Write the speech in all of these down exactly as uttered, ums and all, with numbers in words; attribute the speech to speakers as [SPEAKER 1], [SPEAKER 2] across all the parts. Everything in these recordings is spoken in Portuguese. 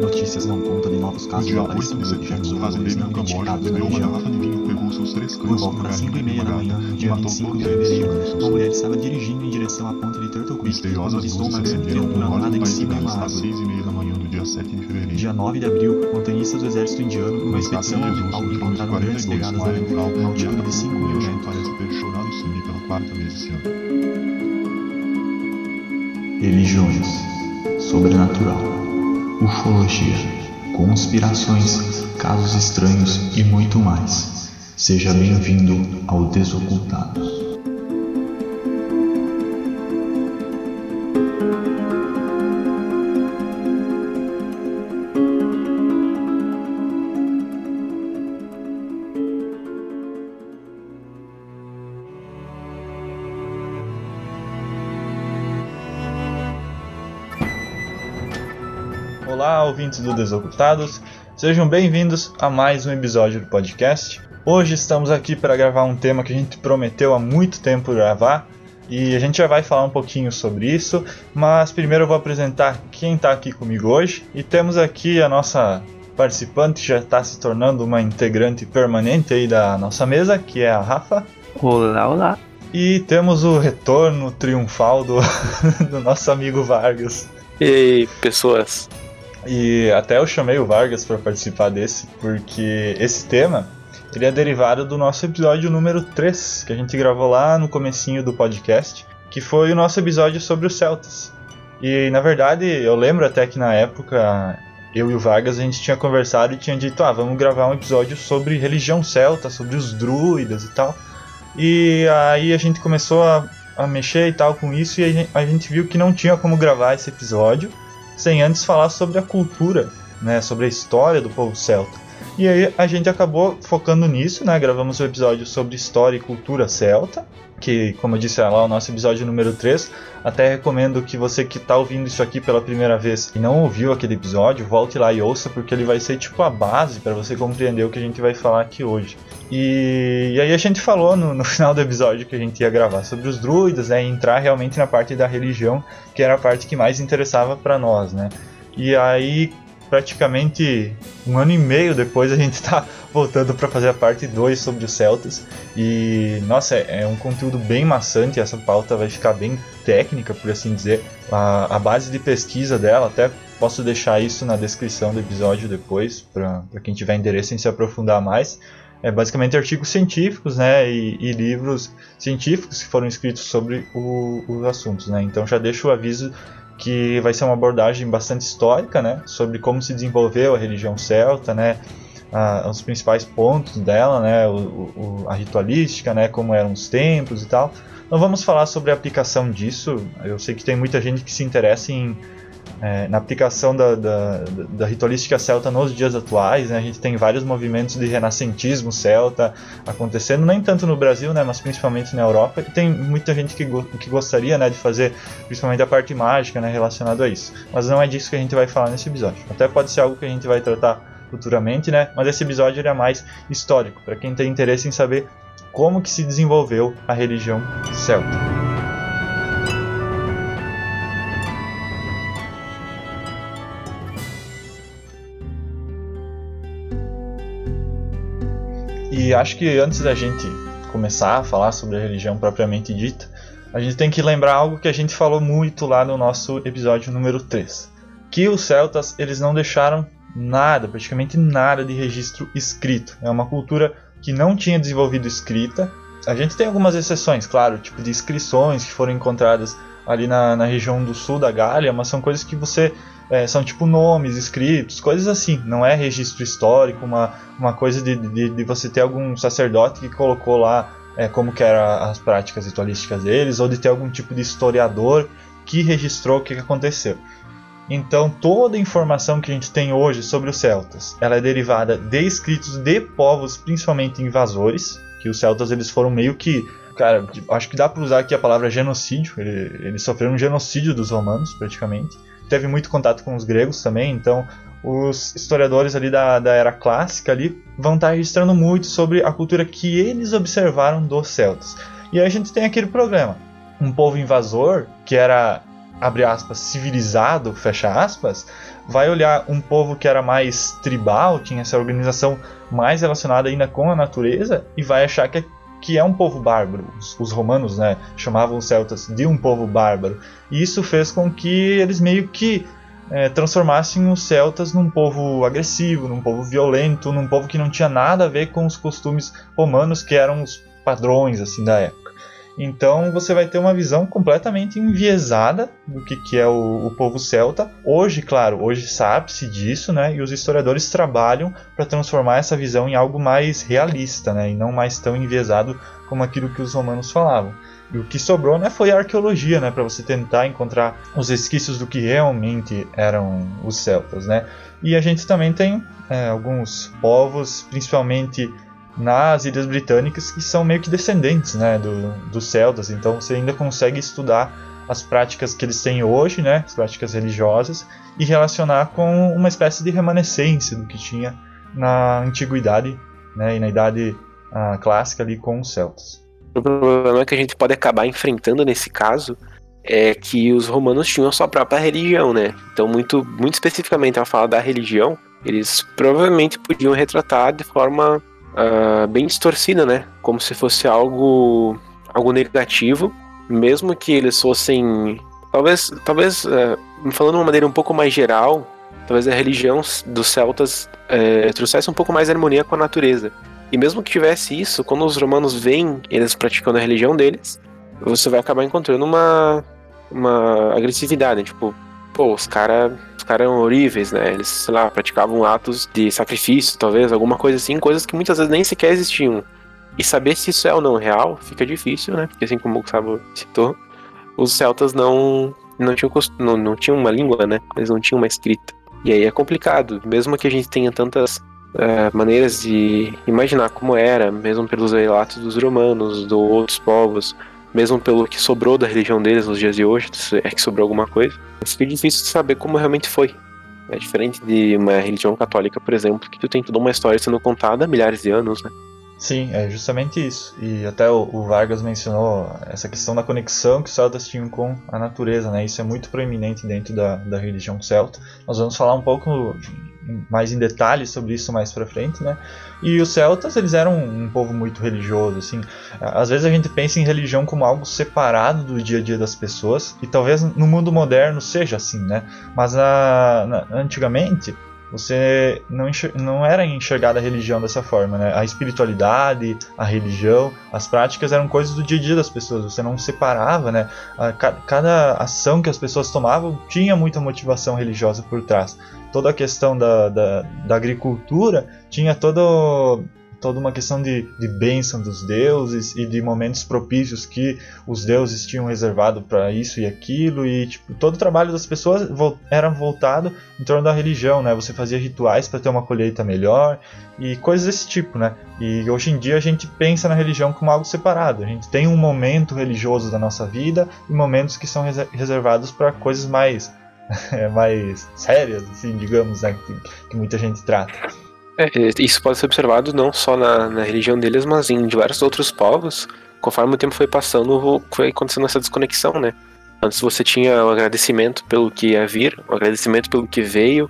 [SPEAKER 1] Notícias dão conta de novos casos
[SPEAKER 2] No dia
[SPEAKER 1] de
[SPEAKER 2] oito de
[SPEAKER 1] aparecimento
[SPEAKER 2] setembro, o fazendeiro no Camboja bebeu uma garrafa de vinho, pegou seus três
[SPEAKER 1] Por
[SPEAKER 2] cães
[SPEAKER 1] volta
[SPEAKER 2] por
[SPEAKER 1] das
[SPEAKER 2] galinha
[SPEAKER 1] cinco e meia da manhã,
[SPEAKER 2] e
[SPEAKER 1] dia vinte
[SPEAKER 2] matou
[SPEAKER 1] e cinco
[SPEAKER 2] todos
[SPEAKER 1] de
[SPEAKER 2] eles
[SPEAKER 1] fevereiro,
[SPEAKER 2] jogando seus
[SPEAKER 1] uma mulher
[SPEAKER 2] filhos.
[SPEAKER 1] estava dirigindo em direção à ponte de Turtle Creek quando
[SPEAKER 2] Misteriosas
[SPEAKER 1] avistou
[SPEAKER 2] luzes
[SPEAKER 1] uma
[SPEAKER 2] se
[SPEAKER 1] grande
[SPEAKER 2] acenderam no
[SPEAKER 1] criatura
[SPEAKER 2] norte
[SPEAKER 1] armada
[SPEAKER 2] do
[SPEAKER 1] em
[SPEAKER 2] país
[SPEAKER 1] cima de uma
[SPEAKER 2] às
[SPEAKER 1] árvore.
[SPEAKER 2] seis e meia da manhã do dia sete de fevereiro.
[SPEAKER 1] Dia nove de abril, montanhistas do exército indiano, numa
[SPEAKER 2] No
[SPEAKER 1] expedição
[SPEAKER 2] Estado de Jesus,
[SPEAKER 1] ao
[SPEAKER 2] o
[SPEAKER 1] encontraram
[SPEAKER 2] quilômetro
[SPEAKER 1] grandes
[SPEAKER 2] quarenta e dois
[SPEAKER 1] pegadas
[SPEAKER 2] com área
[SPEAKER 1] na
[SPEAKER 2] rural,
[SPEAKER 1] neve, uma
[SPEAKER 2] e a
[SPEAKER 1] altura de cinco mil
[SPEAKER 2] Nation
[SPEAKER 1] metros.
[SPEAKER 2] parece ter chorado sangue pela quarta vez esse ano.
[SPEAKER 1] Religiões, sobrenatural, ufologia, conspirações, casos estranhos e muito mais. Seja bem-vindo ao Desocultados.
[SPEAKER 3] Olá, ouvintes do Desocultados, sejam bem-vindos a mais um episódio do podcast. Hoje estamos aqui para gravar um tema que a gente prometeu há muito tempo gravar e a gente já vai falar um pouquinho sobre isso, mas primeiro eu vou apresentar quem está aqui comigo hoje e temos aqui a nossa participante que já está se tornando uma integrante permanente aí da nossa mesa, que é a Rafa.
[SPEAKER 4] Olá, olá.
[SPEAKER 3] E temos o retorno triunfal do, do nosso amigo Vargas.
[SPEAKER 4] E aí, pessoas?
[SPEAKER 3] E até eu chamei o Vargas para participar desse, porque esse tema ele é derivado do nosso episódio número três, que a gente gravou lá no comecinho do podcast, que foi o nosso episódio sobre os celtas. E na verdade, eu lembro até que na época, eu e o Vargas, a gente tinha conversado e tinha dito, ah, vamos gravar um episódio sobre religião celta, sobre os druidas e tal. E aí a gente começou a, a mexer e tal com isso, e a gente, a gente viu que não tinha como gravar esse episódio sem antes falar sobre a cultura, né, sobre a história do povo celta. E aí a gente acabou focando nisso, né, gravamos um episódio sobre história e cultura celta, que, como eu disse lá, é o nosso episódio número três. Até recomendo que você que está ouvindo isso aqui pela primeira vez e não ouviu aquele episódio, volte lá e ouça, porque ele vai ser tipo a base para você compreender o que a gente vai falar aqui hoje. E, e aí a gente falou no, no final do episódio que a gente ia gravar sobre os druidas, né, e entrar realmente na parte da religião, que era a parte que mais interessava para nós, né. E aí, praticamente um ano e meio depois, a gente está voltando para fazer a parte dois sobre os celtas. E, nossa, é, é um conteúdo bem maçante, essa pauta vai ficar bem técnica, por assim dizer. A, a base de pesquisa dela, até posso deixar isso na descrição do episódio depois, para quem tiver interesse em se aprofundar mais. É basicamente artigos científicos, né, e, e livros científicos que foram escritos sobre o, os assuntos, né. Então já deixo o aviso que vai ser uma abordagem bastante histórica, né, sobre como se desenvolveu a religião celta, né, a, os principais pontos dela, né, o, o, a ritualística, né, como eram os templos e tal. Não vamos falar sobre a aplicação disso. Eu sei que tem muita gente que se interessa em É, na aplicação da, da, da ritualística celta nos dias atuais, né, a gente tem vários movimentos de renascentismo celta acontecendo, nem tanto no Brasil, né, mas principalmente na Europa, e tem muita gente que, go- que gostaria, né, de fazer principalmente a parte mágica, né, relacionada a isso, mas não é disso que a gente vai falar nesse episódio. Até pode ser algo que a gente vai tratar futuramente, né, mas esse episódio ele é mais histórico, para quem tem interesse em saber como que se desenvolveu a religião celta. E acho que antes da gente começar a falar sobre a religião propriamente dita, a gente tem que lembrar algo que a gente falou muito lá no nosso episódio número três. Que os celtas, eles não deixaram nada, praticamente nada de registro escrito. É uma cultura que não tinha desenvolvido escrita. A gente tem algumas exceções, claro, tipo de inscrições que foram encontradas ali na, na região do sul da Gália, mas são coisas que você... É, são tipo nomes escritos, coisas assim, não é registro histórico, uma, uma coisa de, de, de você ter algum sacerdote que colocou lá é, como que eram as práticas ritualísticas deles, ou de ter algum tipo de historiador que registrou o que aconteceu. Então toda a informação que a gente tem hoje sobre os celtas, ela é derivada de escritos de povos, principalmente invasores, que os celtas eles foram meio que, cara, acho que dá para usar aqui a palavra genocídio, eles, eles sofreram um genocídio dos romanos praticamente. Teve muito contato com os gregos também, então os historiadores ali da, da era clássica ali vão estar registrando muito sobre a cultura que eles observaram dos celtas. E aí a gente tem aquele problema, um povo invasor que era abre aspas, civilizado, fecha aspas, vai olhar um povo que era mais tribal, tinha essa organização mais relacionada ainda com a natureza, e vai achar que é, que é um povo bárbaro. Os, os romanos, né, chamavam os celtas de um povo bárbaro. E isso fez com que eles meio que é, transformassem os celtas num povo agressivo, num povo violento, num povo que não tinha nada a ver com os costumes romanos, que eram os padrões assim da época. Então você vai ter uma visão completamente enviesada do que, que é o, o povo celta. Hoje, claro, hoje sabe-se disso, né? E os historiadores trabalham para transformar essa visão em algo mais realista, né? E não mais tão enviesado como aquilo que os romanos falavam. E o que sobrou, né, foi a arqueologia, né? Para você tentar encontrar os resquícios do que realmente eram os celtas, né? E a gente também tem é, alguns povos, principalmente nas Ilhas Britânicas, que são meio que descendentes, né, do, dos celtas. Então você ainda consegue estudar as práticas que eles têm hoje, né, as práticas religiosas, e relacionar com uma espécie de remanescência do que tinha na antiguidade, né, e na idade ah, clássica ali com os celtas.
[SPEAKER 4] O problema que a gente pode acabar enfrentando nesse caso é que os romanos tinham a sua própria religião, né? Então, muito, muito especificamente ao falar da religião, eles provavelmente podiam retratar de forma Uh, bem distorcida, né? Como se fosse algo, algo negativo, mesmo que eles fossem, talvez, talvez uh, falando de uma maneira um pouco mais geral, talvez a religião dos celtas uh, trouxesse um pouco mais de harmonia com a natureza. E mesmo que tivesse isso, quando os romanos veem eles praticando a religião deles, você vai acabar encontrando uma, uma agressividade, né? Tipo, pô, os caras os cara eram horríveis, né? Eles, sei lá, praticavam atos de sacrifício, talvez, alguma coisa assim, coisas que muitas vezes nem sequer existiam. E saber se isso é ou não real fica difícil, né? Porque assim como o Gustavo citou, os celtas não, não, tinham, não, não tinham uma língua, né? Eles não tinham uma escrita. E aí é complicado, mesmo que a gente tenha tantas uh, maneiras de imaginar como era, mesmo pelos relatos dos romanos, de outros povos, mesmo pelo que sobrou da religião deles nos dias de hoje, se é que sobrou alguma coisa, fica difícil de saber como realmente foi. É diferente de uma religião católica, por exemplo, que tu tem toda uma história sendo contada há milhares de anos, né?
[SPEAKER 3] Sim, é justamente isso. E até o, o Vargas mencionou essa questão da conexão que os celtas tinham com a natureza, né? Isso é muito proeminente dentro da, da religião celta. Nós vamos falar um pouco mais em detalhes sobre isso mais pra frente, né? E os celtas, eles eram um povo muito religioso, assim. Às vezes a gente pensa em religião como algo separado do dia a dia das pessoas, e talvez no mundo moderno seja assim, né? Mas na, na, antigamente você não, enxer- não era enxergada a religião dessa forma, né? A espiritualidade, a religião, as práticas eram coisas do dia a dia das pessoas. Você não separava, né? A, ca- cada ação que as pessoas tomavam tinha muita motivação religiosa por trás. Toda a questão da, da, da agricultura tinha todo, toda uma questão de, de bênção dos deuses e de momentos propícios que os deuses tinham reservado para isso e aquilo, e tipo, todo o trabalho das pessoas vo- era voltado em torno da religião, né? Você fazia rituais para ter uma colheita melhor e coisas desse tipo, né? E hoje em dia a gente pensa na religião como algo separado. A gente tem um momento religioso da nossa vida e momentos que são reser- reservados para coisas mais, mais sérias, assim, digamos, né? Que, que muita gente trata.
[SPEAKER 4] É, isso pode ser observado não só na, na religião deles, mas em diversos outros povos. Conforme o tempo foi passando, foi acontecendo essa desconexão, né? Antes você tinha o agradecimento pelo que ia vir, o agradecimento pelo que veio,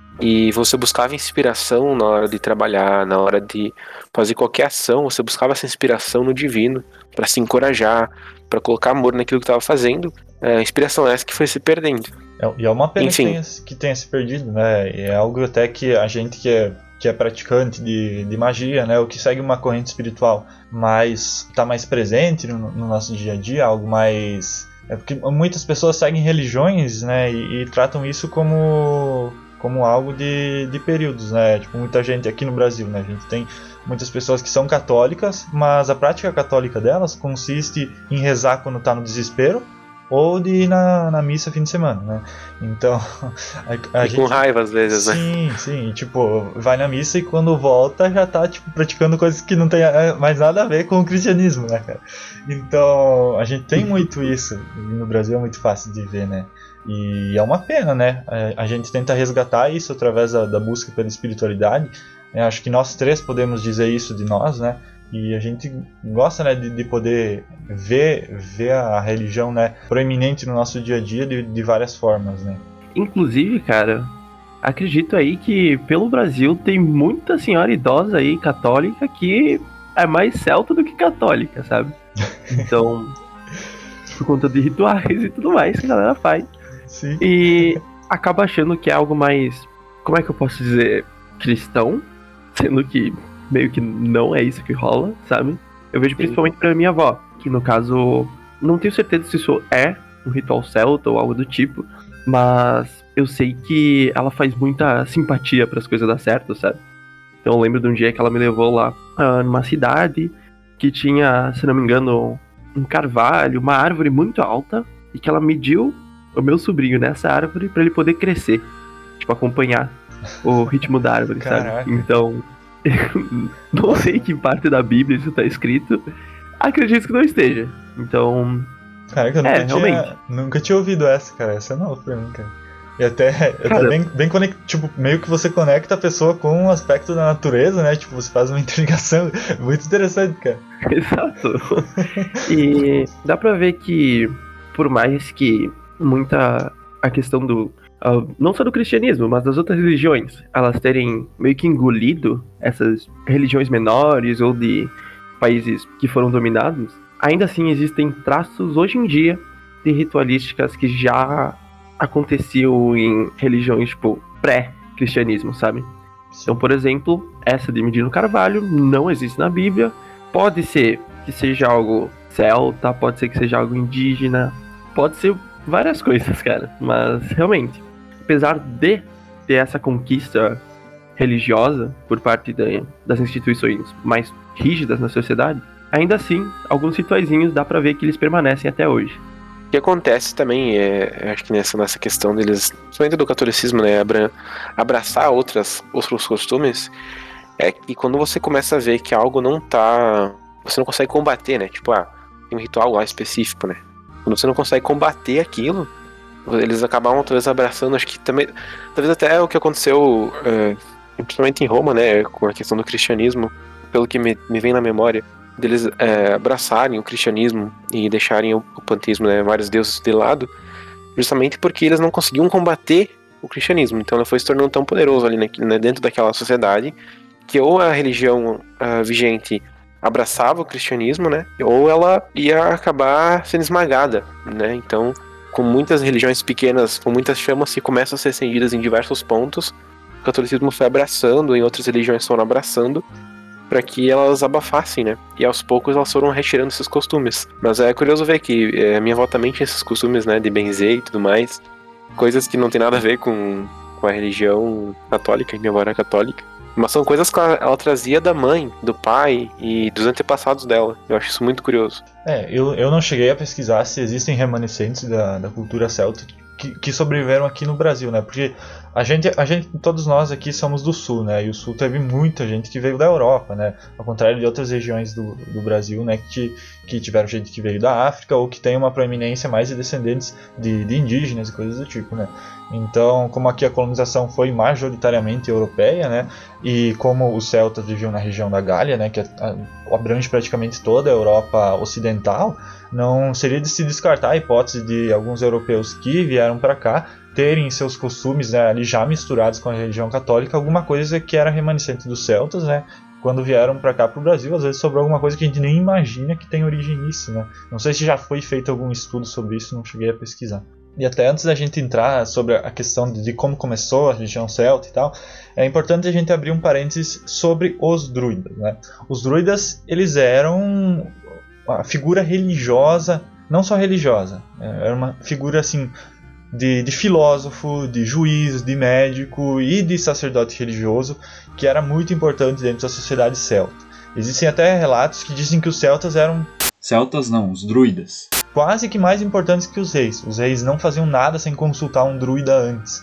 [SPEAKER 4] e você buscava inspiração na hora de trabalhar, na hora de fazer qualquer ação, você buscava essa inspiração no divino, para se encorajar, para colocar amor naquilo que estava fazendo. A inspiração essa que foi se perdendo.
[SPEAKER 3] É, e é uma pena que
[SPEAKER 4] Enfim.
[SPEAKER 3] tenha, que tenha se perdido, né? E é algo até que a gente que é, que é praticante de, de magia, né? Ou que segue uma corrente espiritual, mas está mais presente no, no nosso dia a dia, algo mais... É porque muitas pessoas seguem religiões, né? E, e tratam isso como, como algo de, de períodos, né? Tipo, muita gente aqui no Brasil, né? A gente tem muitas pessoas que são católicas, mas a prática católica delas consiste em rezar quando está no desespero, ou de ir na, na missa fim de semana, né? Então, a, a
[SPEAKER 4] e
[SPEAKER 3] gente...
[SPEAKER 4] com raiva às vezes, né?
[SPEAKER 3] Sim, sim, e, tipo, vai na missa e quando volta já tá, tipo, praticando coisas que não tem mais nada a ver com o cristianismo, né, cara? Então, a gente tem muito isso, no Brasil é muito fácil de ver, né? E é uma pena, né? A, a gente tenta resgatar isso através da, da busca pela espiritualidade. Eu acho que nós três podemos dizer isso de nós, né? e a gente gosta, né, de, de poder ver, ver a religião, né, proeminente no nosso dia a dia de, de várias formas, né.
[SPEAKER 5] Inclusive, cara, acredito aí que pelo Brasil tem muita senhora idosa aí, católica, que é mais celta do que católica, sabe? Então, por conta de rituais e tudo mais que a galera faz.
[SPEAKER 3] Sim.
[SPEAKER 5] E acaba achando que é algo mais, como é que eu posso dizer, cristão, sendo que meio que não é isso que rola, sabe? Eu vejo principalmente pra minha avó, que no caso, não tenho certeza se isso é um ritual celta ou algo do tipo, mas eu sei que ela faz muita simpatia para as coisas dar certo, sabe? Então eu lembro de um dia que ela me levou lá uh, numa cidade que tinha, se não me engano, um carvalho, uma árvore muito alta, e que ela mediu o meu sobrinho nessa árvore para ele poder crescer, tipo, acompanhar o ritmo da árvore,
[SPEAKER 3] Caraca.
[SPEAKER 5] sabe? Então, não sei que parte da Bíblia isso tá escrito, acredito que não esteja. Então,
[SPEAKER 3] Caraca, eu nunca,
[SPEAKER 5] É,
[SPEAKER 3] tinha,
[SPEAKER 5] realmente.
[SPEAKER 3] nunca tinha ouvido essa, cara. Essa é nova pra mim, cara. E até, até
[SPEAKER 5] Cara,
[SPEAKER 3] bem, bem conect, tipo, meio que você conecta a pessoa com um aspecto da natureza, né? Tipo, você faz uma interligação muito interessante, cara.
[SPEAKER 5] exato. E dá pra ver que, por mais que muita a questão do, uh, não só do cristianismo, mas das outras religiões, elas terem meio que engolido essas religiões menores ou de países que foram dominados, ainda assim existem traços hoje em dia de ritualísticas que já aconteciam em religiões tipo pré-cristianismo, sabe? Então, por exemplo, essa de medir no carvalho não existe na Bíblia. Pode ser que seja algo celta, pode ser que seja algo indígena, pode ser várias coisas, cara. Mas, realmente, apesar de ter essa conquista religiosa por parte de, das instituições mais rígidas na sociedade, ainda assim, alguns rituaizinhos dá pra ver que eles permanecem até hoje.
[SPEAKER 4] O que acontece também, é, acho que nessa, nessa questão deles, principalmente do catolicismo, né, abra, abraçar outras, outros costumes, é que quando você começa a ver que algo não tá, você não consegue combater, né, tipo, ah, tem um ritual lá específico, né, quando você não consegue combater aquilo, eles acabam talvez abraçando, acho que também, talvez até o que aconteceu, é, principalmente em Roma, né, com a questão do cristianismo, pelo que me, me vem na memória, deles é, abraçarem o cristianismo e deixarem o, o panteísmo, né, vários deuses de lado, justamente porque eles não conseguiam combater o cristianismo. Então ele foi se tornando tão poderoso ali, né, né, dentro daquela sociedade, que ou a religião uh, vigente abraçava o cristianismo, né, ou ela ia acabar sendo esmagada, né. Então, com muitas religiões pequenas, com muitas chamas que começam a ser acendidas em diversos pontos, o catolicismo foi abraçando, e outras religiões foram abraçando, para que elas abafassem, né? E aos poucos elas foram retirando esses costumes. Mas é curioso ver que é, a minha avó também tinha esses costumes, né? De benzer e tudo mais. Coisas que não tem nada a ver com, com a religião católica, minha avó era católica. Mas são coisas que ela, ela trazia da mãe, do pai e dos antepassados dela. Eu acho isso muito curioso.
[SPEAKER 3] É, eu, eu não cheguei a pesquisar se existem remanescentes da, da cultura celta que, que sobreviveram aqui no Brasil, né? Porque a gente, a gente, todos nós aqui somos do Sul, né? E o Sul teve muita gente que veio da Europa, né? Ao contrário de outras regiões do, do Brasil, né? Que, que tiveram gente que veio da África ou que tem uma proeminência mais de descendentes de, de indígenas e coisas do tipo, né? Então, como aqui a colonização foi majoritariamente europeia, né? E como os celtas viviam na região da Gália, né? Que abrange praticamente toda a Europa ocidental, não seria de se descartar a hipótese de alguns europeus que vieram para cá terem seus costumes, né, ali já misturados com a religião católica, alguma coisa que era remanescente dos celtas, né, quando vieram para cá para o Brasil. Às vezes sobrou alguma coisa que a gente nem imagina que tem origem nisso, né. Não sei se já foi feito algum estudo sobre isso, não cheguei a pesquisar. E até antes da gente entrar sobre a questão de como começou a religião celta e tal, é importante a gente abrir um parênteses sobre os druidas, né. Os druidas, eles eram a figura religiosa, não só religiosa, era uma figura assim de, de filósofo, de juiz, de médico e de sacerdote religioso, que era muito importante dentro da sociedade celta. Existem até relatos que dizem que os celtas eram...
[SPEAKER 1] Celtas não, os druidas.
[SPEAKER 3] Quase que mais importantes que os reis. Os reis não faziam nada sem consultar um druida antes.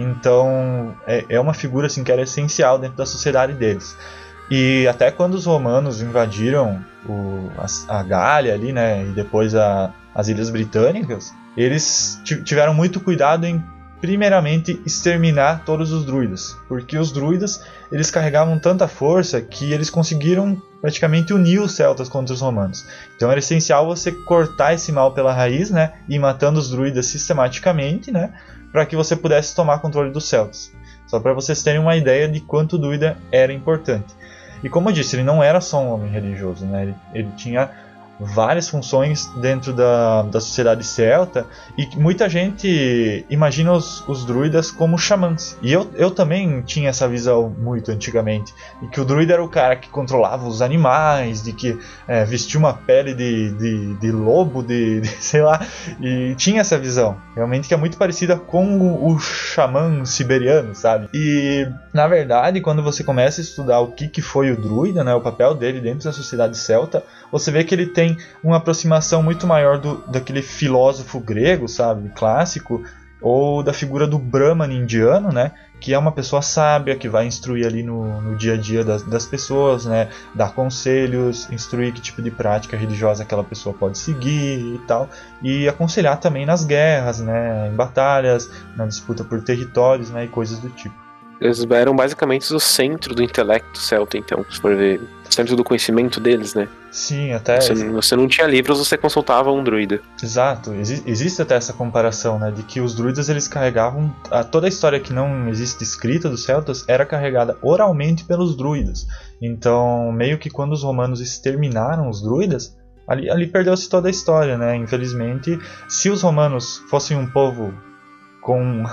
[SPEAKER 3] Então é, é uma figura assim, que era essencial dentro da sociedade deles. E até quando os romanos invadiram o, a, a Gália ali, né, e depois a, as Ilhas Britânicas, eles tiveram muito cuidado em, primeiramente, exterminar todos os druidas. Porque os druidas, eles carregavam tanta força que eles conseguiram praticamente unir os celtas contra os romanos. Então era essencial você cortar esse mal pela raiz, né, e ir matando os druidas sistematicamente, né, para que você pudesse tomar controle dos celtas. Só para vocês terem uma ideia de quanto o druida era importante. E como eu disse, ele não era só um homem religioso, né, ele, ele tinha várias funções dentro da, da sociedade celta, e muita gente imagina os, os druidas como xamãs. E eu, eu também tinha essa visão muito antigamente, de que o druida era o cara que controlava os animais, de que é, vestia uma pele de, de, de lobo, de, de sei lá, e tinha essa visão, realmente, que é muito parecida com o, o xamã siberiano, sabe? E, na verdade, quando você começa a estudar o que, que foi o druida, né, o papel dele dentro da sociedade celta, você vê que ele tem uma aproximação muito maior do, daquele filósofo grego, sabe, clássico, ou da figura do Brahman indiano, né, que é uma pessoa sábia, que vai instruir ali no, no dia a dia das, das pessoas, né, dar conselhos, instruir que tipo de prática religiosa aquela pessoa pode seguir e tal, e aconselhar também nas guerras, né, em batalhas, na disputa por territórios, né, e coisas do tipo.
[SPEAKER 4] Eles eram basicamente o centro do intelecto celta, então, se for ver, o centro do conhecimento deles, né?
[SPEAKER 3] Sim, até...
[SPEAKER 4] Você, você não tinha livros, você consultava um druida.
[SPEAKER 3] Exato, Exi- existe até essa comparação, né, de que os druidas eles carregavam... A, toda a história que não existe escrita dos celtas era carregada oralmente pelos druidas. Então, meio que quando os romanos exterminaram os druidas, ali, ali perdeu-se toda a história, né? Infelizmente, se os romanos fossem um povo com...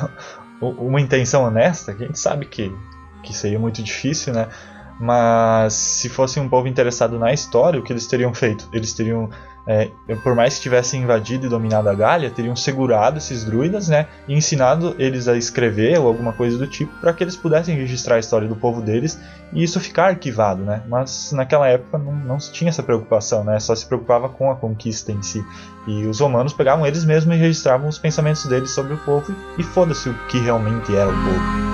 [SPEAKER 3] uma intenção honesta, que a gente sabe que, que seria muito difícil, né? Mas se fosse um povo interessado na história, o que eles teriam feito? Eles teriam, é, por mais que tivessem invadido e dominado a Gália, teriam segurado esses druidas, né? E ensinado eles a escrever ou alguma coisa do tipo, para que eles pudessem registrar a história do povo deles e isso ficar arquivado, né? Mas naquela época não, não se tinha essa preocupação, né? Só se preocupava com a conquista em si. E os romanos pegavam eles mesmos e registravam os pensamentos deles sobre o povo, e foda-se o que realmente era o povo.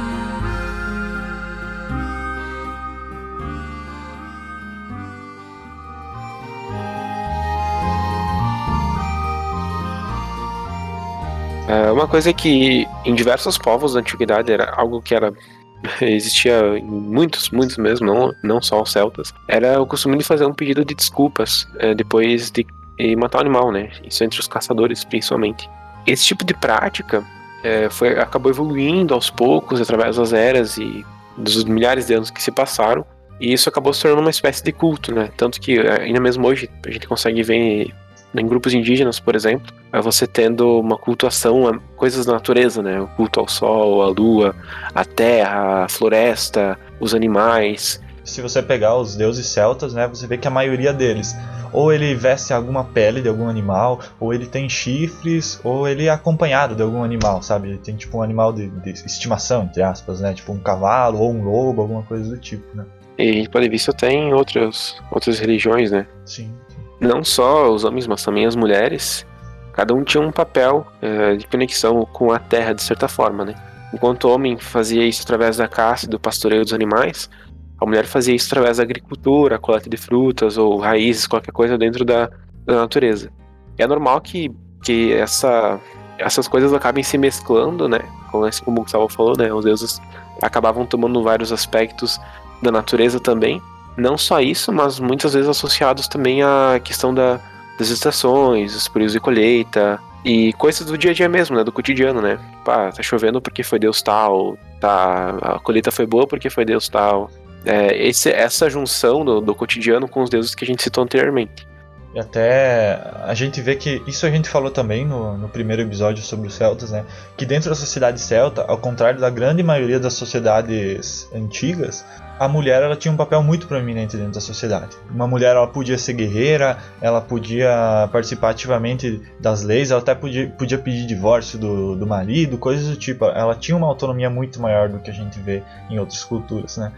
[SPEAKER 4] Uma coisa que em diversos povos da antiguidade era algo que era existia em muitos, muitos mesmo, não, não só os celtas, era o costume de fazer um pedido de desculpas é, depois de matar o animal, né? Isso entre os caçadores, principalmente. Esse tipo de prática é, foi, acabou evoluindo aos poucos, através das eras e dos milhares de anos que se passaram, e isso acabou se tornando uma espécie de culto, né? Tanto que ainda mesmo hoje a gente consegue ver em grupos indígenas, por exemplo, você tendo uma cultuação a coisas da natureza, né? O culto ao sol, à lua, à terra, à floresta, os animais.
[SPEAKER 3] Se você pegar os deuses celtas, né, você vê que a maioria deles, ou ele veste alguma pele de algum animal, ou ele tem chifres, ou ele é acompanhado de algum animal, sabe? Ele tem tipo um animal de, de estimação, entre aspas, né? Tipo um cavalo ou um lobo, alguma coisa do tipo, né?
[SPEAKER 4] E a gente pode ver isso até em outras, outras religiões, né?
[SPEAKER 3] Sim.
[SPEAKER 4] Não só os homens, mas também as mulheres, cada um tinha um papel é, de conexão com a terra, de certa forma, né? Enquanto o homem fazia isso através da caça e do pastoreio dos animais, a mulher fazia isso através da agricultura, coleta de frutas ou raízes, qualquer coisa dentro da, da natureza. E é normal que, que essa, essas coisas acabem se mesclando, né? Como o Gustavo falou, né? Os deuses acabavam tomando vários aspectos da natureza também. Não só isso, mas muitas vezes associados também à questão da, das estações, os períodos de colheita e coisas do dia a dia mesmo, né, do cotidiano, né? Pá, tá chovendo porque foi Deus tal, tá, a colheita foi boa porque foi Deus tal. É, esse, essa junção do, do cotidiano com os deuses que a gente citou anteriormente.
[SPEAKER 3] E até a gente vê que, isso a gente falou também no, no primeiro episódio sobre os celtas, né? Que dentro da sociedade celta, ao contrário da grande maioria das sociedades antigas, a mulher ela tinha um papel muito proeminente dentro da sociedade. Uma mulher ela podia ser guerreira, ela podia participar ativamente das leis, ela até podia, podia pedir divórcio do, do marido, coisas do tipo. Ela tinha uma autonomia muito maior do que a gente vê em outras culturas, né?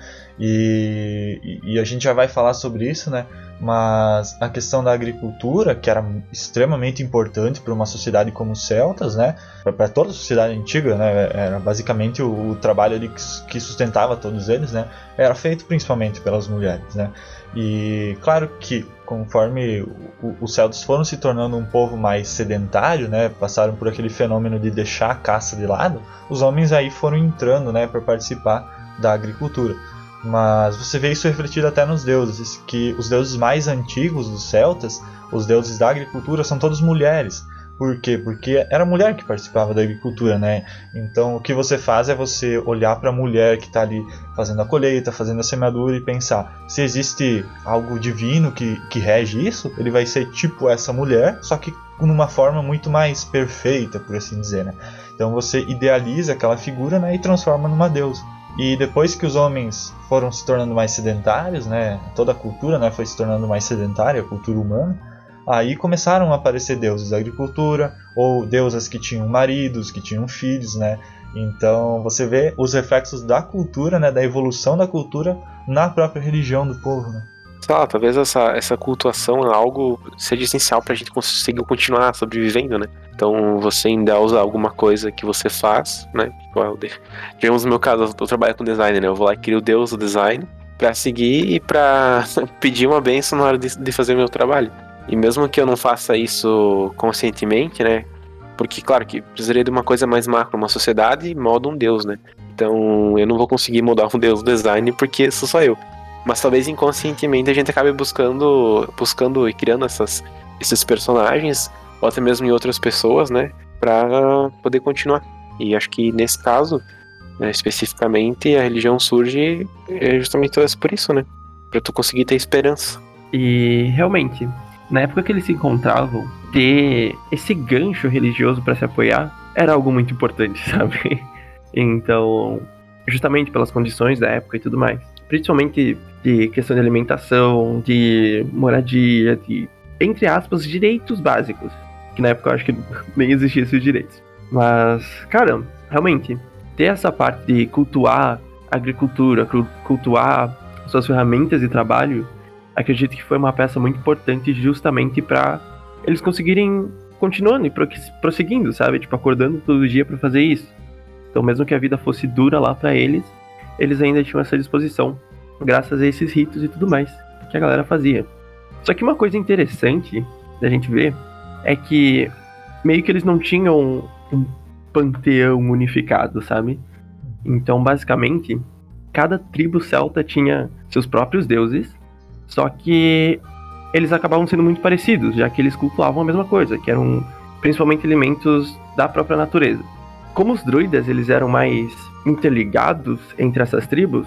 [SPEAKER 3] E, e a gente já vai falar sobre isso, né? Mas a questão da agricultura, que era extremamente importante para uma sociedade como os celtas, né? Para toda a sociedade antiga, né? Era basicamente o, o trabalho ali que, que sustentava todos eles, né? Era feito principalmente pelas mulheres, né? E claro que conforme o, os celtas foram se tornando um povo mais sedentário, né? Passaram por aquele fenômeno de deixar a caça de lado, os homens aí foram entrando, né? Para participar da agricultura. Mas você vê isso refletido até nos deuses, que os deuses mais antigos dos celtas, os deuses da agricultura, são todos mulheres. Por quê? Porque era a mulher que participava da agricultura, né? Então o que você faz é você olhar para a mulher que está ali fazendo a colheita, fazendo a semeadura e pensar, se existe algo divino que, que rege isso, ele vai ser tipo essa mulher, só que numa forma muito mais perfeita, por assim dizer, né? Então você idealiza aquela figura, né, e transforma numa deusa. E depois que os homens foram se tornando mais sedentários, né, toda a cultura, né, foi se tornando mais sedentária, a cultura humana, aí começaram a aparecer deuses da agricultura, ou deusas que tinham maridos, que tinham filhos, né? Então você vê os reflexos da cultura, né, da evolução da cultura na própria religião do povo, né?
[SPEAKER 4] Sei lá, talvez essa, essa cultuação é algo seja essencial pra gente conseguir continuar sobrevivendo, né? Então você endeusa alguma coisa que você faz, né? Digamos no meu caso, eu trabalho com design, né? Eu vou lá e crio o deus do design pra seguir e pra pedir uma bênção na hora de, de fazer o meu trabalho. E mesmo que eu não faça isso conscientemente, né? Porque, claro, que precisaria de uma coisa mais macro, uma sociedade molda um deus, né? Então eu não vou conseguir mudar um deus do design porque sou só eu. Mas talvez inconscientemente a gente acabe buscando, buscando e criando essas, esses personagens, ou até mesmo em outras pessoas, né? Pra poder continuar. E acho que nesse caso, né, especificamente, a religião surge justamente por isso, né? Pra tu conseguir ter esperança.
[SPEAKER 5] E realmente, na época que eles se encontravam, ter esse gancho religioso para se apoiar era algo muito importante, sabe? Então, justamente pelas condições da época e tudo mais, principalmente de questão de alimentação, de moradia, de, entre aspas, direitos básicos, que na época eu acho que nem existiam esses direitos. Mas, cara, realmente, ter essa parte de cultuar a agricultura, cultuar suas ferramentas de trabalho, acredito que foi uma peça muito importante justamente para eles conseguirem continuando e prosseguindo, sabe? Tipo, acordando todo dia para fazer isso. Então, mesmo que a vida fosse dura lá para eles, eles ainda tinham essa disposição, graças a esses ritos e tudo mais que a galera fazia. Só que uma coisa interessante da gente ver é que meio que eles não tinham um panteão unificado, sabe? Então, basicamente, cada tribo celta tinha seus próprios deuses, só que eles acabavam sendo muito parecidos, já que eles cultuavam a mesma coisa, que eram principalmente elementos da própria natureza. Como os druidas eles eram mais interligados entre essas tribos,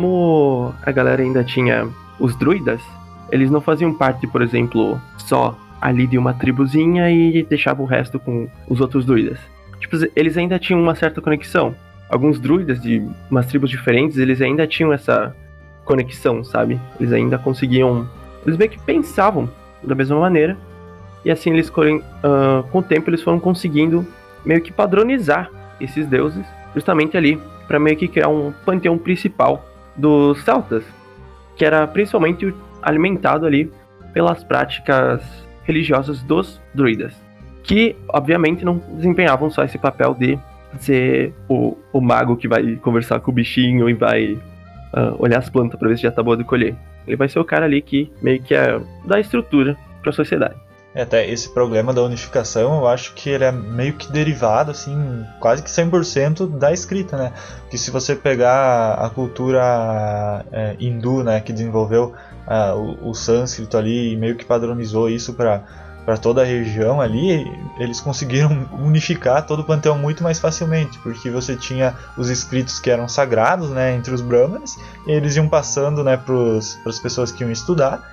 [SPEAKER 5] como a galera ainda tinha os druidas, eles não faziam parte, por exemplo, só ali de uma tribuzinha e deixavam o resto com os outros druidas. Tipo, eles ainda tinham uma certa conexão. Alguns druidas de umas tribos diferentes, eles ainda tinham essa conexão, sabe? Eles ainda conseguiam... Eles meio que pensavam da mesma maneira. E assim, eles uh, com o tempo, eles foram conseguindo meio que padronizar esses deuses, justamente ali, para meio que criar um panteão principal dos celtas, que era principalmente alimentado ali pelas práticas religiosas dos druidas, que obviamente não desempenhavam só esse papel de ser o, o mago que vai conversar com o bichinho e vai uh, olhar as plantas para ver se já tá boa de colher. Ele vai ser o cara ali que meio que é, dá estrutura para a sociedade.
[SPEAKER 3] É, até esse problema da unificação, eu acho que ele é meio que derivado, assim, quase que cem por cento da escrita, né? Porque se você pegar a cultura é, hindu, né, que desenvolveu uh, o, o sânscrito ali e meio que padronizou isso para para toda a região ali, eles conseguiram unificar todo o panteão muito mais facilmente, porque você tinha os escritos que eram sagrados, né, entre os brahmanes, e eles iam passando, né, para as pessoas que iam estudar,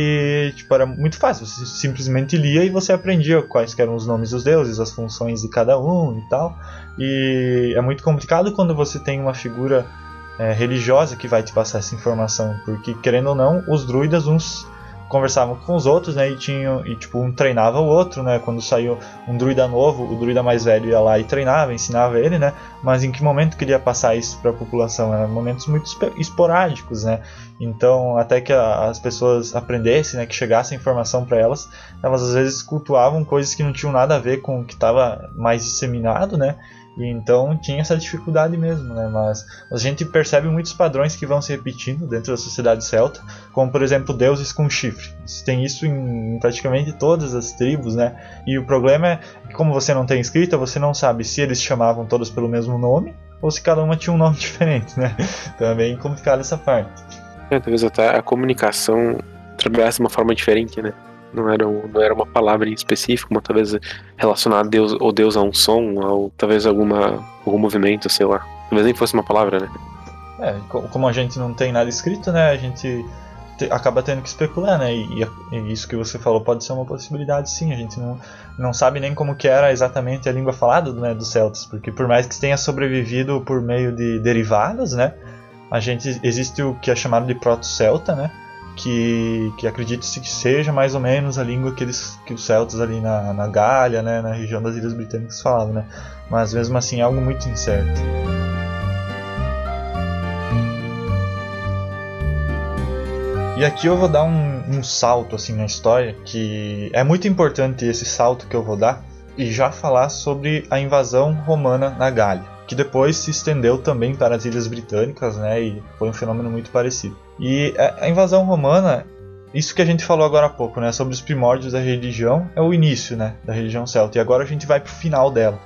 [SPEAKER 3] e tipo, era muito fácil, você simplesmente lia e você aprendia quais eram os nomes dos deuses, as funções de cada um e tal. E é muito complicado quando você tem uma figura é, religiosa que vai te passar essa informação, porque querendo ou não, os druidas uns conversavam com os outros, né, e tinham, e tipo, um treinava o outro, né, quando saiu um druida novo, o druida mais velho ia lá e treinava, ensinava ele, né, mas em que momento que ele ia passar isso para a população? Eram momentos muito esporádicos, né, então até que a, as pessoas aprendessem, né, que chegasse a informação para elas, elas às vezes cultuavam coisas que não tinham nada a ver com o que estava mais disseminado, né, e então tinha essa dificuldade mesmo, né? Mas a gente percebe muitos padrões que vão se repetindo dentro da sociedade celta, como por exemplo deuses com chifre. Você tem isso em praticamente todas as tribos, né? E o problema é que como você não tem escrita, você não sabe se eles chamavam todos pelo mesmo nome ou se cada uma tinha um nome diferente, né? Então é bem complicado essa parte.
[SPEAKER 4] É, talvez até a comunicação trabalhasse de uma forma diferente, né? Não era, um, não era uma palavra em específico, mas talvez relacionar a Deus, ou Deus a um som, ou talvez alguma, algum movimento, sei lá. Talvez nem fosse uma palavra, né?
[SPEAKER 3] É, como a gente não tem nada escrito, né? A gente te, acaba tendo que especular, né? E, e isso que você falou pode ser uma possibilidade, sim. A gente não, não sabe nem como que era exatamente a língua falada, né, dos celtas, porque por mais que tenha sobrevivido por meio de derivadas, né? A gente existe o que é chamado de proto-celta, né? Que, que acredita-se que seja mais ou menos a língua que, eles, que os celtas ali na, na Gália, né, na região das Ilhas Britânicas falavam, né? Mas mesmo assim é algo muito incerto. E aqui eu vou dar um, um salto assim na história, que é muito importante esse salto que eu vou dar, e já falar sobre a invasão romana na Gália, que depois se estendeu também para as Ilhas Britânicas, né, e foi um fenômeno muito parecido. E a invasão romana, isso que a gente falou agora há pouco, né, sobre os primórdios da religião, é o início, né, da religião celta, e agora a gente vai para o final dela.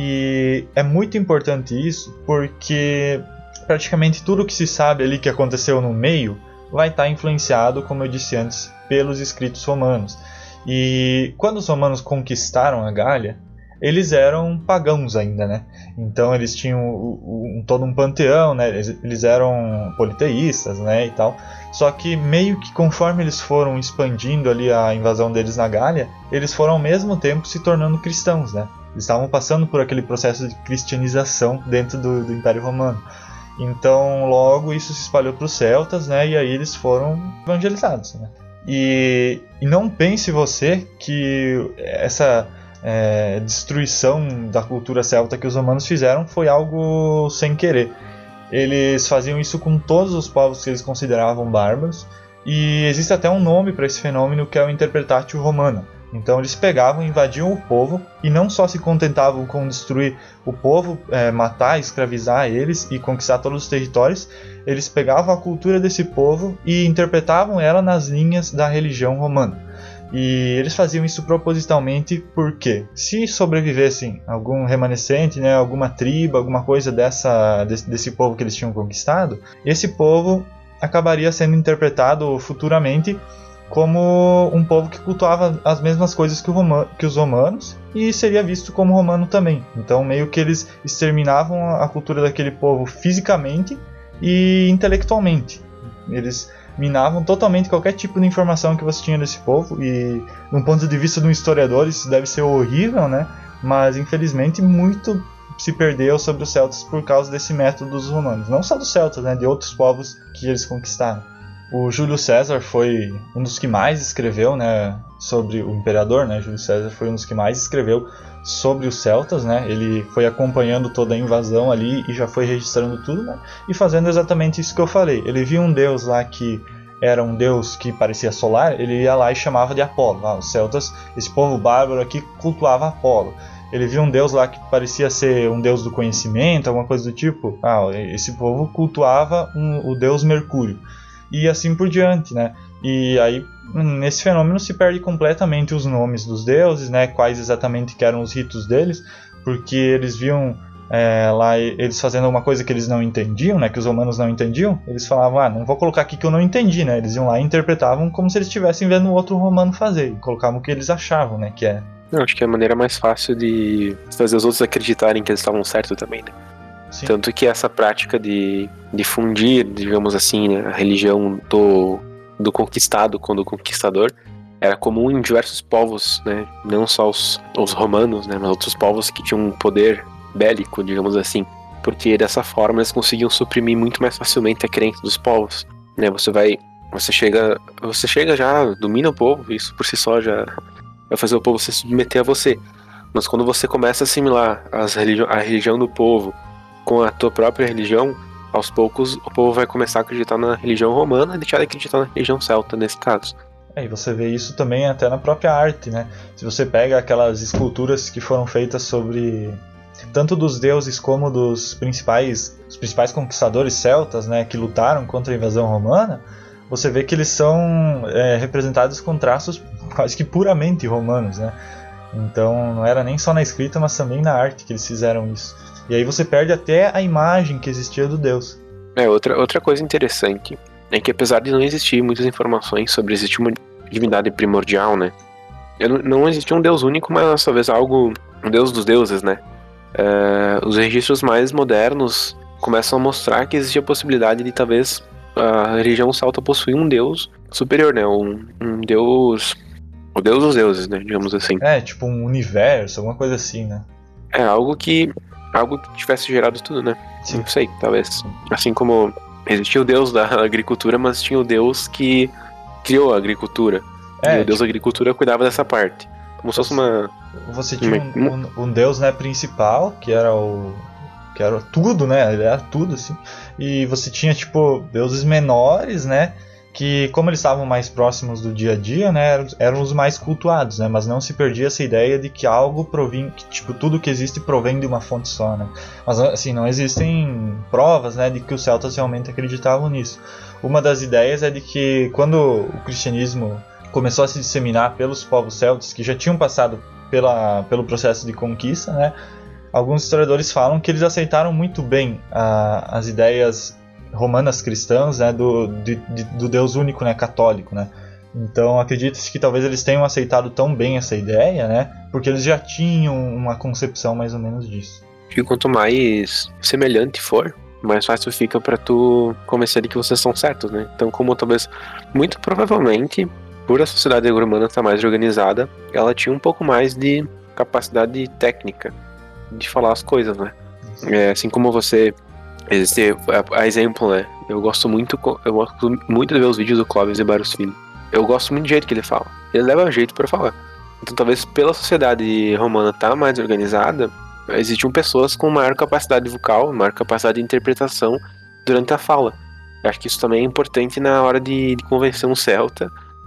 [SPEAKER 3] E é muito importante isso, porque praticamente tudo que se sabe ali que aconteceu no meio vai estar influenciado, como eu disse antes, pelos escritos romanos. E quando os romanos conquistaram a Gália, eles eram pagãos ainda, né? Então eles tinham um, um, todo um panteão, né? Eles, eles eram politeístas, né? E tal. Só que meio que conforme eles foram expandindo ali a invasão deles na Gália, eles foram ao mesmo tempo se tornando cristãos, né? Eles estavam passando por aquele processo de cristianização dentro do, do Império Romano. Então logo isso se espalhou para os celtas, né? E aí eles foram evangelizados, né? E, e não pense você que essa é, destruição da cultura celta que os romanos fizeram foi algo sem querer. Eles faziam isso com todos os povos que eles consideravam bárbaros, e existe até um nome para esse fenômeno, que é o interpretatio romana. Então eles pegavam, invadiam o povo, e não só se contentavam com destruir o povo, é, matar, escravizar eles e conquistar todos os territórios, eles pegavam a cultura desse povo e interpretavam ela nas linhas da religião romana. E eles faziam isso propositalmente porque, se sobrevivessem algum remanescente, né, alguma tribo, alguma coisa dessa, desse, desse povo que eles tinham conquistado, esse povo acabaria sendo interpretado futuramente como um povo que cultuava as mesmas coisas que, o Roma, que os romanos, e seria visto como romano também. Então meio que eles exterminavam a cultura daquele povo fisicamente e intelectualmente. Eles minavam totalmente qualquer tipo de informação que você tinha desse povo, e do ponto de vista de um historiador isso deve ser horrível, né? Mas infelizmente muito se perdeu sobre os celtas por causa desse método dos romanos. Não só dos celtas, né? De outros povos que eles conquistaram. O Júlio César foi um dos que mais escreveu, né, sobre o imperador, né? Júlio César foi um dos que mais escreveu sobre os celtas, né? Ele foi acompanhando toda a invasão ali e já foi registrando tudo, né? E fazendo exatamente isso que eu falei. Ele via um deus lá que era um deus que parecia solar, ele ia lá e chamava de Apolo. Ah, os celtas, esse povo bárbaro aqui, cultuava Apolo. Ele via um deus lá que parecia ser um deus do conhecimento, alguma coisa do tipo. Ah, esse povo cultuava um, o deus Mercúrio. E assim por diante, né? E aí, nesse fenômeno se perde completamente os nomes dos deuses, né? Quais exatamente que eram os ritos deles, porque eles viam é, lá eles fazendo uma coisa que eles não entendiam, né? Que os romanos não entendiam. Eles falavam, ah, não vou colocar aqui que eu não entendi, né? Eles iam lá e interpretavam como se eles estivessem vendo outro romano fazer, e colocavam o que eles achavam, né? Que é.
[SPEAKER 4] Não, acho que é a maneira mais fácil de fazer os outros acreditarem que eles estavam certos também, né?
[SPEAKER 3] Sim.
[SPEAKER 4] Tanto que essa prática de difundir, digamos assim, né, a religião do, do conquistado com do conquistador era comum em diversos povos, né, não só os, os romanos, né, mas outros povos que tinham um poder bélico, digamos assim, porque dessa forma eles conseguiam suprimir muito mais facilmente a crença dos povos, né? Você vai, você chega, você chega já domina o povo, isso por si só já vai fazer o povo se submeter a você, mas quando você começa a assimilar as religi- a religião do povo com a tua própria religião, aos poucos o povo vai começar a acreditar na religião romana e deixar de acreditar na religião celta, nesse caso.
[SPEAKER 3] É, e você vê isso também até na própria arte, né? Se você pega aquelas esculturas que foram feitas sobre tanto dos deuses como dos principais, os principais conquistadores celtas, né, que lutaram contra a invasão romana, você vê que eles são é, representados com traços quase que puramente romanos, né? Então não era nem só na escrita, mas também na arte que eles fizeram isso. E aí você perde até a imagem que existia do deus.
[SPEAKER 4] É, outra, outra coisa interessante é que apesar de não existir muitas informações sobre existir uma divindade primordial, né? Não, não existia um deus único, mas talvez algo, um deus dos deuses, né? É, os registros mais modernos começam a mostrar que existia a possibilidade de talvez a religião celta possuir um deus superior, né? Um, um deus... O deus dos deuses, né? Digamos assim.
[SPEAKER 3] É, tipo um universo, alguma coisa assim, né?
[SPEAKER 4] É, algo que... Algo que tivesse gerado tudo, né?
[SPEAKER 3] Sim.
[SPEAKER 4] Não sei, talvez. Assim como existia o deus da agricultura, mas tinha o deus que criou a agricultura.
[SPEAKER 3] É,
[SPEAKER 4] e o deus
[SPEAKER 3] tipo...
[SPEAKER 4] da agricultura cuidava dessa parte. Como se fosse uma...
[SPEAKER 3] Você tinha um, um, um deus, né, principal, que era o... Que era tudo, né? Ele era tudo, assim. E você tinha, tipo, deuses menores, né? Que, como eles estavam mais próximos do dia a dia, né? Eram, eram os mais cultuados, né? Mas não se perdia essa ideia de que algo provém... Que, tipo, tudo que existe provém de uma fonte só, né? Mas, assim, não existem provas, né? De que os celtas realmente acreditavam nisso. Uma das ideias é de que, quando o cristianismo começou a se disseminar pelos povos celtas, que já tinham passado pela, pelo processo de conquista, né? Alguns historiadores falam que eles aceitaram muito bem a, as ideias romanas cristãs, né, do, de, de, do Deus único, né, católico, né. Então acredita-se que talvez eles tenham aceitado tão bem essa ideia, né, porque eles já tinham uma concepção mais ou menos disso.
[SPEAKER 4] E quanto mais semelhante for, mais fácil fica pra tu convencer de que vocês são certos, né. Então, como talvez, muito provavelmente, por a sociedade romana estar mais organizada, ela tinha um pouco mais de capacidade técnica de falar as coisas, né. É, assim como você... Existe a, a exemplo, né? Eu gosto muito eu gosto muito de ver os vídeos do Clóvis e Barros Filho. Eu gosto muito do jeito que ele fala. Ele leva jeito pra falar. Então, talvez pela sociedade romana estar mais organizada, existiam pessoas com maior capacidade vocal, maior capacidade de interpretação durante a fala. Eu acho que isso também é importante na hora de, de convencer um celta,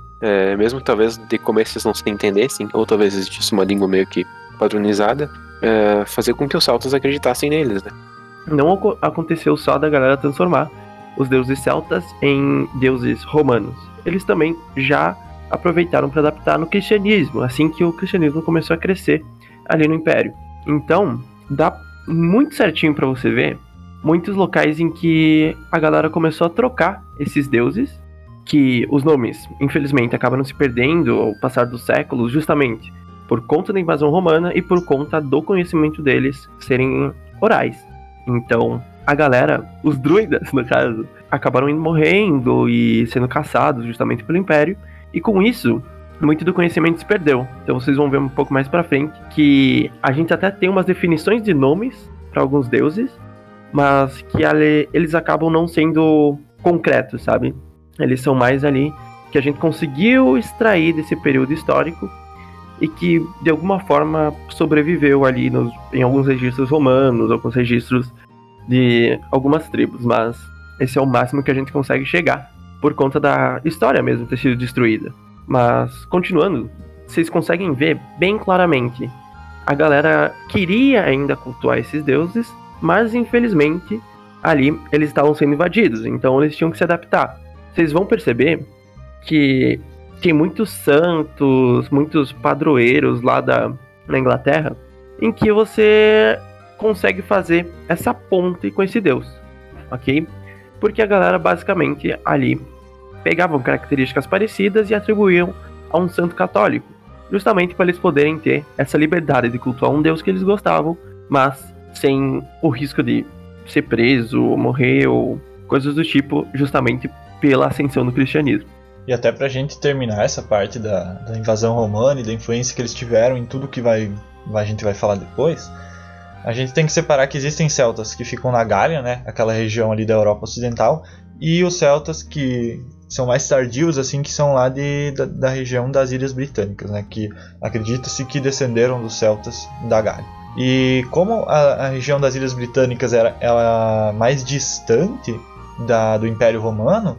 [SPEAKER 4] é, mesmo que talvez de começo eles não se entendessem, ou talvez existisse uma língua meio que padronizada, é, fazer com que os celtas acreditassem neles, né?
[SPEAKER 5] Não aconteceu só da galera transformar os deuses celtas em deuses romanos. Eles também já aproveitaram para adaptar no cristianismo, assim que o cristianismo começou a crescer ali no Império. Então, dá muito certinho para você ver muitos locais em que a galera começou a trocar esses deuses, que os nomes, infelizmente, acabaram se perdendo ao passar dos séculos, justamente por conta da invasão romana e por conta do conhecimento deles serem orais. Então, a galera, os druidas, no caso, acabaram indo morrendo e sendo caçados justamente pelo Império. E com isso, muito do conhecimento se perdeu. Então vocês vão ver um pouco mais pra frente que a gente até tem umas definições de nomes para alguns deuses, mas que ali, eles acabam não sendo concretos, sabe? Eles são mais ali que a gente conseguiu extrair desse período histórico e que de alguma forma sobreviveu ali nos, em alguns registros romanos, alguns registros de algumas tribos, mas esse é o máximo que a gente consegue chegar, por conta da história mesmo ter sido destruída. Mas, continuando, vocês conseguem ver bem claramente, a galera queria ainda cultuar esses deuses, mas infelizmente ali eles estavam sendo invadidos, então eles tinham que se adaptar. Vocês vão perceber que tem muitos santos, muitos padroeiros lá da, na Inglaterra, em que você consegue fazer essa ponte com esse deus, ok? Porque a galera basicamente ali pegavam características parecidas e atribuíam a um santo católico, justamente para eles poderem ter essa liberdade de cultuar um deus que eles gostavam, mas sem o risco de ser preso, morrer ou coisas do tipo, justamente pela ascensão do cristianismo.
[SPEAKER 3] E até pra gente terminar essa parte da, da invasão romana e da influência que eles tiveram em tudo que vai, a gente vai falar depois, a gente tem que separar que existem celtas que ficam na Gália, né, aquela região ali da Europa Ocidental, e os celtas que são mais tardios, assim, que são lá de, da, da região das Ilhas Britânicas, né, que acredita-se que descenderam dos celtas da Gália. E como a, a região das Ilhas Britânicas era, era mais distante da, do Império Romano,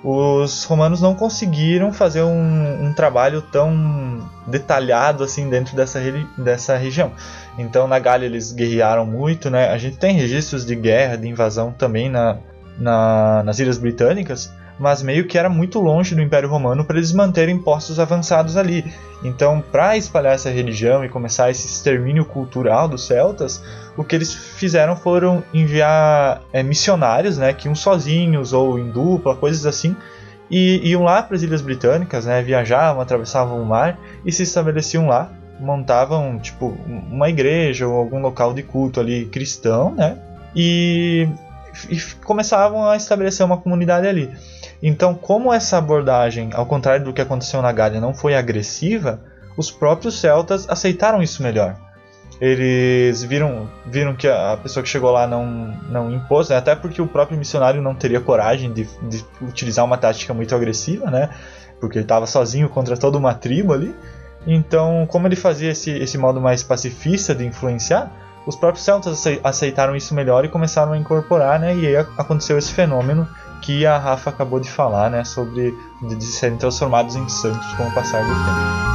[SPEAKER 3] os romanos não conseguiram fazer um, um trabalho tão detalhado assim dentro dessa, dessa região. Então na Gália eles guerrearam muito, né? A gente tem registros de guerra, de invasão também na, na, nas Ilhas Britânicas, mas meio que era muito longe do Império Romano para eles manterem postos avançados ali. Então, para espalhar essa religião e começar esse extermínio cultural dos celtas, o que eles fizeram foram enviar é, missionários, né, que iam sozinhos ou em dupla, coisas assim, e iam lá para as Ilhas Britânicas, né, viajavam, atravessavam o mar e se estabeleciam lá, montavam tipo uma igreja ou algum local de culto ali cristão, né, e, e começavam a estabelecer uma comunidade ali. Então, como essa abordagem, ao contrário do que aconteceu na Gália, não foi agressiva, os próprios celtas aceitaram isso melhor. Eles viram, viram que a pessoa que chegou lá não, não impôs, né? Até porque o próprio missionário não teria coragem de, de utilizar uma tática muito agressiva, né? Porque ele estava sozinho contra toda uma tribo ali. Então, como ele fazia esse, esse modo mais pacifista de influenciar, os próprios celtas aceitaram isso melhor e começaram a incorporar, né? E aí aconteceu esse fenômeno que a Rafa acabou de falar, né? Sobre de, de serem transformados em santos com o passar do tempo.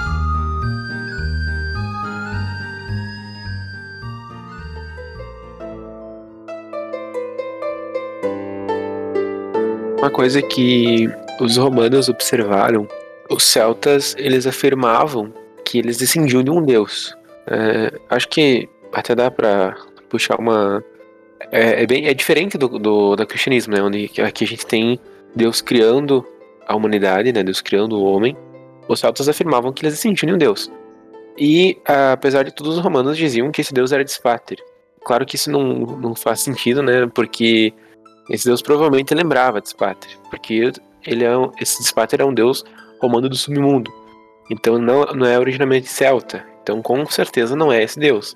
[SPEAKER 4] Uma coisa que os romanos observaram, os celtas, eles afirmavam que eles descendiam de um deus. É, acho que até dá pra puxar uma... É, é, bem, é diferente do, do, do cristianismo, né? Onde aqui a gente tem Deus criando a humanidade, né? Deus criando o homem. Os celtas afirmavam que eles descendiam de um deus. E, apesar de tudo, os romanos diziam que esse deus era Despáter. Claro que isso não, não faz sentido, né? Porque esse deus provavelmente lembrava Despáter, porque ele é um, esse Despáter é um deus romano do submundo, então não, não é originalmente celta, então com certeza não é esse deus.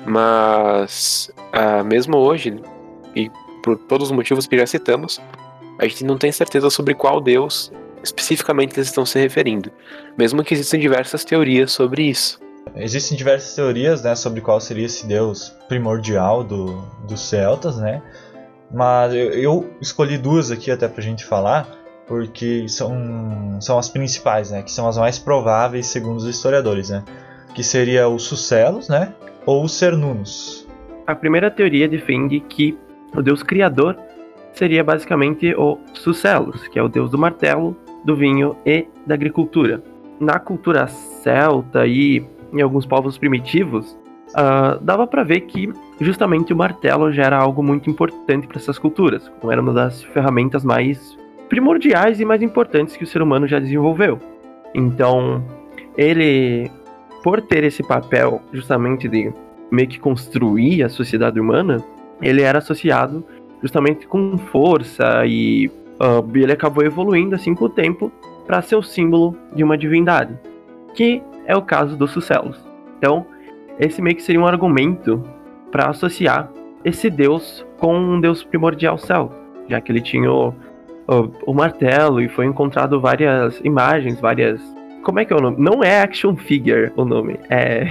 [SPEAKER 4] Mas ah, mesmo hoje, e por todos os motivos que já citamos, a gente não tem certeza sobre qual deus especificamente eles estão se referindo, mesmo que existam diversas teorias sobre isso.
[SPEAKER 3] Existem diversas teorias, né, sobre qual seria esse deus primordial do, dos celtas, né? Mas eu, eu escolhi duas aqui até pra gente falar, porque são, são as principais, né? Que são as mais prováveis segundo os historiadores, né? Que seria o Sucelos, né? Ou o Cernunnos.
[SPEAKER 5] A primeira teoria defende que o deus criador seria basicamente o Sucelos, que é o deus do martelo, do vinho e da agricultura. Na cultura celta e em alguns povos primitivos, Uh, dava pra ver que justamente o martelo já era algo muito importante para essas culturas, como era uma das ferramentas mais primordiais e mais importantes que o ser humano já desenvolveu. Então, ele, por ter esse papel justamente de meio que construir a sociedade humana, ele era associado justamente com força e uh, ele acabou evoluindo assim com o tempo para ser o símbolo de uma divindade, que é o caso dos Sucelos. Então, esse meio que seria um argumento para associar esse deus com um deus primordial celta, já que ele tinha o, o, o martelo e foi encontrado várias imagens, várias... Como é que é o nome? Não é action figure o nome, é...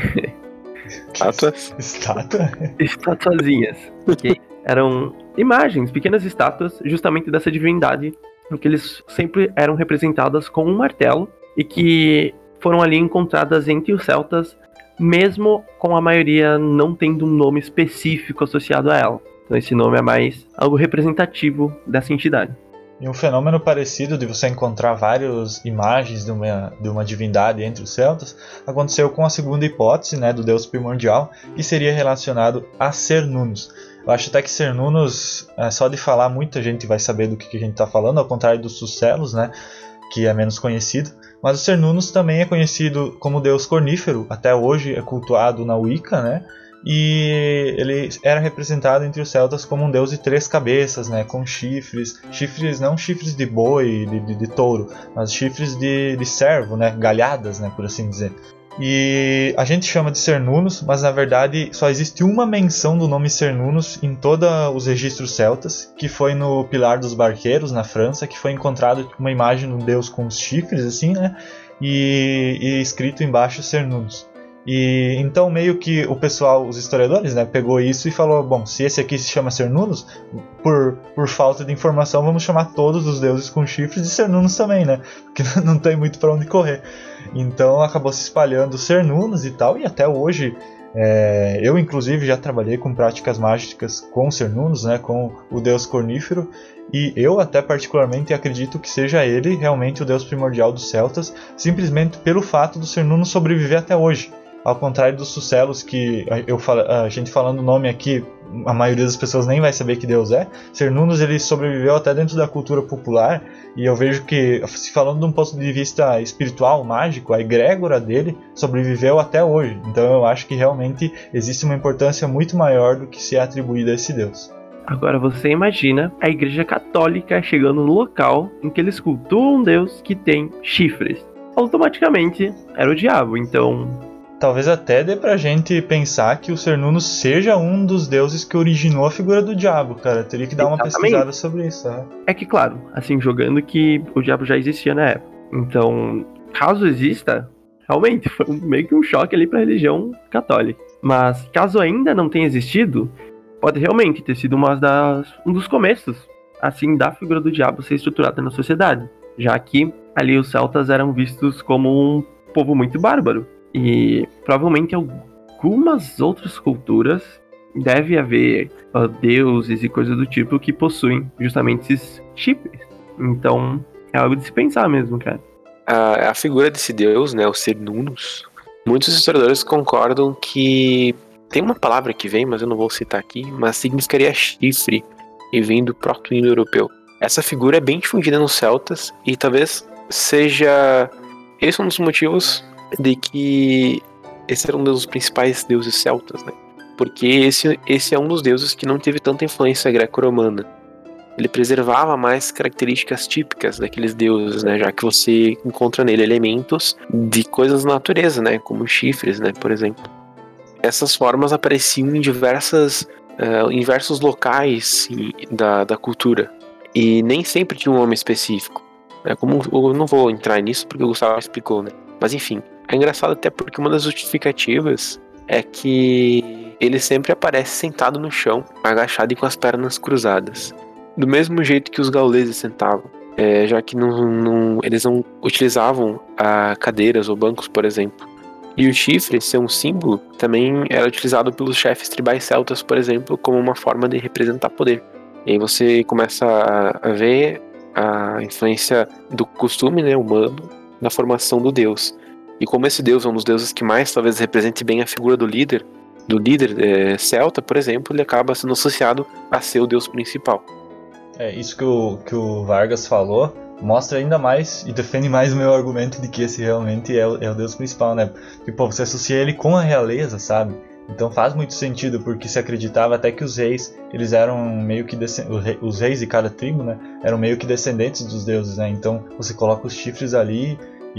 [SPEAKER 4] Estátuas?
[SPEAKER 3] Estátua?
[SPEAKER 5] Estatuazinhas, que eram imagens, pequenas estátuas, justamente dessa divindade, em que eles sempre eram representadas com um martelo e que foram ali encontradas entre os celtas, mesmo com a maioria não tendo um nome específico associado a ela. Então esse nome é mais algo representativo dessa entidade.
[SPEAKER 3] E um fenômeno parecido de você encontrar várias imagens de uma, de uma divindade entre os celtas aconteceu com a segunda hipótese, né, do deus primordial, que seria relacionado a Cernunnos. Eu acho até que Cernunnos, é, só de falar, muita gente vai saber do que, que a gente está falando, ao contrário dos Sucelos, né, que é menos conhecido. Mas o Cernunnos também é conhecido como deus cornífero, até hoje é cultuado na Wicca, né? E ele era representado entre os celtas como um deus de três cabeças, né? Com chifres, chifres não chifres de boi, de, de, de touro, mas chifres de, de cervo, né? Galhadas, né? Por assim dizer. E a gente chama de Cernunnos, mas na verdade só existe uma menção do nome Cernunnos em todos os registros celtas, que foi no Pilar dos Barqueiros, na França, que foi encontrado uma imagem de um deus com os chifres, assim, né? E, e escrito embaixo Cernunnos. E então meio que o pessoal, os historiadores, né, pegou isso e falou, bom, se esse aqui se chama Cernunnos, por, por falta de informação vamos chamar todos os deuses com chifres de Cernunnos também, né, porque não tem muito para onde correr. Então acabou se espalhando Cernunnos e tal, e até hoje É, eu, inclusive, já trabalhei com práticas mágicas com Cernunnos, né, com o deus cornífero, e eu até particularmente acredito que seja ele realmente o deus primordial dos celtas, simplesmente pelo fato do Cernunno sobreviver até hoje. Ao contrário dos Sucelos, que eu falo, a gente falando o nome aqui, a maioria das pessoas nem vai saber que deus é. Cernunnos, ele sobreviveu até dentro da cultura popular, e eu vejo que, se falando de um ponto de vista espiritual, mágico, a egrégora dele sobreviveu até hoje. Então eu acho que realmente existe uma importância muito maior do que se é atribuída a esse deus.
[SPEAKER 5] Agora você imagina a Igreja Católica chegando no local em que eles cultuam um deus que tem chifres. Automaticamente era o diabo, então...
[SPEAKER 3] Talvez até dê pra gente pensar que o Cernunnos seja um dos deuses que originou a figura do diabo, cara. Teria que dar uma
[SPEAKER 5] Exatamente.
[SPEAKER 3] pesquisada sobre isso. Né?
[SPEAKER 5] É que, claro, assim, jogando que o diabo já existia na época. Então, caso exista, realmente foi meio que um choque ali pra religião católica. Mas, caso ainda não tenha existido, pode realmente ter sido uma das, um dos começos, assim, da figura do diabo ser estruturada na sociedade. Já que ali os celtas eram vistos como um povo muito bárbaro. E provavelmente algumas outras culturas deve haver uh, deuses e coisas do tipo que possuem justamente esses chifres. Então é algo de se pensar mesmo, cara.
[SPEAKER 4] A, a figura desse deus, né, o Cernunnos, muitos historiadores concordam que tem uma palavra que vem, mas eu não vou citar aqui, mas significaria chifre e vem do proto-indo-europeu. Essa figura é bem difundida nos celtas e talvez seja esse um dos motivos de que esse era um dos principais deuses celtas, né? Porque esse, esse é um dos deuses que não teve tanta influência greco-romana. Ele preservava mais características típicas daqueles deuses, né? Já que você encontra nele elementos de coisas da natureza, né? Como chifres, né? Por exemplo. Essas formas apareciam em, diversas, uh, em diversos locais da, da cultura. E nem sempre tinha um nome específico. É como, eu não vou entrar nisso porque o Gustavo explicou, né? Mas enfim, é engraçado até porque uma das justificativas é que ele sempre aparece sentado no chão, agachado e com as pernas cruzadas. Do mesmo jeito que os gauleses sentavam, é, já que não, não, eles não utilizavam ah, cadeiras ou bancos, por exemplo. E o chifre, ser um símbolo, também era utilizado pelos chefes tribais celtas, por exemplo, como uma forma de representar poder. E aí você começa a, a ver a influência do costume, né, humano na formação do deus. E como esse deus é um dos deuses que mais talvez represente bem a figura do líder, do líder é, celta, por exemplo, ele acaba sendo associado a ser o deus principal.
[SPEAKER 3] É, isso que o, que o Vargas falou mostra ainda mais e defende mais o meu argumento de que esse realmente é o, é o deus principal, né? Porque, pô, você associa ele com a realeza, sabe? Então faz muito sentido, porque se acreditava até que os reis, eles eram meio que descend... os reis de cada tribo, né, eram meio que descendentes dos deuses, né? Então você coloca os chifres ali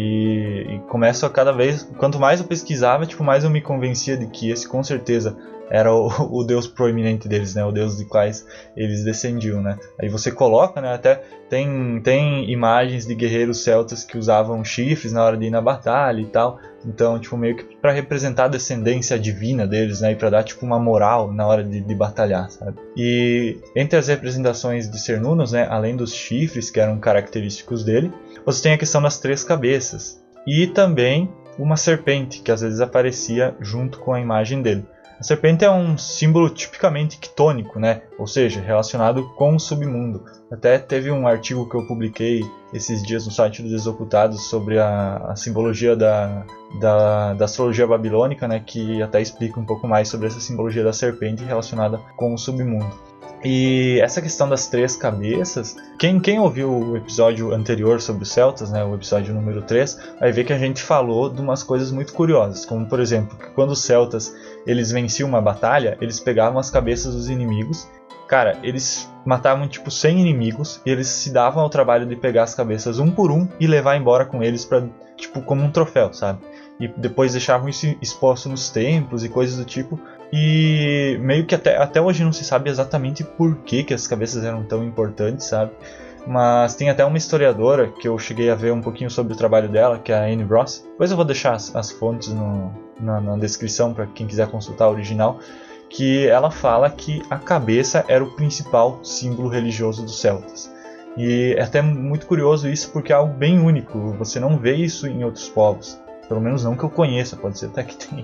[SPEAKER 3] e, e começa a cada vez, quanto mais eu pesquisava, tipo, mais eu me convencia de que esse com certeza era o, o deus proeminente deles, né, o deus de quais eles descendiam, né? Aí você coloca, né, até tem, tem imagens de guerreiros celtas que usavam chifres na hora de ir na batalha e tal. Então, tipo, meio que para representar a descendência divina deles, né, e para dar tipo uma moral na hora de, de batalhar, sabe? E entre as representações de Cernunnos, né, além dos chifres que eram característicos dele, você tem a questão das três cabeças e também uma serpente que às vezes aparecia junto com a imagem dele. A serpente é um símbolo tipicamente quitônico, né? Ou seja, relacionado com o submundo. Até teve um artigo que eu publiquei esses dias no site do Desocultados sobre a, a simbologia da, da, da astrologia babilônica, né? Que até explica um pouco mais sobre essa simbologia da serpente relacionada com o submundo. E essa questão das três cabeças, quem, quem ouviu o episódio anterior sobre os celtas, né, o episódio número três, vai ver que a gente falou de umas coisas muito curiosas, como por exemplo, que quando os celtas eles venciam uma batalha, eles pegavam as cabeças dos inimigos, cara, eles matavam tipo cem inimigos e eles se davam ao trabalho de pegar as cabeças um por um e levar embora com eles para tipo como um troféu, sabe? E depois deixavam isso exposto nos templos e coisas do tipo. E meio que até, até hoje não se sabe exatamente por que, que as cabeças eram tão importantes, sabe? Mas tem até uma historiadora que eu cheguei a ver um pouquinho sobre o trabalho dela, que é a Anne Ross. Depois eu vou deixar as, as fontes no, na, na descrição para quem quiser consultar a original. Que ela fala que a cabeça era o principal símbolo religioso dos celtas. E é até muito curioso isso porque é algo bem único, você não vê isso em outros povos. Pelo menos não que eu conheça, pode ser até que tenha.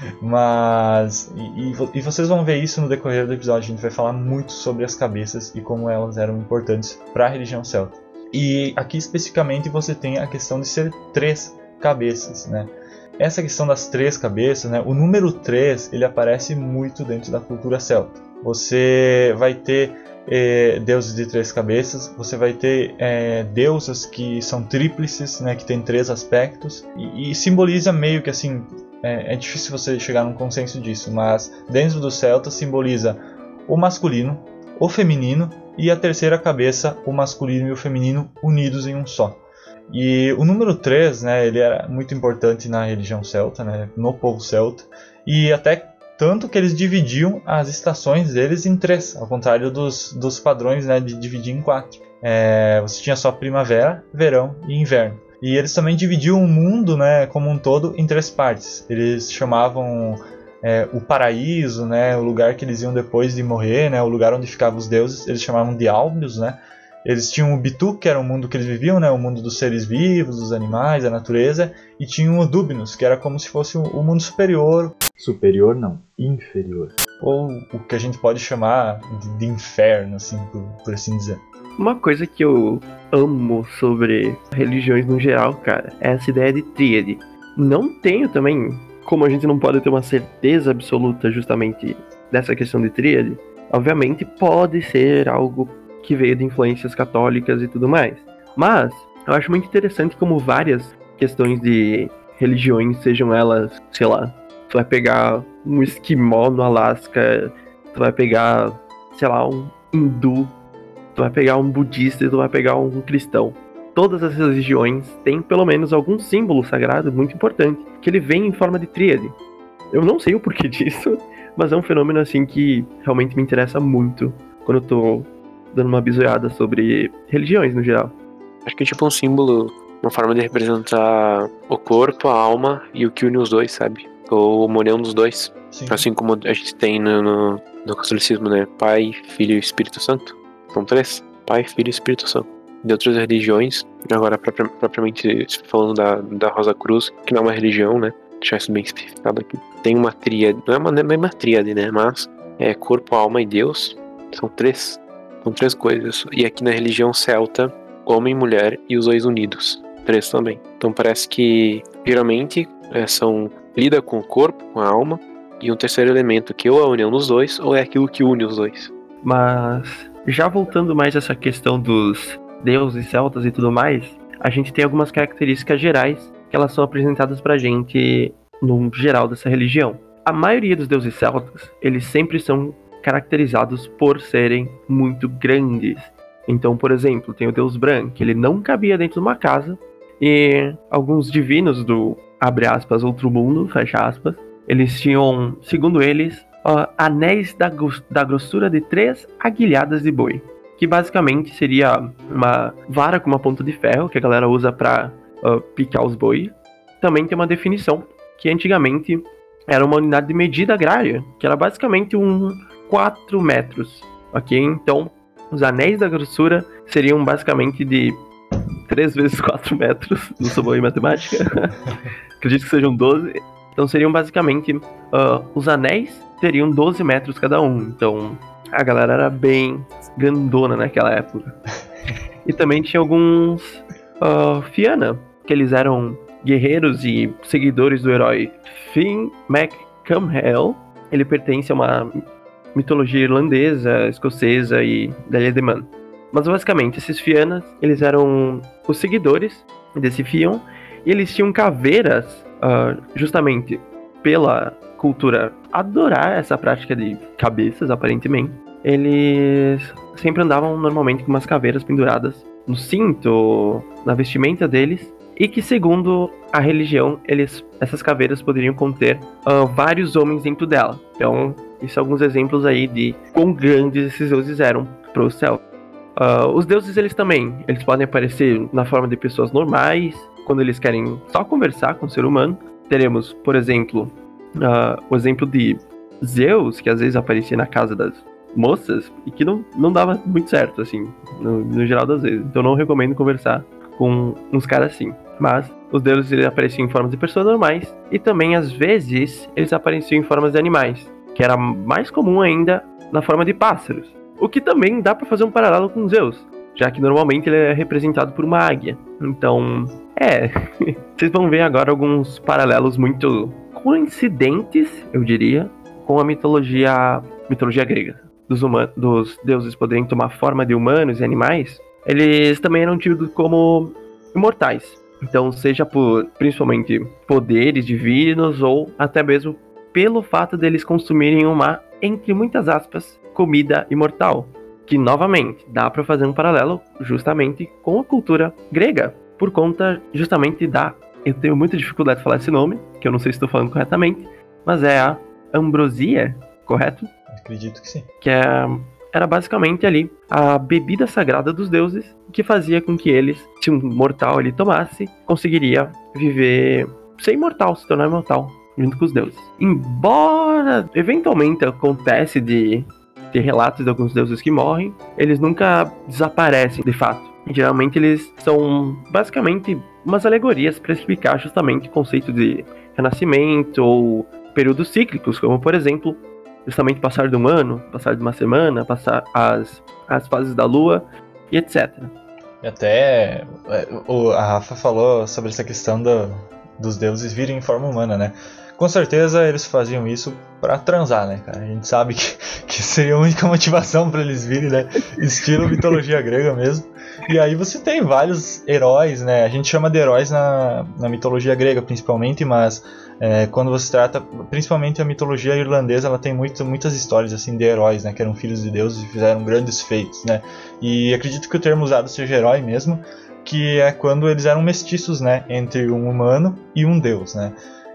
[SPEAKER 3] Mas... E, e vocês vão ver isso no decorrer do episódio. A gente vai falar muito sobre as cabeças e como elas eram importantes para a religião celta. E aqui especificamente você tem a questão de ser três cabeças, né? Essa questão das três cabeças, né? O número três, ele aparece muito dentro da cultura celta. Você vai ter eh, deuses de três cabeças, você vai ter eh, deusas que são tríplices, né? Que tem três aspectos, e, e simboliza meio que assim, é, é difícil você chegar num consenso disso, mas dentro do celta simboliza o masculino, o feminino, e a terceira cabeça, o masculino e o feminino unidos em um só. E o número três, né, ele era muito importante na religião celta, né, no povo celta, e até tanto que eles dividiam as estações deles em três, ao contrário dos, dos padrões, né, de dividir em quatro. É, você tinha só primavera, verão e inverno. E eles também dividiam o mundo, né, como um todo em três partes. Eles chamavam... É, o paraíso, né, o lugar que eles iam depois de morrer, né, o lugar onde ficavam os deuses, eles chamavam de Albios, né. Eles tinham o Bitu, que era o mundo que eles viviam, né, o mundo dos seres vivos, dos animais, da natureza, e tinham o Dubnus, que era como se fosse o mundo superior.
[SPEAKER 1] Superior não, inferior.
[SPEAKER 3] Ou o que a gente pode chamar de, de inferno, assim, por, por assim dizer.
[SPEAKER 5] Uma coisa que eu amo sobre religiões no geral, cara, é essa ideia de tríade. Não tenho também... Como a gente não pode ter uma certeza absoluta justamente dessa questão de tríade, obviamente pode ser algo que veio de influências católicas e tudo mais. Mas eu acho muito interessante como várias questões de religiões, sejam elas, sei lá, tu vai pegar um esquimó no Alasca, tu vai pegar, sei lá, um hindu, tu vai pegar um budista e tu vai pegar um cristão. Todas as religiões têm pelo menos algum símbolo sagrado muito importante, que ele vem em forma de tríade. Eu não sei o porquê disso, mas é um fenômeno assim que realmente me interessa muito quando eu tô dando uma bisoiada sobre religiões no geral.
[SPEAKER 4] Acho que é tipo um símbolo, uma forma de representar o corpo, a alma e o que une os dois, sabe? Ou uma união dos dois.
[SPEAKER 3] Sim.
[SPEAKER 4] Assim como a gente tem no, no, no catolicismo, né? Pai, Filho e Espírito Santo. São três. Pai, Filho e Espírito Santo. De outras religiões, agora propriamente falando da, da Rosa Cruz, que não é uma religião, né? Deixar isso bem especificado aqui. Tem uma tríade, não é uma, não é uma tríade, né? Mas é corpo, alma e Deus. São três. São três coisas. E aqui na religião celta, homem, mulher e os dois unidos. Três também. Então parece que geralmente é, são lida com o corpo, com a alma, e um terceiro elemento que ou é a união dos dois, ou é aquilo que une os dois.
[SPEAKER 5] Mas já voltando mais a essa questão dos deuses celtas e tudo mais, a gente tem algumas características gerais que elas são apresentadas pra gente no geral dessa religião. A maioria dos deuses celtas, eles sempre são caracterizados por serem muito grandes. Então, por exemplo, tem o deus Bran, que ele não cabia dentro de uma casa, e alguns divinos do, abre aspas, outro mundo, fecha aspas, eles tinham, segundo eles, uh, anéis da, da grossura de três aguilhadas de boi, que basicamente seria uma vara com uma ponta de ferro que a galera usa pra uh, picar os boi. Também tem uma definição que antigamente era uma unidade de medida agrária, que era basicamente um quatro metros, ok? Então, os anéis da grossura seriam basicamente de três vezes quatro metros, não sou bom em matemática, acredito que sejam doze, então seriam basicamente, uh, os anéis teriam doze metros cada um, então a galera era bem grandona naquela época. E também tinha alguns uh, Fianna, que eles eram guerreiros e seguidores do herói Finn McCumhale. Ele pertence a uma mitologia irlandesa, escocesa e da Ilha de Man. Mas basicamente, esses Fiannas, eles eram os seguidores desse Fion, e eles tinham caveiras uh, justamente pela cultura adorar essa prática de cabeças, aparentemente. Eles sempre andavam normalmente com umas caveiras penduradas no cinto, na vestimenta deles, e que, segundo a religião, eles, essas caveiras poderiam conter uh, vários homens dentro dela. Então, isso são alguns exemplos aí de quão grandes esses deuses eram para o céu. Uh, os deuses, eles também, eles podem aparecer na forma de pessoas normais, quando eles querem só conversar com o ser humano. Teremos, por exemplo, uh, o exemplo de Zeus, que às vezes aparecia na casa das moças, e que não, não dava muito certo, assim, no, no geral das vezes. Então não recomendo conversar com uns caras assim. Mas os deuses eles apareciam em formas de pessoas normais e também, às vezes, eles apareciam em formas de animais, que era mais comum ainda na forma de pássaros. O que também dá para fazer um paralelo com Zeus, já que normalmente ele é representado por uma águia. Então, é, vocês vão ver agora alguns paralelos muito coincidentes, eu diria, com a mitologia, mitologia grega. Dos, humanos, dos deuses poderem tomar forma de humanos e animais, eles também eram tidos como imortais. Então, seja por, principalmente, poderes divinos ou até mesmo pelo fato deles consumirem uma, entre muitas aspas, comida imortal. Que, novamente, dá para fazer um paralelo justamente com a cultura grega. Por conta justamente da... Eu tenho muita dificuldade de falar esse nome, que eu não sei se estou falando corretamente, mas é a ambrosia, correto?
[SPEAKER 3] Acredito que sim.
[SPEAKER 5] Que é, era basicamente ali a bebida sagrada dos deuses, que fazia com que eles, se um mortal ele tomasse, conseguiria viver, ser imortal, se tornar imortal, junto com os deuses. Embora eventualmente acontece de ter relatos de alguns deuses que morrem, eles nunca desaparecem de fato. Geralmente eles são basicamente umas alegorias para explicar justamente o conceito de renascimento ou períodos cíclicos, como por exemplo, justamente passar de um ano, passar de uma semana, passar as, as fases da lua e etcétera.
[SPEAKER 3] E até o, a Rafa falou sobre essa questão do, dos deuses virem em forma humana, né? Com certeza eles faziam isso pra transar, né, cara? A gente sabe que, que seria a única motivação pra eles virem, né? Estilo mitologia grega mesmo. E aí você tem vários heróis, né? A gente chama de heróis na, na mitologia grega principalmente, mas é, quando você trata, principalmente a mitologia irlandesa, ela tem muito, muitas histórias assim de heróis, né? Que eram filhos de deuses e fizeram grandes feitos, né? E acredito que o termo usado seja herói mesmo, que é quando eles eram mestiços, né? Entre um humano e um deus, né?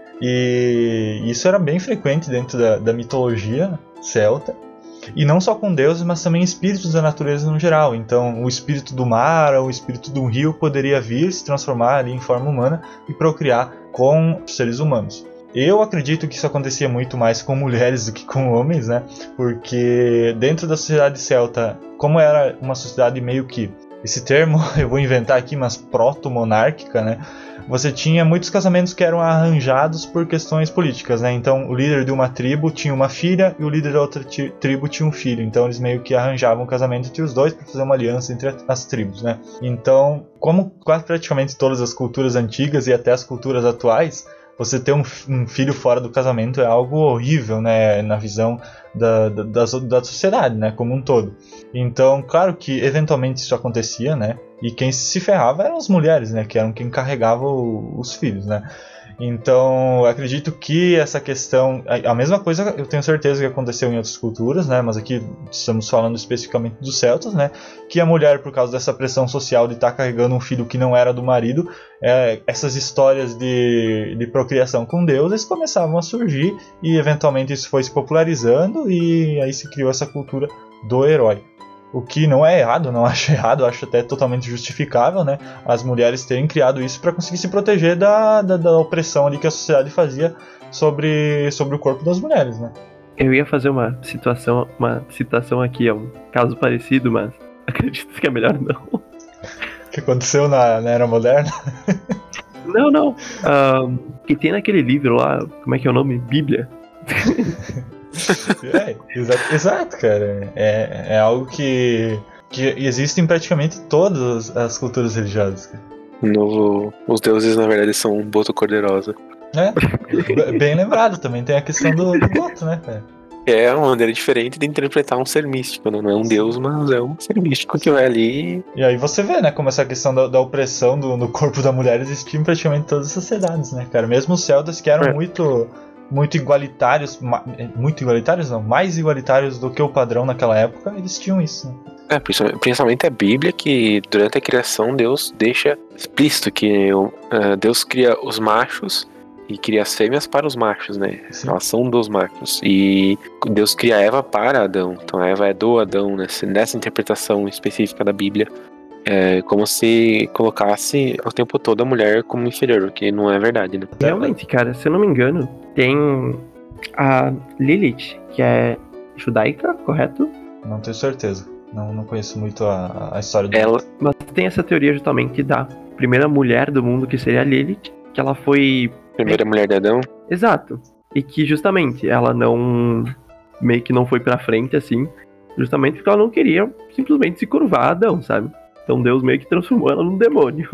[SPEAKER 3] E isso era bem frequente dentro da, da mitologia celta. E não só com deuses, mas também espíritos da natureza no geral. Então, o espírito do mar ou o espírito de um rio poderia vir, se transformar ali em forma humana e procriar com seres humanos. Eu acredito que isso acontecia muito mais com mulheres do que com homens, né? Porque dentro da sociedade celta, como era uma sociedade meio que... Esse termo eu vou inventar aqui, mas proto-monárquica, né? Você tinha muitos casamentos que eram arranjados por questões políticas, né? Então, o líder de uma tribo tinha uma filha e o líder da outra tribo tinha um filho. Então, eles meio que arranjavam um casamento entre os dois para fazer uma aliança entre as tribos, né? Então, como quase praticamente todas as culturas antigas e até as culturas atuais, você ter um, um filho fora do casamento é algo horrível, né, na visão da, da, da, da sociedade, né, como um todo. Então, claro que eventualmente isso acontecia, né, e quem se ferrava eram as mulheres, né, que eram quem carregava o, os filhos, né. Então, eu acredito que essa questão, a, a mesma coisa eu tenho certeza que aconteceu em outras culturas, né, mas aqui estamos falando especificamente dos celtas, né, que a mulher, por causa dessa pressão social de estar carregando um filho que não era do marido, é, essas histórias de, de procriação com deuses começavam a surgir e eventualmente isso foi se popularizando e aí se criou essa cultura do herói. O que não é errado, não acho errado, acho até totalmente justificável, né? As mulheres terem criado isso para conseguir se proteger da, da, da opressão ali que a sociedade fazia sobre, sobre o corpo das mulheres, né?
[SPEAKER 5] Eu ia fazer uma situação, uma citação aqui, é um caso parecido, mas acredito que é melhor não.
[SPEAKER 3] O que aconteceu na, na Era Moderna?
[SPEAKER 5] Não, não. Um, que tem naquele livro lá, como é que é o nome? Bíblia.
[SPEAKER 3] É, exato, exato, cara. É, é algo que, que existe em praticamente todas as culturas religiosas, cara.
[SPEAKER 4] No, os deuses, na verdade, são um boto cor-de-rosa.
[SPEAKER 3] É, bem lembrado, também tem a questão do, do boto, né, cara?
[SPEAKER 4] É uma maneira diferente de interpretar um ser místico, né? Não é um deus, mas é um ser místico que vai ali.
[SPEAKER 3] E aí você vê, né, como essa questão da, da opressão do, no corpo da mulher existia em praticamente todas as sociedades, né, cara? Mesmo os celtas que eram é. muito... muito igualitários, muito igualitários não, mais igualitários do que o padrão naquela época, eles tinham isso, né?
[SPEAKER 4] É, principalmente a Bíblia, que durante a criação Deus deixa explícito que uh, Deus cria os machos e cria as fêmeas para os machos, né? Sim. Elas são dos machos. E Deus cria Eva para Adão, então a Eva é do Adão, né? Nessa interpretação específica da Bíblia. É como se colocasse o tempo todo a mulher como inferior, o que não é verdade, né?
[SPEAKER 5] Realmente, cara, se eu não me engano, tem a Lilith, que é judaica, correto?
[SPEAKER 3] Não tenho certeza. Não, não conheço muito a, a história do
[SPEAKER 4] Ela,
[SPEAKER 5] Mas tem essa teoria justamente da primeira mulher do mundo, que seria a Lilith, que ela foi...
[SPEAKER 4] primeira mulher de Adão.
[SPEAKER 5] Exato. E que justamente ela não... meio que não foi pra frente, assim, justamente porque ela não queria simplesmente se curvar a Adão, sabe? Então Deus meio que transformou ela num demônio.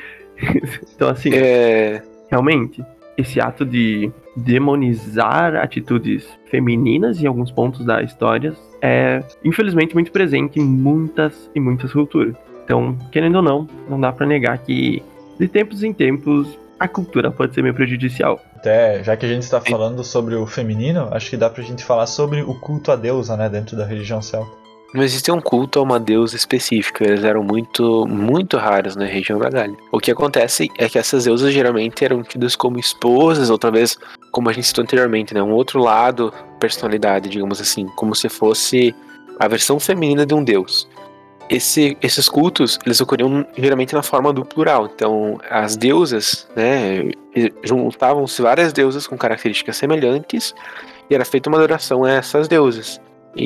[SPEAKER 5] Então, assim,
[SPEAKER 4] É,
[SPEAKER 5] realmente, esse ato de demonizar atitudes femininas em alguns pontos da história é, infelizmente, muito presente em muitas e muitas culturas. Então, querendo ou não, não dá pra negar que, de tempos em tempos, a cultura pode ser meio prejudicial.
[SPEAKER 3] Até, já que a gente está falando sobre o feminino, acho que dá pra gente falar sobre o culto à deusa, né, dentro da religião celta.
[SPEAKER 4] não existe um culto a uma deusa específica, eles eram muito, muito raros na região da Gália. O que acontece é que essas deusas geralmente eram tidas como esposas, ou talvez, como a gente citou anteriormente, né, um outro lado, personalidade, digamos assim, como se fosse a versão feminina de um deus. Esse, esses cultos, eles ocorriam geralmente na forma do plural. Então, as deusas, né, juntavam-se várias deusas com características semelhantes e era feita uma adoração a essas deusas.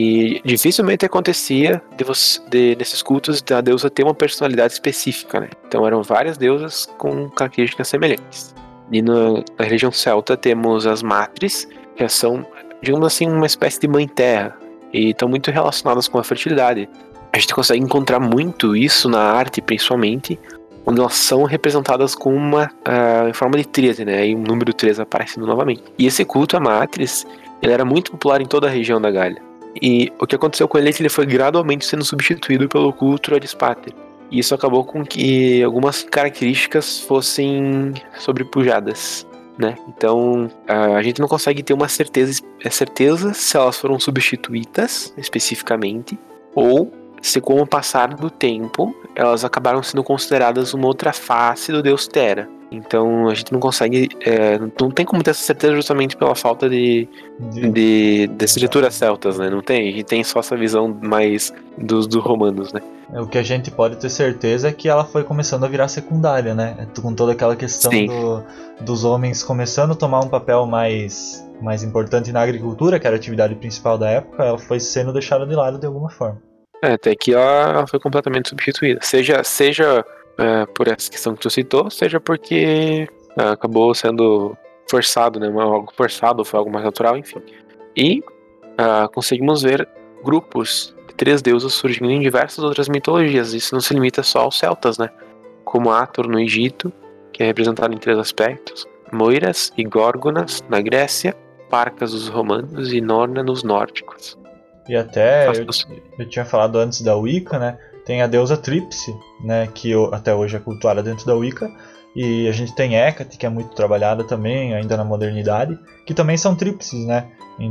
[SPEAKER 4] E dificilmente acontecia de você, de, nesses cultos da deusa ter uma personalidade específica, né? Então eram várias deusas com características semelhantes. E na, na religião celta temos as matris, que são, digamos assim, uma espécie de mãe terra, e estão muito relacionadas com a fertilidade. A gente consegue encontrar muito isso na arte, principalmente, onde elas são representadas com uma uh, em forma de tríade, né? E o número três aparecendo novamente. E esse culto a matris, ele era muito popular em toda a região da Gália. E o que aconteceu com ele é que ele foi gradualmente sendo substituído pelo culto a Dispater. E isso acabou com que algumas características fossem sobrepujadas, né? Então, a gente não consegue ter uma certeza, certeza se elas foram substituídas especificamente, ou se com o passar do tempo elas acabaram sendo consideradas uma outra face do deus Terra. Então a gente não consegue, é, não tem como ter essa certeza justamente pela falta de, de, de, de escrituras celtas, né? Não tem, a gente tem só essa visão mais dos, dos romanos, né?
[SPEAKER 3] O que a gente pode ter certeza é que ela foi começando a virar secundária, né? Com toda aquela questão do, dos homens começando a tomar um papel mais, mais importante na agricultura, que era a atividade principal da época, ela foi sendo deixada de lado de alguma forma.
[SPEAKER 4] É, até que ela, ela foi completamente substituída. Seja, seja é, por essa questão que tu citou, seja porque é, acabou sendo forçado, né? Algo forçado, foi algo mais natural, enfim. E é, conseguimos ver grupos de três deuses surgindo em diversas outras mitologias. Isso não se limita só aos celtas, né? Como Hathor no Egito, que é representado em três aspectos: Moiras e Górgonas na Grécia, Parcas dos romanos e Norna nos nórdicos.
[SPEAKER 3] E até, eu, eu tinha falado antes da Wicca, né? Tem a deusa Tríplice, né? Que eu, até hoje é cultuada dentro da Wicca. E a gente tem Hécate, que é muito trabalhada também, ainda na modernidade, que também são tríplices, né?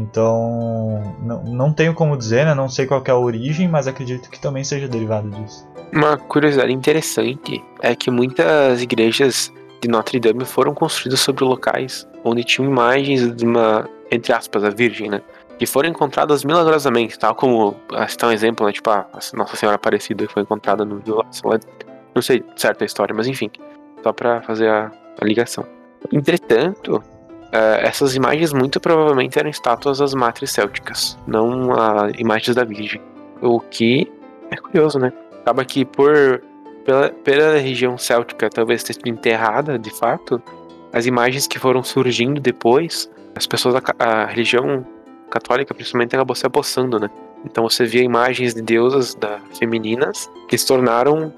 [SPEAKER 3] Então, não, não tenho como dizer, né? Não sei qual que é a origem, mas acredito que também seja derivado disso.
[SPEAKER 4] Uma curiosidade interessante é que muitas igrejas de Notre Dame foram construídas sobre locais onde tinham imagens de uma, entre aspas, a Virgem, né? Que foram encontradas milagrosamente, tal como, citar um exemplo, né, tipo a Nossa Senhora Aparecida, que foi encontrada no não sei certo a história, mas enfim, só pra fazer a, a ligação. Entretanto, uh, essas imagens muito provavelmente eram estátuas das matris célticas, não uh, imagens da Virgem, o que é curioso, né? Acaba que por pela, pela região céltica talvez ter sido enterrada, de fato, as imagens que foram surgindo depois, as pessoas da a religião católica principalmente acabou se apossando, né? Então você via imagens de deusas da, femininas que se tornaram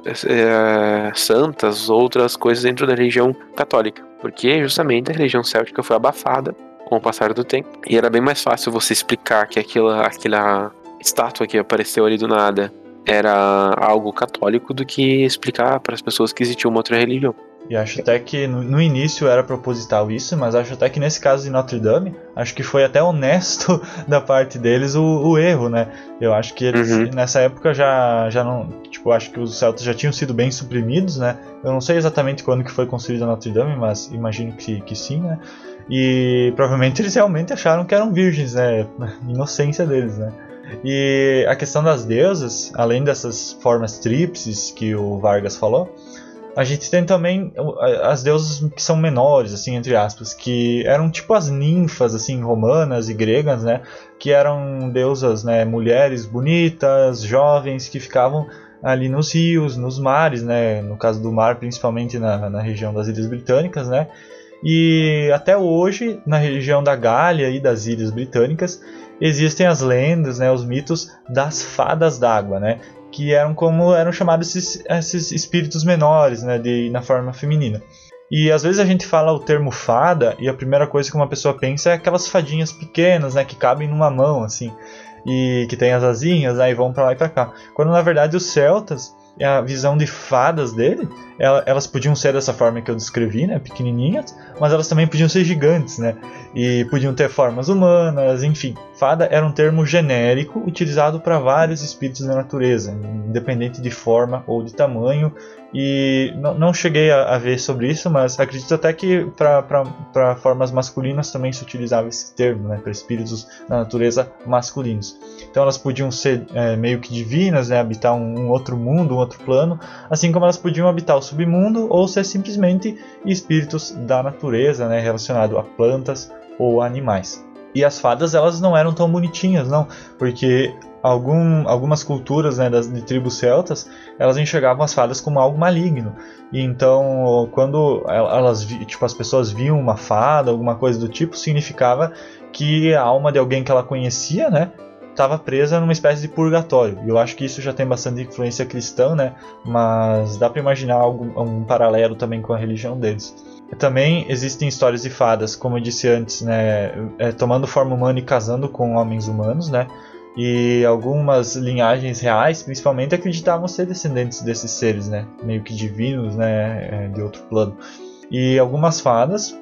[SPEAKER 4] é, santas, outras coisas dentro da religião católica, porque justamente a religião céltica foi abafada com o passar do tempo, e era bem mais fácil você explicar que aquela, aquela estátua que apareceu ali do nada era algo católico do que explicar para as pessoas que existia uma outra religião.
[SPEAKER 3] E acho até que no, no início era proposital isso, mas acho até que nesse caso de Notre Dame, acho que foi até honesto da parte deles o, o erro, né? Eu acho que eles, uhum. nessa época já, já não... Tipo, acho que os celtas já tinham sido bem suprimidos, né? Eu não sei exatamente quando que foi construída Notre Dame, mas imagino que, que sim, né? E provavelmente eles realmente acharam que eram virgens, né? Inocência deles, né? E a questão das deusas, além dessas formas tríplices que o Vargas falou, A gente tem também as deusas que são menores, assim, entre aspas, que eram tipo as ninfas, assim, romanas e gregas, né? Que eram deusas, né, mulheres bonitas, jovens, que ficavam ali nos rios, nos mares, né? No caso do mar, principalmente na, na região das Ilhas Britânicas, né? E até hoje, na região da Gália e das Ilhas Britânicas, existem as lendas, né, os mitos das fadas d'água, né? Que eram como eram chamados esses, esses espíritos menores, né, de, na forma feminina. E às vezes a gente fala o termo fada e a primeira coisa que uma pessoa pensa é aquelas fadinhas pequenas, né, que cabem numa mão, assim, e que tem as asinhas, né, e vão pra lá e pra cá. Quando na verdade os celtas, a visão de fadas dele, elas podiam ser dessa forma que eu descrevi, né, pequenininhas, mas elas também podiam ser gigantes, né, e podiam ter formas humanas, enfim. Fada era um termo genérico utilizado para vários espíritos da natureza, independente de forma ou de tamanho, e não, não cheguei a, a ver sobre isso, mas acredito até que para formas masculinas também se utilizava esse termo, né, para espíritos da natureza masculinos. Então elas podiam ser é, meio que divinas, né, habitar um, um outro mundo, um outro plano, assim como elas podiam habitar o submundo ou ser simplesmente espíritos da natureza, né, relacionado a plantas ou a animais. E as fadas, elas não eram tão bonitinhas, não, porque algum, algumas culturas, né, das, de tribos celtas, elas enxergavam as fadas como algo maligno. E então, quando elas, tipo, as pessoas viam uma fada, alguma coisa do tipo, significava que a alma de alguém que ela conhecia, né, estava presa numa espécie de purgatório. E eu acho que isso já tem bastante influência cristã, né, mas dá para imaginar algum, um paralelo também com a religião deles. Também existem histórias de fadas, como eu disse antes, né, é, tomando forma humana e casando com homens humanos, né, e algumas linhagens reais, principalmente, acreditavam ser descendentes desses seres, né, meio que divinos, né, de outro plano. E algumas fadas,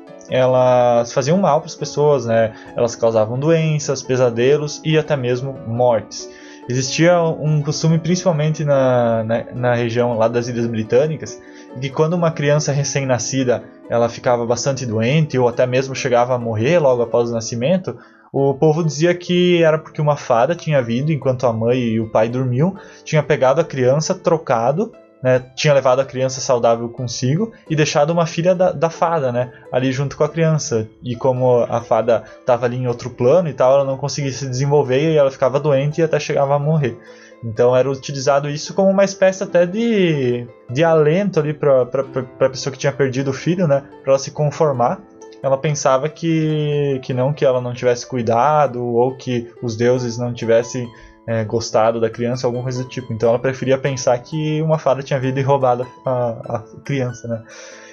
[SPEAKER 3] elas faziam mal para as pessoas, né, elas causavam doenças, pesadelos e até mesmo mortes. Existia um costume, principalmente na, na, na região lá das Ilhas Britânicas, de quando uma criança recém-nascida ela ficava bastante doente ou até mesmo chegava a morrer logo após o nascimento, o povo dizia que era porque uma fada tinha vindo enquanto a mãe e o pai dormiam, tinha pegado a criança, trocado, né, tinha levado a criança saudável consigo e deixado uma filha da, da fada, né, ali junto com a criança. E como a fada estava ali em outro plano e tal, ela não conseguia se desenvolver e ela ficava doente e até chegava a morrer. Então era utilizado isso como uma espécie até de, de alento ali para a pessoa que tinha perdido o filho, né, para ela se conformar. Ela pensava que, que não que ela não tivesse cuidado ou que os deuses não tivessem é, gostado da criança, alguma coisa do tipo. Então ela preferia pensar que uma fada tinha vindo e roubado a, a criança, né?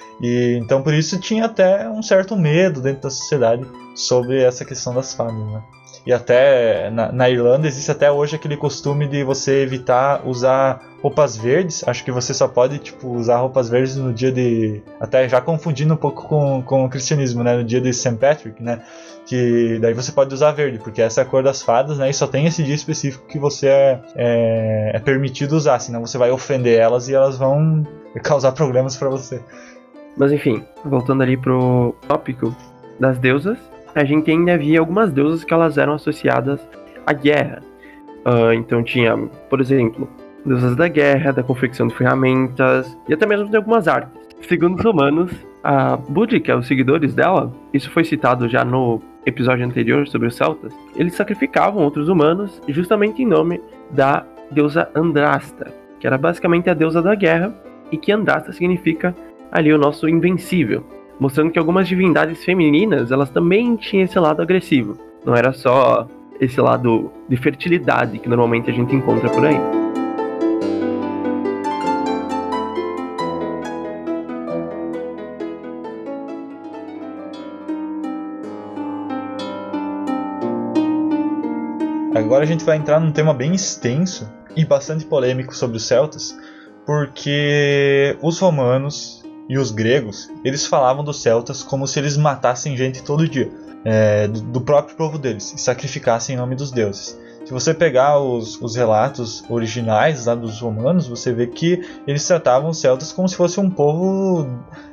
[SPEAKER 3] E, então por isso tinha até um certo medo dentro da sociedade sobre essa questão das fadas, né? E até na, na Irlanda existe até hoje aquele costume de você evitar usar roupas verdes. Acho que você só pode tipo, usar roupas verdes no dia de... Até já confundindo um pouco com, com o cristianismo, né? No dia de Saint Patrick, né? Que daí você pode usar verde, porque essa é a cor das fadas, né? E só tem esse dia específico que você é, é, é permitido usar, senão você vai ofender elas e elas vão causar problemas pra você.
[SPEAKER 5] Mas enfim, voltando ali pro tópico das deusas, a gente ainda via algumas deusas que elas eram associadas à guerra. Uh, então tinha, por exemplo, deusas da guerra, da confecção de ferramentas e até mesmo de algumas artes. Segundo os romanos, a Búdica, os seguidores dela, isso foi citado já no episódio anterior sobre os celtas, eles sacrificavam outros humanos justamente em nome da deusa Andrasta, que era basicamente a deusa da guerra, e que Andrasta significa ali o nosso invencível, mostrando que algumas divindades femininas, elas também tinham esse lado agressivo. Não era só esse lado de fertilidade que normalmente a gente encontra por aí.
[SPEAKER 3] Agora a gente vai entrar num tema bem extenso e bastante polêmico sobre os celtas, porque os romanos e os gregos, eles falavam dos celtas como se eles matassem gente todo dia, é, do, do próprio povo deles, e sacrificassem em nome dos deuses. Se você pegar os, os relatos originais lá dos romanos, você vê que eles tratavam os celtas como se fosse um povo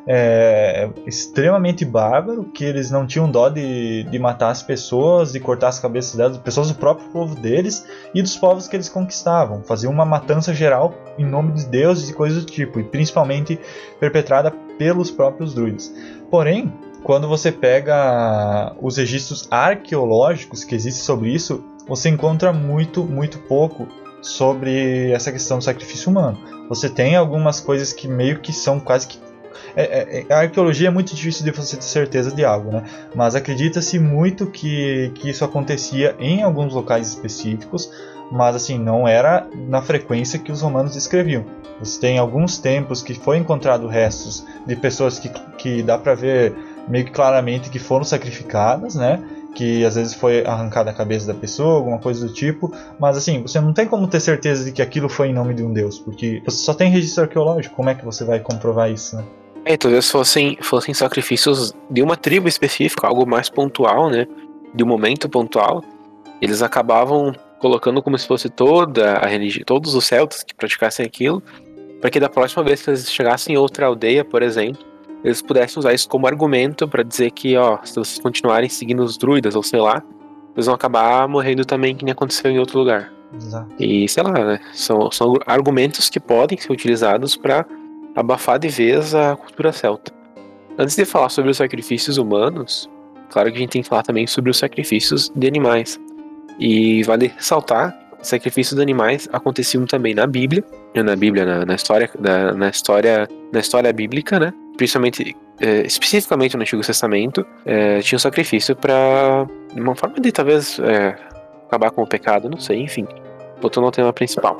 [SPEAKER 3] é, extremamente bárbaro, que eles não tinham dó de, de matar as pessoas, de cortar as cabeças delas, pessoas do próprio povo deles e dos povos que eles conquistavam. Faziam uma matança geral em nome de deuses e coisas do tipo, e principalmente perpetrada pelos próprios druidas. Porém, quando você pega os registros arqueológicos que existem sobre isso, você encontra muito, muito pouco sobre essa questão do sacrifício humano. Você tem algumas coisas que meio que são quase que... É, é, a arqueologia é muito difícil de você ter certeza de algo, né? Mas acredita-se muito que, que isso acontecia em alguns locais específicos, mas assim, não era na frequência que os romanos descreviam. Você tem alguns templos que foi encontrado restos de pessoas que, que dá para ver meio que claramente que foram sacrificadas, né? Que às vezes foi arrancada a cabeça da pessoa, alguma coisa do tipo, mas assim, você não tem como ter certeza de que aquilo foi em nome de um deus, porque você só tem registro arqueológico, como é que você vai comprovar isso, né?
[SPEAKER 4] É, talvez fossem, fossem sacrifícios de uma tribo específica, algo mais pontual, né? De um momento pontual. Eles acabavam colocando como se fosse toda a religião, todos os celtas que praticassem aquilo, para que da próxima vez que eles chegassem em outra aldeia, por exemplo, eles pudessem usar isso como argumento para dizer que, ó, se vocês continuarem seguindo os druidas, ou sei lá, eles vão acabar morrendo também, que nem aconteceu em outro lugar.
[SPEAKER 3] Exato.
[SPEAKER 4] E, sei lá, né, são, são argumentos que podem ser utilizados para abafar de vez a cultura celta. Antes de falar sobre os sacrifícios humanos, claro que a gente tem que falar também sobre os sacrifícios de animais. E vale ressaltar que sacrifícios de animais aconteciam também na Bíblia, na Bíblia, na, na história, na, na história, na história bíblica, né? Principalmente, é, especificamente no Antigo Testamento, é, tinha um sacrifício para uma forma de talvez é, acabar com o pecado, não sei, enfim, voltando ao tema principal.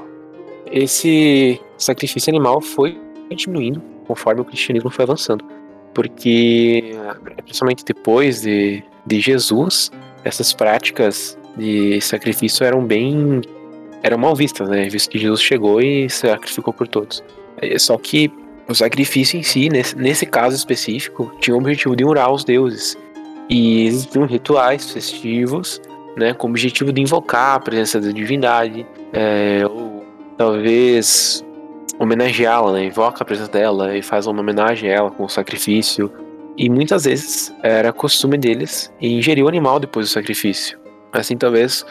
[SPEAKER 4] Esse sacrifício animal foi diminuindo conforme o cristianismo foi avançando, porque principalmente depois de, de Jesus, essas práticas de sacrifício eram bem eram mal vistas, né? Visto que Jesus chegou e sacrificou por todos. Só que o sacrifício em si, nesse, nesse caso específico, tinha o objetivo de honrar os deuses. E existiam rituais festivos, né, com o objetivo de invocar a presença da divindade, é, ou talvez homenageá-la, né? Invoca a presença dela e faz uma homenagem a ela com o sacrifício. E muitas vezes era costume deles ingerir o animal depois do sacrifício. Assim, talvez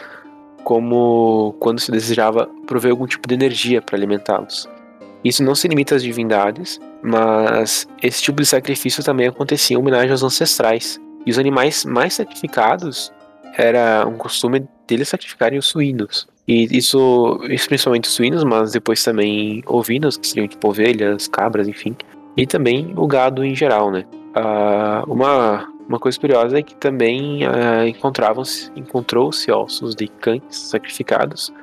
[SPEAKER 4] como quando se desejava prover algum tipo de energia para alimentá-los. Isso não se limita às divindades, mas esse tipo de sacrifício também acontecia em homenagem aos ancestrais. E os animais mais sacrificados era um costume deles sacrificarem os suínos. E isso, isso principalmente os suínos, mas depois também ovinos, que seriam tipo ovelhas, cabras, enfim. E também o gado em geral, né? Ah, uma, uma coisa curiosa é que também ah, encontravam-se, encontrou-se ossos de cães sacrificados,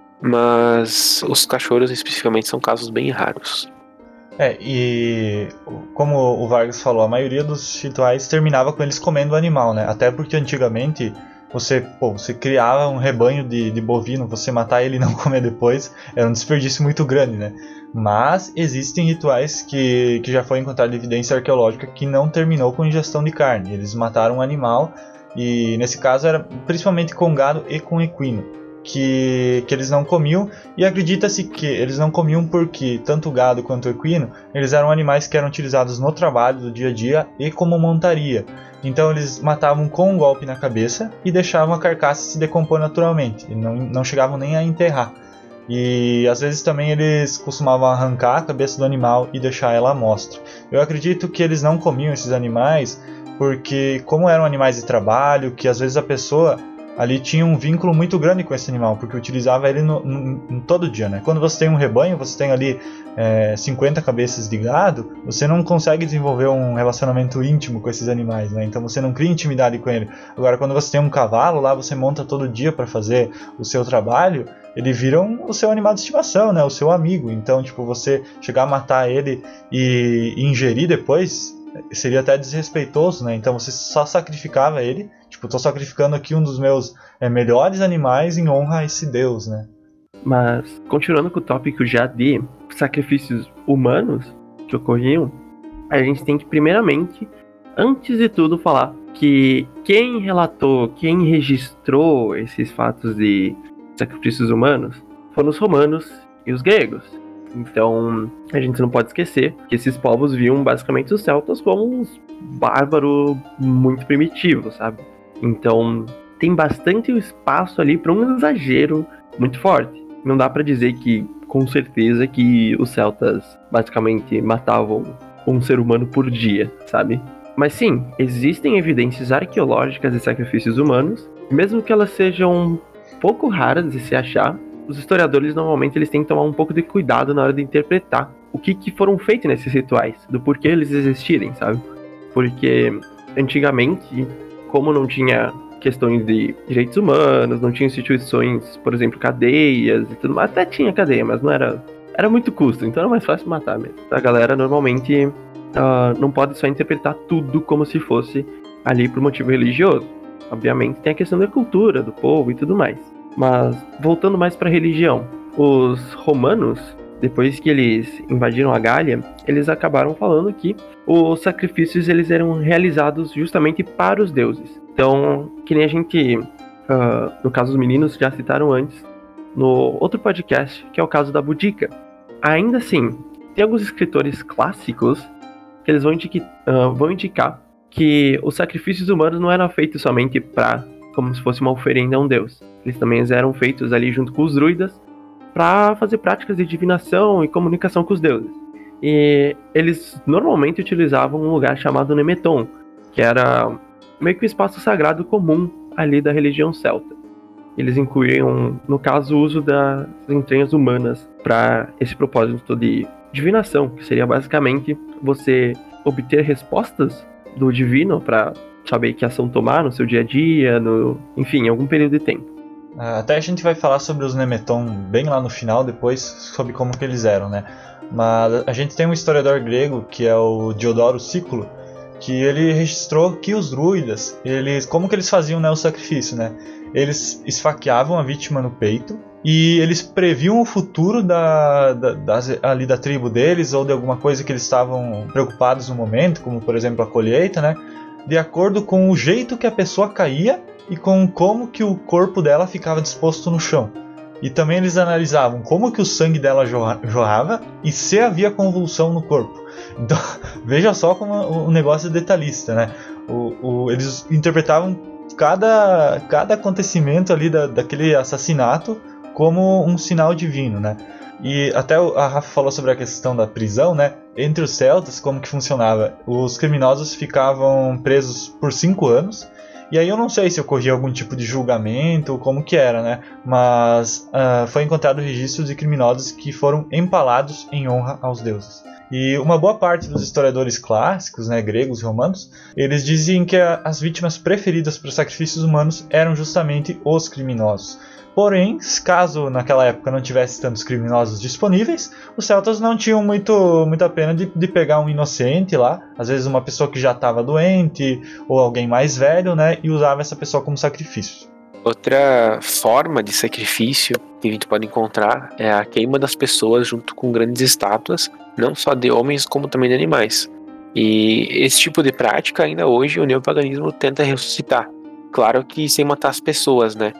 [SPEAKER 4] mas os cachorros especificamente são casos bem raros.
[SPEAKER 3] É, e como o Vargas falou, a maioria dos rituais terminava com eles comendo o animal, né? Até porque antigamente você, pô, você criava um rebanho de, de bovino, você matar ele e não comer depois era um desperdício muito grande, né? Mas existem rituais que, que já foi encontrada evidência arqueológica que não terminou com ingestão de carne. Eles mataram um animal e nesse caso era principalmente com gado e com equino, que, que eles não comiam, e acredita-se que eles não comiam porque tanto o gado quanto o equino eles eram animais que eram utilizados no trabalho do dia a dia e como montaria. Então eles matavam com um golpe na cabeça e deixavam a carcaça se decompor naturalmente, e não, não chegavam nem a enterrar. E às vezes também eles costumavam arrancar a cabeça do animal e deixar ela à mostra. Eu acredito que eles não comiam esses animais porque, como eram animais de trabalho, que às vezes a pessoa ali tinha um vínculo muito grande com esse animal, porque utilizava ele no, no, no todo dia, né? Quando você tem um rebanho, você tem ali é, cinquenta cabeças de gado, você não consegue desenvolver um relacionamento íntimo com esses animais, né? Então você não cria intimidade com ele. Agora, quando você tem um cavalo, lá você monta todo dia para fazer o seu trabalho, ele vira um, o seu animal de estimação, né? O seu amigo. Então, tipo, você chegar a matar ele e, e ingerir depois seria até desrespeitoso, né? Então você só sacrificava ele. Tipo, tô sacrificando aqui um dos meus é, melhores animais em honra a esse deus, né?
[SPEAKER 5] Mas, continuando com o tópico já de sacrifícios humanos que ocorriam, a gente tem que, primeiramente, antes de tudo, falar que quem relatou, quem registrou esses fatos de sacrifícios humanos foram os romanos e os gregos. Então, a gente não pode esquecer que esses povos viam basicamente os celtas como uns bárbaros muito primitivos, sabe? Então, tem bastante espaço ali para um exagero muito forte. Não dá para dizer que, com certeza, que os celtas basicamente matavam um ser humano por dia, sabe? Mas sim, existem evidências arqueológicas de sacrifícios humanos, mesmo que elas sejam pouco raras de se achar. Os historiadores normalmente eles têm que tomar um pouco de cuidado na hora de interpretar o que, que foram feitos nesses rituais, do porquê eles existirem, sabe? Porque antigamente, como não tinha questões de direitos humanos, não tinha instituições, por exemplo, cadeias e tudo mais, até tinha cadeia, mas não era, era muito custo, então era mais fácil matar mesmo. A galera normalmente uh, não pode só interpretar tudo como se fosse ali por motivo religioso. Obviamente tem a questão da cultura, do povo e tudo mais. Mas, voltando mais para a religião, os romanos, depois que eles invadiram a Gália, eles acabaram falando que os sacrifícios eles eram realizados justamente para os deuses. Então, que nem a gente, uh, no caso os meninos já citaram antes, no outro podcast, que é o caso da Boudica. Ainda assim, tem alguns escritores clássicos que eles vão, indique, uh, vão indicar que os sacrifícios humanos não eram feitos somente para, como se fosse uma oferenda a um deus. Eles também eram feitos ali junto com os druidas para fazer práticas de divinação e comunicação com os deuses. E eles normalmente utilizavam um lugar chamado Nemeton, que era meio que um espaço sagrado comum ali da religião celta. Eles incluíam, no caso, o uso das entranhas humanas para esse propósito de divinação, que seria basicamente você obter respostas do divino para saber que ação tomar no seu dia a dia, no, enfim, em algum período de tempo.
[SPEAKER 3] Até a gente vai falar sobre os Nemeton bem lá no final, depois, sobre como que eles eram, né? Mas a gente tem um historiador grego, que é o Diodoro Sículo, que ele registrou que os druidas, eles, como que eles faziam, né, o sacrifício, né? Eles esfaqueavam a vítima no peito e eles previam o futuro da, da, das, ali da tribo deles ou de alguma coisa que eles estavam preocupados no momento, como por exemplo a colheita, né? De acordo com o jeito que a pessoa caía e com como que o corpo dela ficava disposto no chão. E também eles analisavam como que o sangue dela jorrava e se havia convulsão no corpo. Então, veja só como o negócio é detalhista, né? O, o, eles interpretavam cada, cada acontecimento ali da, daquele assassinato como um sinal divino, né? E até a Rafa falou sobre a questão da prisão, né? Entre os celtas, como que funcionava? Os criminosos ficavam presos por cinco anos. E aí eu não sei se ocorria algum tipo de julgamento, como que era, né? Mas uh, foi encontrado registros de criminosos que foram empalados em honra aos deuses. E uma boa parte dos historiadores clássicos, né, gregos e romanos, eles diziam que a, as vítimas preferidas para sacrifícios humanos eram justamente os criminosos. Porém, caso naquela época não tivesse tantos criminosos disponíveis, os celtas não tinham muito, muita pena de, de pegar um inocente lá, às vezes uma pessoa que já estava doente ou alguém mais velho, né, e usava essa pessoa como sacrifício.
[SPEAKER 4] Outra forma de sacrifício que a gente pode encontrar é a queima das pessoas junto com grandes estátuas, não só de homens como também de animais. E esse tipo de prática ainda hoje o neopaganismo tenta ressuscitar. Claro que sem matar as pessoas, né?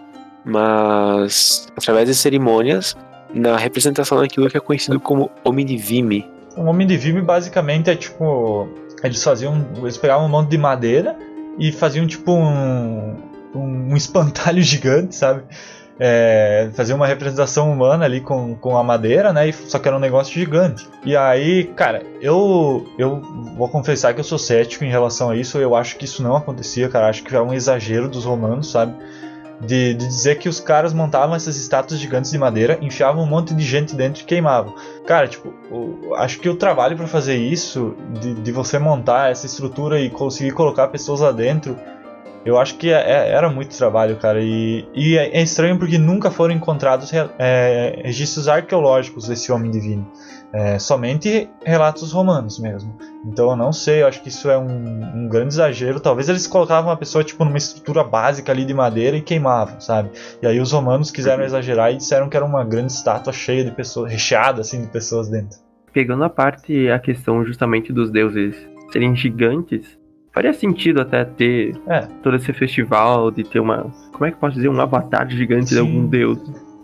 [SPEAKER 4] Mas através de cerimônias na representação daquilo que é conhecido como homem divime.
[SPEAKER 3] O homem divime basicamente é tipo, eles faziam, eles pegavam um monte de madeira e faziam tipo um, um, um espantalho gigante, sabe? É, faziam uma representação humana ali com, com a madeira, né? Só que era um negócio gigante. E aí, cara, eu, eu vou confessar que eu sou cético em relação a isso. Eu acho que isso não acontecia, cara. Acho que era um exagero dos romanos, sabe? De, de dizer que os caras montavam essas estátuas gigantes de madeira, enfiavam um monte de gente dentro e queimavam. Cara, tipo, eu acho que o trabalho para fazer isso, de, de você montar essa estrutura e conseguir colocar pessoas lá dentro, eu acho que é, era muito trabalho, cara. E, e é estranho porque nunca foram encontrados é, registros arqueológicos desse homem divino. É, somente relatos romanos mesmo. Então eu não sei, eu acho que isso é um, um grande exagero. Talvez eles colocavam a pessoa tipo numa estrutura básica ali de madeira e queimavam, sabe? E aí os romanos quiseram exagerar e disseram que era uma grande estátua cheia de pessoas, recheada assim de pessoas dentro.
[SPEAKER 5] Pegando a parte, a questão justamente dos deuses serem gigantes, faria sentido até ter
[SPEAKER 3] é.
[SPEAKER 5] todo esse festival de ter uma, como é que eu posso dizer, um avatar gigante Sim. de algum deus.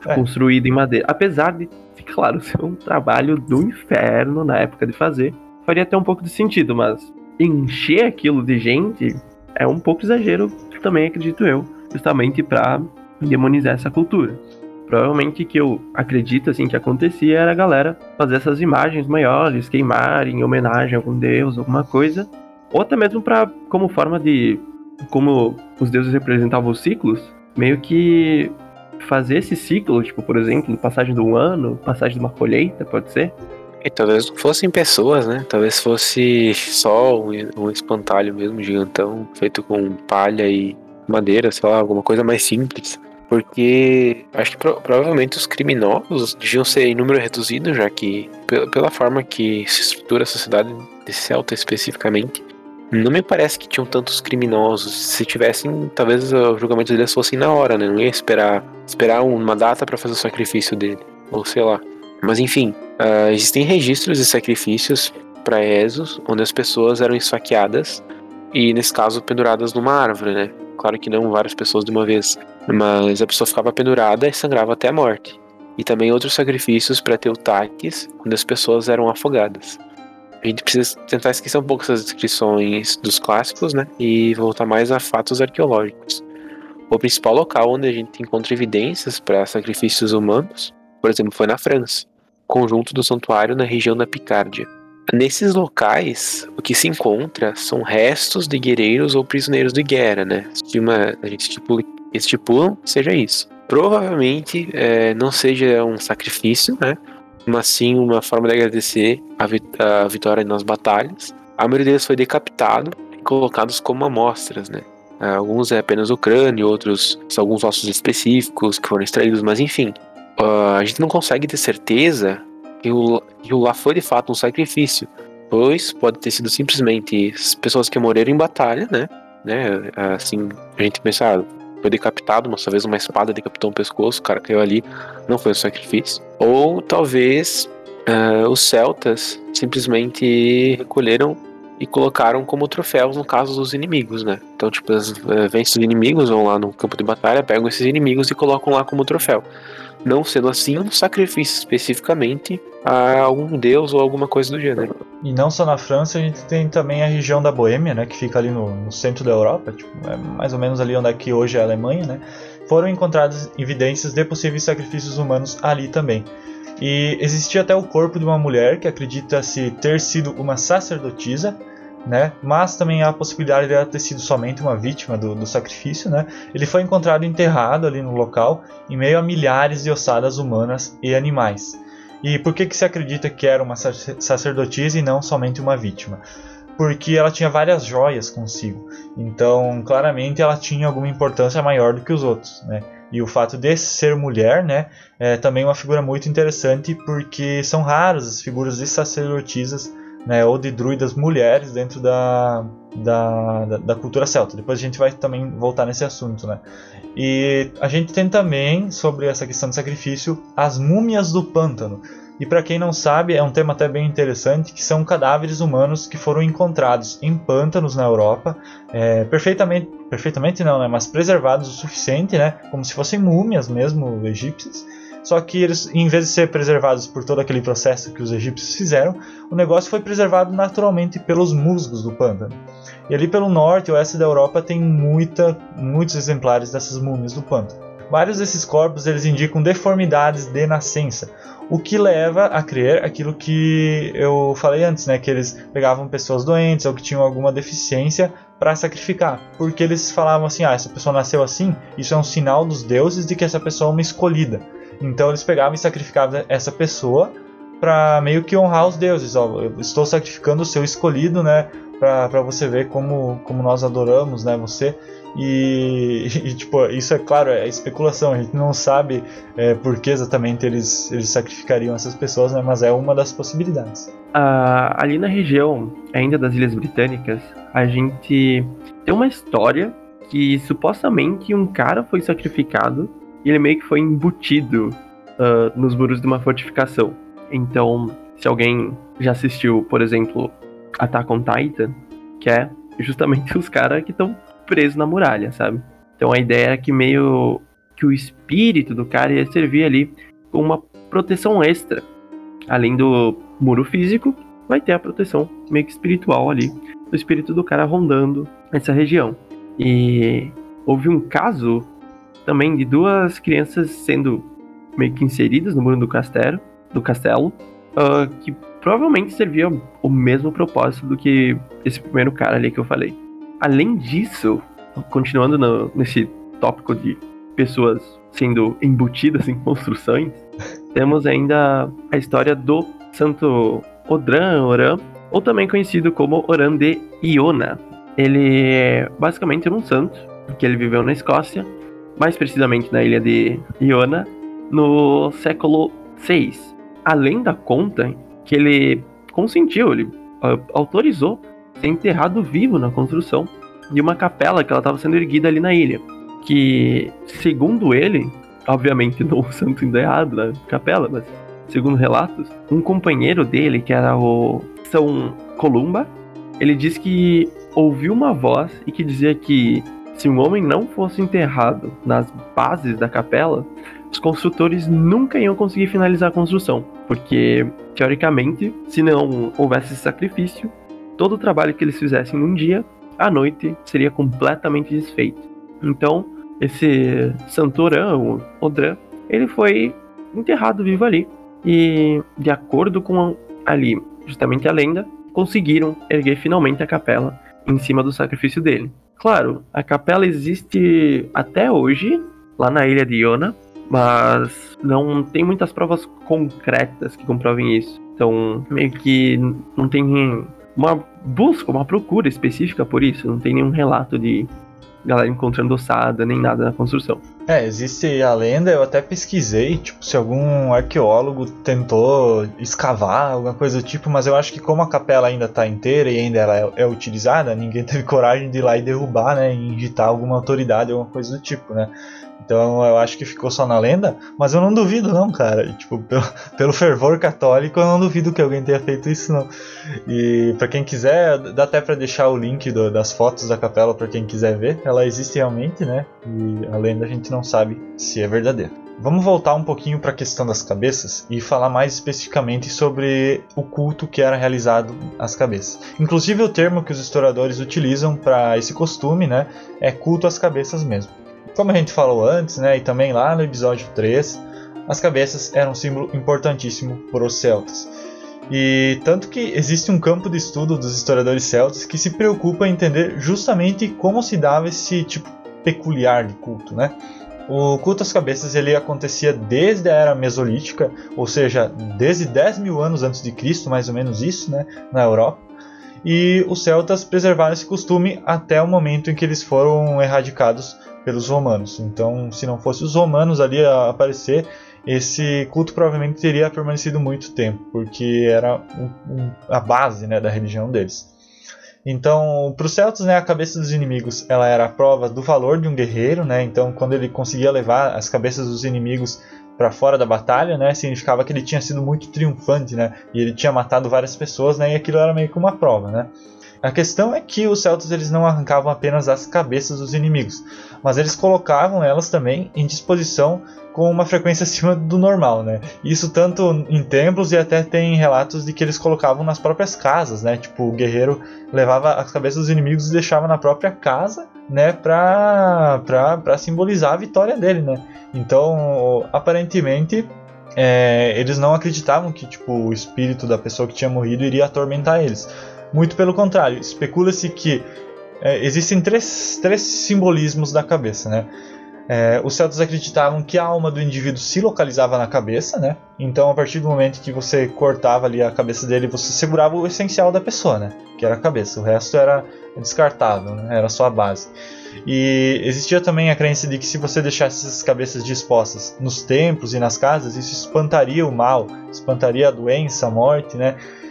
[SPEAKER 3] É.
[SPEAKER 5] construído em madeira. Apesar de, claro, ser um trabalho do inferno na época de fazer, faria até um pouco de sentido, mas encher aquilo de gente é um pouco exagero, também acredito eu, justamente pra demonizar essa cultura. Provavelmente que eu acredito assim que acontecia era a galera fazer essas imagens maiores, queimar em homenagem a algum deus, alguma coisa, ou até mesmo para como forma de, como os deuses representavam os ciclos, meio que fazer esse ciclo, tipo, por exemplo, passagem de um ano, passagem de uma colheita, pode ser?
[SPEAKER 4] E talvez não fossem pessoas, né? Talvez fosse só um, um espantalho mesmo, gigantão, feito com palha e madeira, sei lá, alguma coisa mais simples. Porque acho que pro, provavelmente os criminosos deviam ser em número reduzido, já que pela, pela forma que se estrutura a sociedade de Celta especificamente, não me parece que tinham tantos criminosos. Se tivessem, talvez os julgamentos deles fossem na hora, né? Não ia esperar, esperar uma data para fazer o sacrifício dele, ou sei lá. Mas enfim, uh, existem registros de sacrifícios para Esos, onde as pessoas eram esfaqueadas e, nesse caso, penduradas numa árvore, né? Claro que não várias pessoas de uma vez, mas a pessoa ficava pendurada e sangrava até a morte. E também outros sacrifícios para Teutaques, onde as pessoas eram afogadas. A gente precisa tentar esquecer um pouco essas descrições dos clássicos, né? E voltar mais a fatos arqueológicos. O principal local onde a gente encontra evidências para sacrifícios humanos, por exemplo, foi na França, conjunto do santuário na região da Picárdia. Nesses locais, o que se encontra são restos de guerreiros ou prisioneiros de guerra, né? Uma, a gente estipula, estipulam seja isso. Provavelmente é, não seja um sacrifício, né? Mas sim uma forma de agradecer a, vit- a vitória nas batalhas. A maioria deles foi decapitado e colocados como amostras, né? Alguns é apenas o crânio, outros são alguns ossos específicos que foram extraídos, mas enfim. Uh, a gente não consegue ter certeza que o, que o lá foi de fato um sacrifício, pois pode ter sido simplesmente pessoas que morreram em batalha, né? né? Assim, a gente pensa, ah, foi decapitado, mas talvez uma espada decapitou um pescoço, o cara caiu ali, não foi um sacrifício. Ou talvez uh, os celtas simplesmente recolheram e colocaram como troféus no caso dos inimigos, né? Então, tipo, as, uh, vêm esses inimigos, vão lá no campo de batalha, pegam esses inimigos e colocam lá como troféu. Não sendo assim um sacrifício especificamente a algum deus ou alguma coisa do gênero.
[SPEAKER 3] E não só na França, a gente tem também a região da Boêmia, né, que fica ali no, no centro da Europa, tipo, é mais ou menos ali onde é que hoje é a Alemanha, né? Foram encontradas evidências de possíveis sacrifícios humanos ali também. E existia até o corpo de uma mulher que acredita-se ter sido uma sacerdotisa, né? Mas também há a possibilidade de ela ter sido somente uma vítima do, do sacrifício, né? Ele foi encontrado enterrado ali no local, em meio a milhares de ossadas humanas e animais. E por que, que se acredita que era uma sacerdotisa e não somente uma vítima? Porque ela tinha várias joias consigo, então claramente ela tinha alguma importância maior do que os outros, né? E o fato de ser mulher, né, é também uma figura muito interessante, porque são raras as figuras de sacerdotisas, né, ou de druidas mulheres dentro da, da, da, da cultura celta. Depois a gente vai também voltar nesse assunto, né? E a gente tem também, sobre essa questão de sacrifício, as múmias do pântano. E para quem não sabe, é um tema até bem interessante, que são cadáveres humanos que foram encontrados em pântanos na Europa, é, perfeitamente, perfeitamente não, né, mas preservados o suficiente, né, como se fossem múmias mesmo egípcias. Só que eles, em vez de ser preservados por todo aquele processo que os egípcios fizeram, o negócio foi preservado naturalmente pelos musgos do pântano. E ali pelo norte e oeste da Europa tem muita, muitos exemplares dessas múmias do pântano. Vários desses corpos eles indicam deformidades de nascença, o que leva a crer aquilo que eu falei antes, né, que eles pegavam pessoas doentes ou que tinham alguma deficiência para sacrificar, porque eles falavam assim, ah, essa pessoa nasceu assim, isso é um sinal dos deuses de que essa pessoa é uma escolhida. Então eles pegavam e sacrificavam essa pessoa para meio que honrar os deuses. Ó, eu estou sacrificando o seu escolhido, né, para você ver como, como nós adoramos, né, você. E, e tipo, isso é claro, é especulação, a gente não sabe é, por que exatamente eles, eles sacrificariam essas pessoas, né, mas é uma das possibilidades.
[SPEAKER 5] Ah, ali na região ainda das Ilhas Britânicas, a gente tem uma história que supostamente um cara foi sacrificado e ele meio que foi embutido uh, nos muros de uma fortificação. Então, se alguém já assistiu, por exemplo, Attack on Titan, que é justamente os caras que estão presos na muralha, sabe? Então a ideia é que meio que o espírito do cara ia servir ali como uma proteção extra. Além do muro físico, vai ter a proteção meio que espiritual ali, do espírito do cara rondando essa região. E houve um caso também de duas crianças sendo meio que inseridas no muro do castelo, do castelo uh, que provavelmente servia o mesmo propósito do que esse primeiro cara ali que eu falei. Além disso, continuando no, nesse tópico de pessoas sendo embutidas em construções, temos ainda a história do Santo Odran, Oran, ou também conhecido como Oran de Iona. Ele é basicamente um santo, que ele viveu na Escócia, mais precisamente na ilha de Iona, no século seis. Além da conta que ele consentiu, ele uh, autorizou ser enterrado vivo na construção de uma capela que ela estava sendo erguida ali na ilha. Que, segundo ele, obviamente não o santo enterrado na capela, mas segundo relatos, um companheiro dele, que era o São Columba, ele diz que ouviu uma voz e que dizia que se um homem não fosse enterrado nas bases da capela, os construtores nunca iam conseguir finalizar a construção, porque, teoricamente, se não houvesse esse sacrifício, todo o trabalho que eles fizessem num dia, à noite, seria completamente desfeito. Então, esse Santorã, o Odran, ele foi enterrado vivo ali, e, de acordo com ali, justamente a lenda, conseguiram erguer finalmente a capela em cima do sacrifício dele. Claro, a capela existe até hoje, lá na ilha de Iona, mas não tem muitas provas concretas que comprovem isso. Então, meio que não tem uma busca, uma procura específica por isso. Não tem nenhum relato de galera encontrando ossada, nem nada na construção.
[SPEAKER 3] É, existe a lenda, eu até pesquisei, tipo, se algum arqueólogo tentou escavar, alguma coisa do tipo, mas eu acho que como a capela ainda está inteira e ainda ela é, é utilizada, ninguém teve coragem de ir lá e derrubar, né, e injetar alguma autoridade, alguma coisa do tipo, né. Então eu acho que ficou só na lenda, mas eu não duvido não, cara. E, tipo, pelo, pelo fervor católico eu não duvido que alguém tenha feito isso não. E pra quem quiser, dá até pra deixar o link do, das fotos da capela pra quem quiser ver. Ela existe realmente, né? E a lenda a gente não sabe se é verdadeira. Vamos voltar um pouquinho para a questão das cabeças e falar mais especificamente sobre o culto que era realizado às cabeças. Inclusive o termo que os historiadores utilizam para esse costume, né, é culto às cabeças mesmo. Como a gente falou antes, né, e também lá no episódio três, as cabeças eram um símbolo importantíssimo para os celtas. E tanto que existe um campo de estudo dos historiadores celtas que se preocupa em entender justamente como se dava esse tipo peculiar de culto, né? O culto às cabeças ele acontecia desde a era mesolítica, ou seja, desde dez mil anos antes de Cristo, mais ou menos isso, né, na Europa. E os celtas preservaram esse costume até o momento em que eles foram erradicados pelos romanos. Então, se não fosse os romanos ali a aparecer, esse culto provavelmente teria permanecido muito tempo, porque era um, um, a base, né, da religião deles. Então, para os celtas, né, a cabeça dos inimigos ela era a prova do valor de um guerreiro, né? Então, quando ele conseguia levar as cabeças dos inimigos para fora da batalha, né, significava que ele tinha sido muito triunfante, né? E ele tinha matado várias pessoas, né? E aquilo era meio que uma prova, né? A questão é que os celtas eles não arrancavam apenas as cabeças dos inimigos, mas eles colocavam elas também em disposição com uma frequência acima do normal, né? Isso tanto em templos e até tem relatos de que eles colocavam nas próprias casas, né? Tipo, o guerreiro levava as cabeças dos inimigos e deixava na própria casa, né? Pra, pra, pra simbolizar a vitória dele, né? Então, aparentemente, é, eles não acreditavam que tipo, o espírito da pessoa que tinha morrido iria atormentar eles. Muito pelo contrário, especula-se que é, existem três, três simbolismos da cabeça, né? É, os celtas acreditavam que a alma do indivíduo se localizava na cabeça, né? Então, a partir do momento que você cortava ali a cabeça dele, você segurava o essencial da pessoa, né? Que era a cabeça. O resto era descartável, né? Era só a base. E existia também a crença de que se você deixasse essas cabeças dispostas nos templos e nas casas, isso espantaria o mal, espantaria a doença, a morte, né?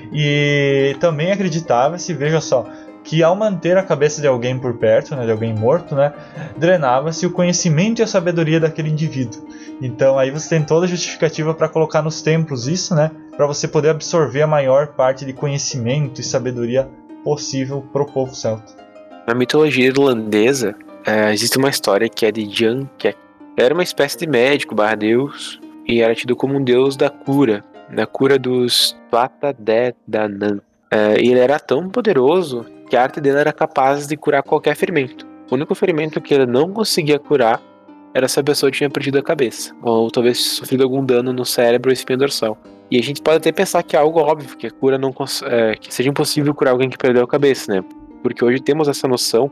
[SPEAKER 3] E também acreditava-se, veja só, que ao manter a cabeça de alguém por perto, né, de alguém morto, né, drenava-se o conhecimento e a sabedoria daquele indivíduo. Então aí você tem toda a justificativa para colocar nos templos isso, né, para você poder absorver a maior parte de conhecimento e sabedoria possível para o povo celta.
[SPEAKER 4] Na mitologia irlandesa, é, existe uma história que é de Jan era uma espécie de médico barra deus, e era tido como um deus da cura, da cura dos Tlatadedanan. É, e ele era tão poderoso que a arte dele era capaz de curar qualquer ferimento. O único ferimento que ele não conseguia curar era se a pessoa tinha perdido a cabeça, ou talvez sofrido algum dano no cérebro ou espinha dorsal. E a gente pode até pensar que é algo óbvio, que a cura não cons- é, que seja impossível curar alguém que perdeu a cabeça, né? Porque hoje temos essa noção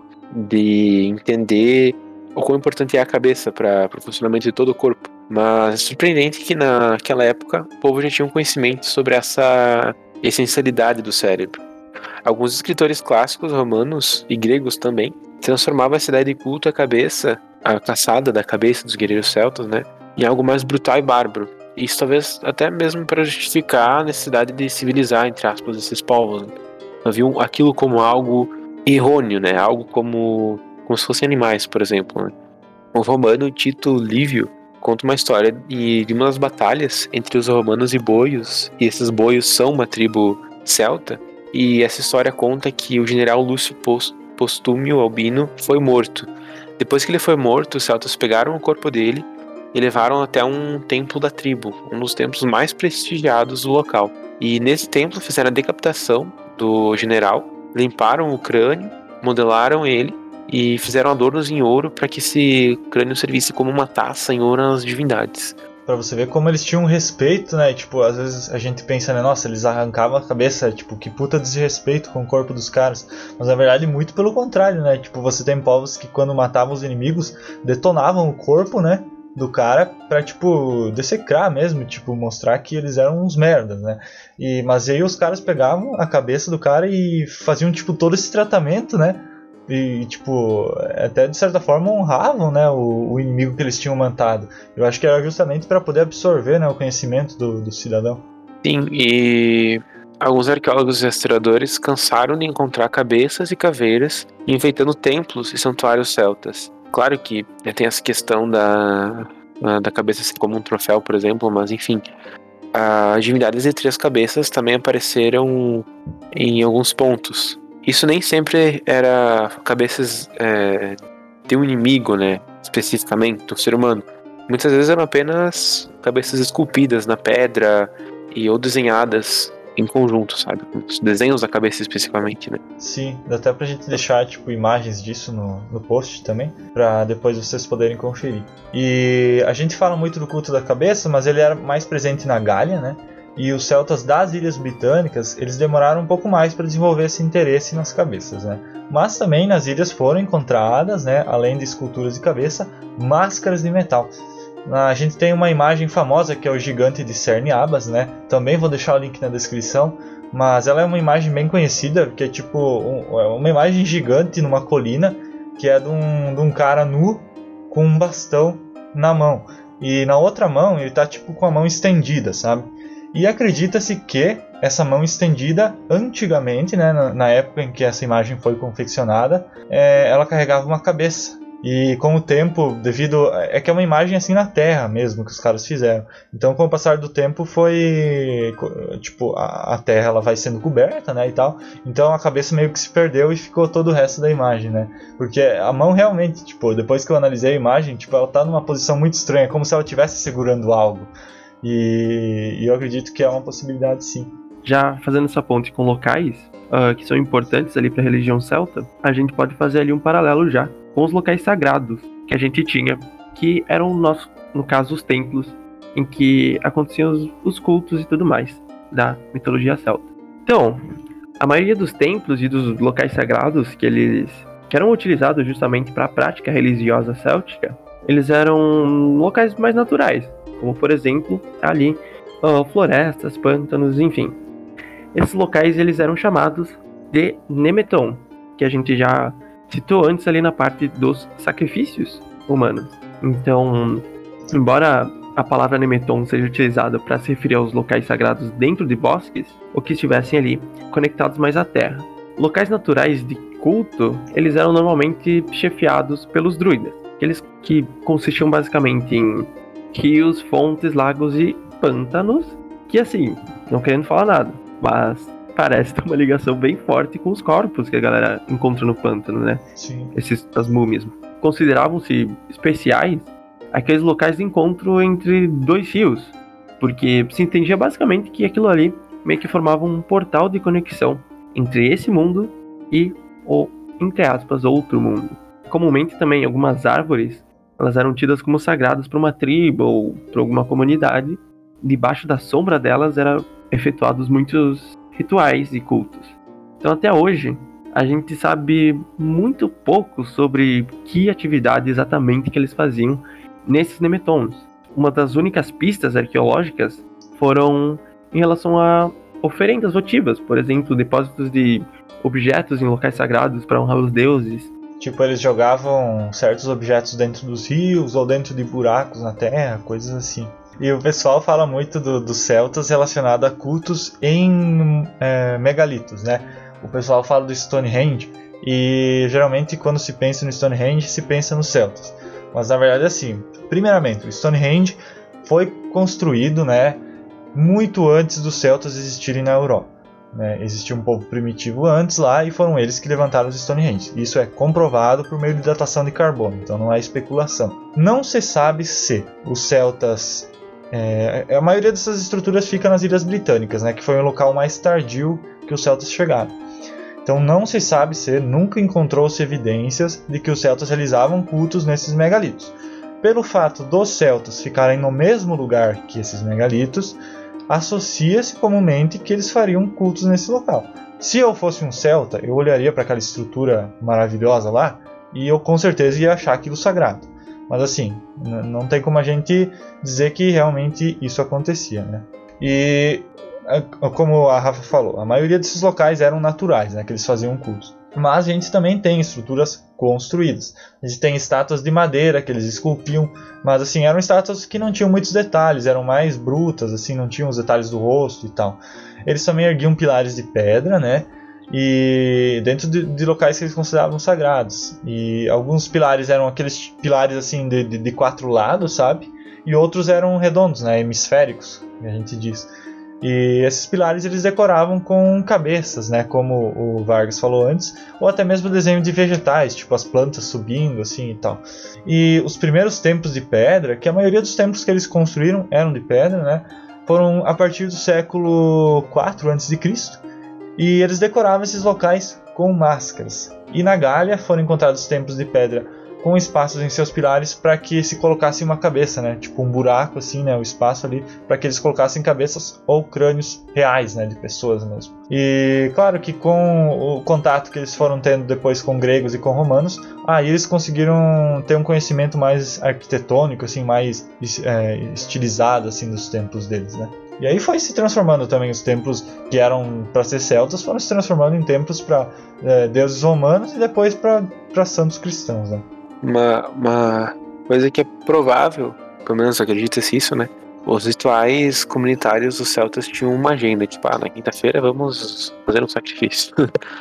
[SPEAKER 4] de entender o quão importante é a cabeça para o funcionamento de todo o corpo. Mas é surpreendente que naquela época o povo já tinha um conhecimento sobre essa essencialidade do cérebro. Alguns escritores clássicos romanos e gregos também transformavam essa ideia de culto à cabeça, a caçada da cabeça dos guerreiros celtas, né, em algo mais brutal e bárbaro. Isso talvez até mesmo para justificar a necessidade de civilizar, entre aspas, esses povos. Né? Haviam aquilo como algo errôneo, né, algo como, como se fossem animais, por exemplo. Né? O romano Tito Livio conta uma história de, de uma das batalhas entre os romanos e boios, e esses boios são uma tribo celta, e essa história conta que o general Lúcio Postúmio Albino foi morto. Depois que ele foi morto, os celtas pegaram o corpo dele e levaram até um templo da tribo, um dos templos mais prestigiados do local. E nesse templo fizeram a decapitação do general, limparam o crânio, modelaram ele e fizeram adornos em ouro para que esse crânio servisse como uma taça em ouro às divindades.
[SPEAKER 3] Pra você ver como eles tinham respeito, né? Tipo, às vezes a gente pensa, né? Nossa, eles arrancavam a cabeça, tipo, que puta desrespeito com o corpo dos caras. Mas na verdade, muito pelo contrário, né? Tipo, você tem povos que quando matavam os inimigos, detonavam o corpo, né? Do cara pra, tipo, dessecrar mesmo, tipo, mostrar que eles eram uns merdas, né? E, mas aí os caras pegavam a cabeça do cara e faziam, tipo, todo esse tratamento, né? E, tipo, até de certa forma honravam, né, o, o inimigo que eles tinham matado. Eu acho que era justamente para poder absorver, né, o conhecimento do, do cidadão.
[SPEAKER 4] Sim, e alguns arqueólogos e historiadores cansaram de encontrar cabeças e caveiras enfeitando templos e santuários celtas. Claro que né, tem essa questão da, da cabeça ser como um troféu, por exemplo, mas enfim, as divindades de três cabeças também apareceram em alguns pontos. Isso nem sempre era cabeças é, de um inimigo, né, especificamente, do ser humano. Muitas vezes eram apenas cabeças esculpidas na pedra e ou desenhadas em conjunto, sabe? Os desenhos da cabeça especificamente, né?
[SPEAKER 3] Sim, dá até pra gente deixar, tipo, imagens disso no, no post também, pra depois vocês poderem conferir. E a gente fala muito do culto da cabeça, mas ele era mais presente na Gália, né? E os celtas das Ilhas Britânicas, eles demoraram um pouco mais para desenvolver esse interesse nas cabeças, né? Mas também nas ilhas foram encontradas, né, além de esculturas de cabeça, máscaras de metal. A gente tem uma imagem famosa que é o gigante de Cerniabas, né? Também vou deixar o link na descrição, mas ela é uma imagem bem conhecida, que é tipo um, uma imagem gigante numa colina, que é de um, de um cara nu com um bastão na mão. E na outra mão ele tá tipo com a mão estendida, sabe? E acredita-se que essa mão estendida, antigamente, né, na, na época em que essa imagem foi confeccionada, é, ela carregava uma cabeça. E com o tempo, devido... É que é uma imagem assim na terra mesmo que os caras fizeram. Então, com o passar do tempo, foi... Tipo, a, a terra ela vai sendo coberta, né, e tal. Então, a cabeça meio que se perdeu e ficou todo o resto da imagem, né. Porque a mão realmente, tipo, depois que eu analisei a imagem, tipo, ela tá numa posição muito estranha, como se ela estivesse segurando algo. E, e eu acredito que é uma possibilidade, sim.
[SPEAKER 5] Já fazendo essa ponte com locais uh, que são importantes ali para a religião celta, a gente pode fazer ali um paralelo já com os locais sagrados que a gente tinha, que eram, nosso, no caso, os templos em que aconteciam os, os cultos e tudo mais da mitologia celta. Então, a maioria dos templos e dos locais sagrados que eles que eram utilizados justamente para a prática religiosa céltica, eles eram locais mais naturais, como por exemplo ali uh, florestas, pântanos, enfim. Esses locais eles eram chamados de Nemeton, que a gente já citou antes ali na parte dos sacrifícios humanos. Então, embora a palavra Nemeton seja utilizada para se referir aos locais sagrados dentro de bosques, ou que estivessem ali conectados mais à terra. Locais naturais de culto, eles eram normalmente chefiados pelos druidas, aqueles que consistiam basicamente em rios, fontes, lagos e pântanos, que assim, não querendo falar nada, mas parece ter uma ligação bem forte com os corpos que a galera encontra no pântano, né?
[SPEAKER 3] Sim.
[SPEAKER 5] Esses, as múmias. Consideravam-se especiais aqueles locais de encontro entre dois rios, porque se entendia basicamente que aquilo ali meio que formava um portal de conexão entre esse mundo e o, entre aspas, outro mundo. Comumente também algumas árvores, elas eram tidas como sagradas para uma tribo ou para alguma comunidade. Debaixo da sombra delas eram efetuados muitos rituais e cultos. Então até hoje a gente sabe muito pouco sobre que atividade exatamente que eles faziam nesses nemetons. Uma das únicas pistas arqueológicas foram em relação a oferendas votivas, por exemplo, depósitos de objetos em locais sagrados para honrar os deuses.
[SPEAKER 3] Tipo, eles jogavam certos objetos dentro dos rios ou dentro de buracos na terra, coisas assim. E o pessoal fala muito do, dos celtas relacionado a cultos em é, megalitos, né? O pessoal fala do Stonehenge e geralmente quando se pensa no Stonehenge se pensa nos celtas. Mas na verdade é assim, primeiramente o Stonehenge foi construído, né, muito antes dos celtas existirem na Europa. Né? Existia um povo primitivo antes lá e foram eles que levantaram os Stonehenge. Isso é comprovado por meio de datação de carbono, então não é especulação. Não se sabe se os celtas... É, a maioria dessas estruturas fica nas Ilhas Britânicas, né, que foi um local mais tardio que os celtas chegaram. Então não se sabe se nunca encontrou-se evidências de que os celtas realizavam cultos nesses megalitos. Pelo fato dos celtas ficarem no mesmo lugar que esses megalitos, associa-se comumente que eles fariam cultos nesse local. Se eu fosse um celta, eu olharia para aquela estrutura maravilhosa lá e eu com certeza ia achar aquilo sagrado. Mas assim, não tem como a gente dizer que realmente isso acontecia, né? E como a Rafa falou, a maioria desses locais eram naturais, né, que eles faziam cultos. Mas a gente também tem estruturas construídas. A gente tem estátuas de madeira que eles esculpiam, mas assim, eram estátuas que não tinham muitos detalhes, eram mais brutas, assim, não tinham os detalhes do rosto e tal. Eles também erguiam pilares de pedra, né? E dentro de, de locais que eles consideravam sagrados. E alguns pilares eram aqueles pilares assim de, de, de quatro lados, sabe? E outros eram redondos, né? Hemisféricos, que a gente diz. E esses pilares eles decoravam com cabeças, né? Como o Vargas falou antes, ou até mesmo desenho de vegetais, tipo as plantas subindo assim e tal. E os primeiros templos de pedra, que a maioria dos templos que eles construíram eram de pedra, né? Foram a partir do século quatro antes de Cristo. E eles decoravam esses locais com máscaras. E na Gália foram encontrados templos de pedra com espaços em seus pilares para que se colocasse uma cabeça, né? Tipo um buraco assim, né? O espaço ali para que eles colocassem cabeças ou crânios reais, né? De pessoas mesmo. E claro que com o contato que eles foram tendo depois com gregos e com romanos, aí eles conseguiram ter um conhecimento mais arquitetônico, assim, mais é, estilizado assim dos templos deles, né? E aí foi se transformando também os templos que eram para ser celtas, foram se transformando em templos para é, deuses romanos e depois para santos cristãos, né?
[SPEAKER 4] Uma, uma coisa que é provável, pelo menos acredita-se isso, né? Os rituais comunitários dos celtas tinham uma agenda, tipo, ah, na quinta-feira vamos fazer um sacrifício.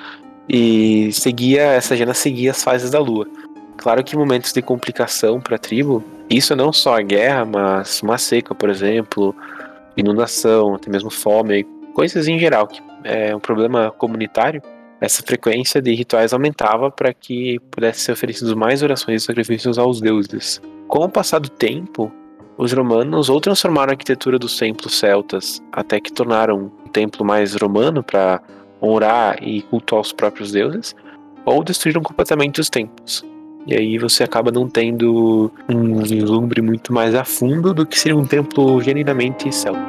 [SPEAKER 4] E seguia, essa agenda seguia as fases da lua. Claro que em momentos de complicação para a tribo, isso não só a guerra, mas uma seca, por exemplo, inundação, até mesmo fome, coisas em geral, que é um problema comunitário. Essa frequência de rituais aumentava para que pudesse ser oferecidos mais orações e sacrifícios aos deuses. Com o passar do tempo, os romanos ou transformaram a arquitetura dos templos celtas até que tornaram um templo mais romano para honrar e cultuar os próprios deuses, ou destruíram completamente os templos. E aí você acaba não tendo um vislumbre muito mais a fundo do que seria um templo genuinamente celta.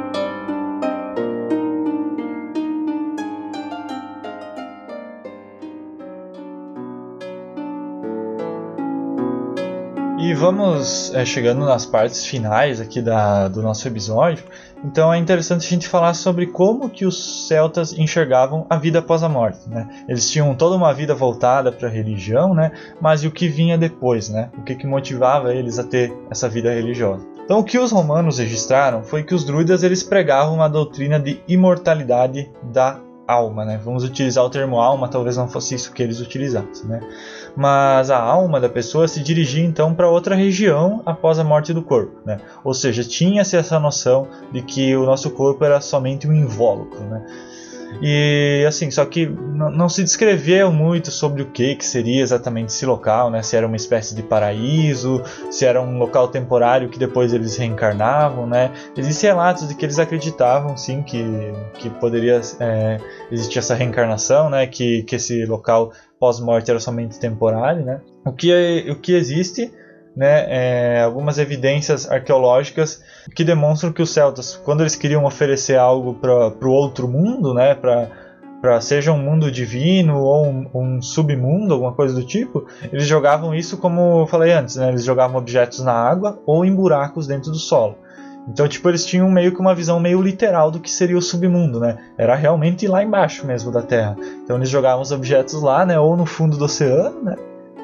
[SPEAKER 3] E vamos é, chegando nas partes finais aqui da, do nosso episódio. Então é interessante a gente falar sobre como que os celtas enxergavam a vida após a morte, né? Eles tinham toda uma vida voltada para a religião, né? Mas e o que vinha depois, né? O que, que motivava eles a ter essa vida religiosa? Então o que os romanos registraram foi que os druidas eles pregavam uma doutrina de imortalidade da alma, né? Vamos utilizar o termo alma, talvez não fosse isso que eles utilizassem, né? Mas a alma da pessoa se dirigia então para outra região após a morte do corpo, né? Ou seja, tinha-se essa noção de que o nosso corpo era somente um invólucro, né? E assim, só que n- não se descreveu muito sobre o que, que seria exatamente esse local, né? Se era uma espécie de paraíso, se era um local temporário que depois eles reencarnavam, né? Existem relatos de que eles acreditavam sim que, que poderia é, existir essa reencarnação, né? Que, que esse local pós-morte era somente temporário, né? O que, é, o que existe, né, é, algumas evidências arqueológicas que demonstram que os celtas, quando eles queriam oferecer algo para o outro mundo, né, para seja um mundo divino ou um, um submundo, alguma coisa do tipo, eles jogavam isso, como eu falei antes, né, eles jogavam objetos na água ou em buracos dentro do solo. Então, tipo, eles tinham meio que uma visão meio literal do que seria o submundo, né? Era realmente lá embaixo mesmo da Terra. Então eles jogavam os objetos lá, né, ou no fundo do oceano, né,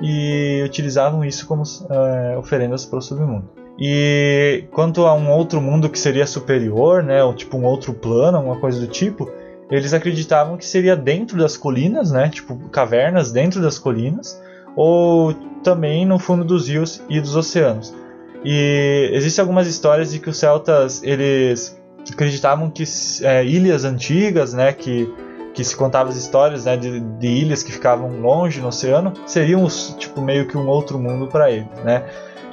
[SPEAKER 3] e utilizavam isso como é, oferendas para o submundo. E quanto a um outro mundo que seria superior, né, ou tipo um outro plano, alguma coisa do tipo, eles acreditavam que seria dentro das colinas, né, tipo cavernas dentro das colinas, ou também no fundo dos rios e dos oceanos. E existem algumas histórias de que os celtas eles acreditavam que é, ilhas antigas, né, que que se contava as histórias, né, de, de ilhas que ficavam longe no oceano, seriam tipo meio que um outro mundo para eles, né?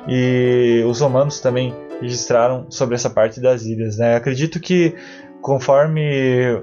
[SPEAKER 3] E os romanos também registraram sobre essa parte das ilhas, né? Acredito que conforme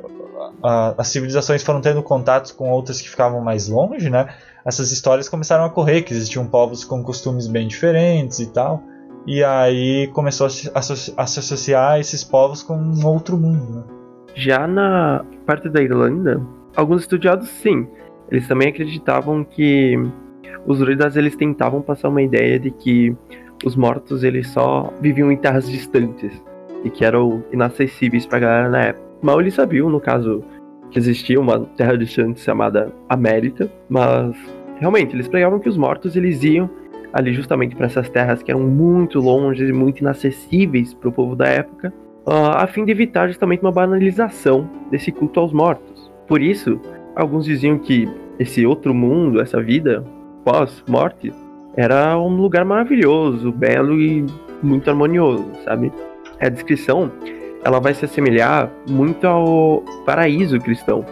[SPEAKER 3] a, as civilizações foram tendo contatos com outras que ficavam mais longe, né, essas histórias começaram a correr, que existiam povos com costumes bem diferentes e tal, e aí começou a se, a, a se associar esses povos com um outro mundo, né?
[SPEAKER 5] Já na parte da Irlanda, alguns estudiosos, sim, eles também acreditavam que os druidas eles tentavam passar uma ideia de que os mortos eles só viviam em terras distantes e que eram inacessíveis para a galera na época. Mal eles sabiam, no caso, que existia uma terra distante chamada América, mas realmente eles pregavam que os mortos eles iam ali justamente para essas terras que eram muito longe e muito inacessíveis para o povo da época, Uh, a fim de evitar justamente uma banalização desse culto aos mortos. Por isso, alguns diziam que esse outro mundo, essa vida pós-morte, era um lugar maravilhoso, belo e muito harmonioso, sabe? A descrição, ela vai se assemelhar muito ao paraíso cristão.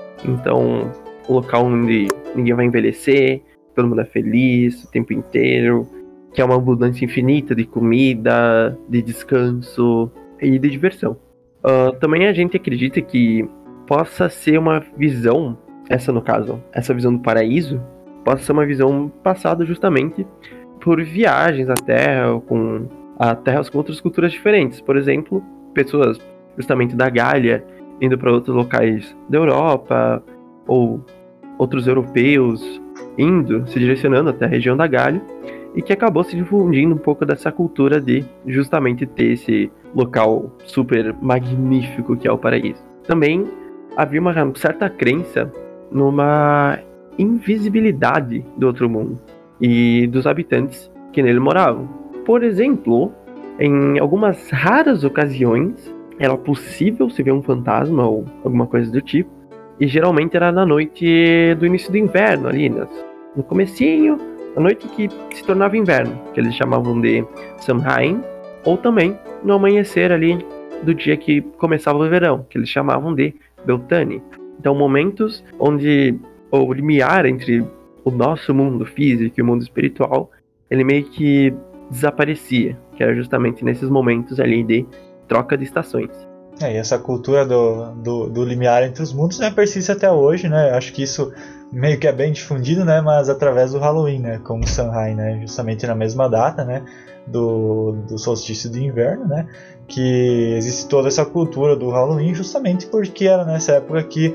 [SPEAKER 5] Então, um local onde ninguém vai envelhecer, todo mundo é feliz o tempo inteiro, que é uma abundância infinita de comida, de descanso e de diversão. Uh, também a gente acredita que possa ser uma visão, essa no caso, essa visão do paraíso, possa ser uma visão passada justamente por viagens à Terra, com a terras com outras culturas diferentes. Por exemplo, pessoas justamente da Gália indo para outros locais da Europa, ou outros europeus indo, se direcionando até a região da Gália, e que acabou se difundindo um pouco dessa cultura de justamente ter esse local super magnífico que é o paraíso. Também havia uma certa crença numa invisibilidade do outro mundo e dos habitantes que nele moravam. Por exemplo, em algumas raras ocasiões era possível se ver um fantasma ou alguma coisa do tipo, e geralmente era na noite do início do inverno, ali no comecinho, a noite que se tornava inverno, que eles chamavam de Samhain, ou também no amanhecer ali do dia que começava o verão, que eles chamavam de Beltane. Então, momentos onde o limiar entre o nosso mundo físico e o mundo espiritual, ele meio que desaparecia, que era justamente nesses momentos ali de troca de estações.
[SPEAKER 3] É, e essa cultura do, do, do limiar entre os mundos, né, persiste até hoje, né? Acho que isso meio que é bem difundido, né? Mas através do Halloween, né? Como o Samhain, né? Justamente na mesma data, né? Do, do solstício de inverno, né? Que existe toda essa cultura do Halloween justamente porque era nessa época que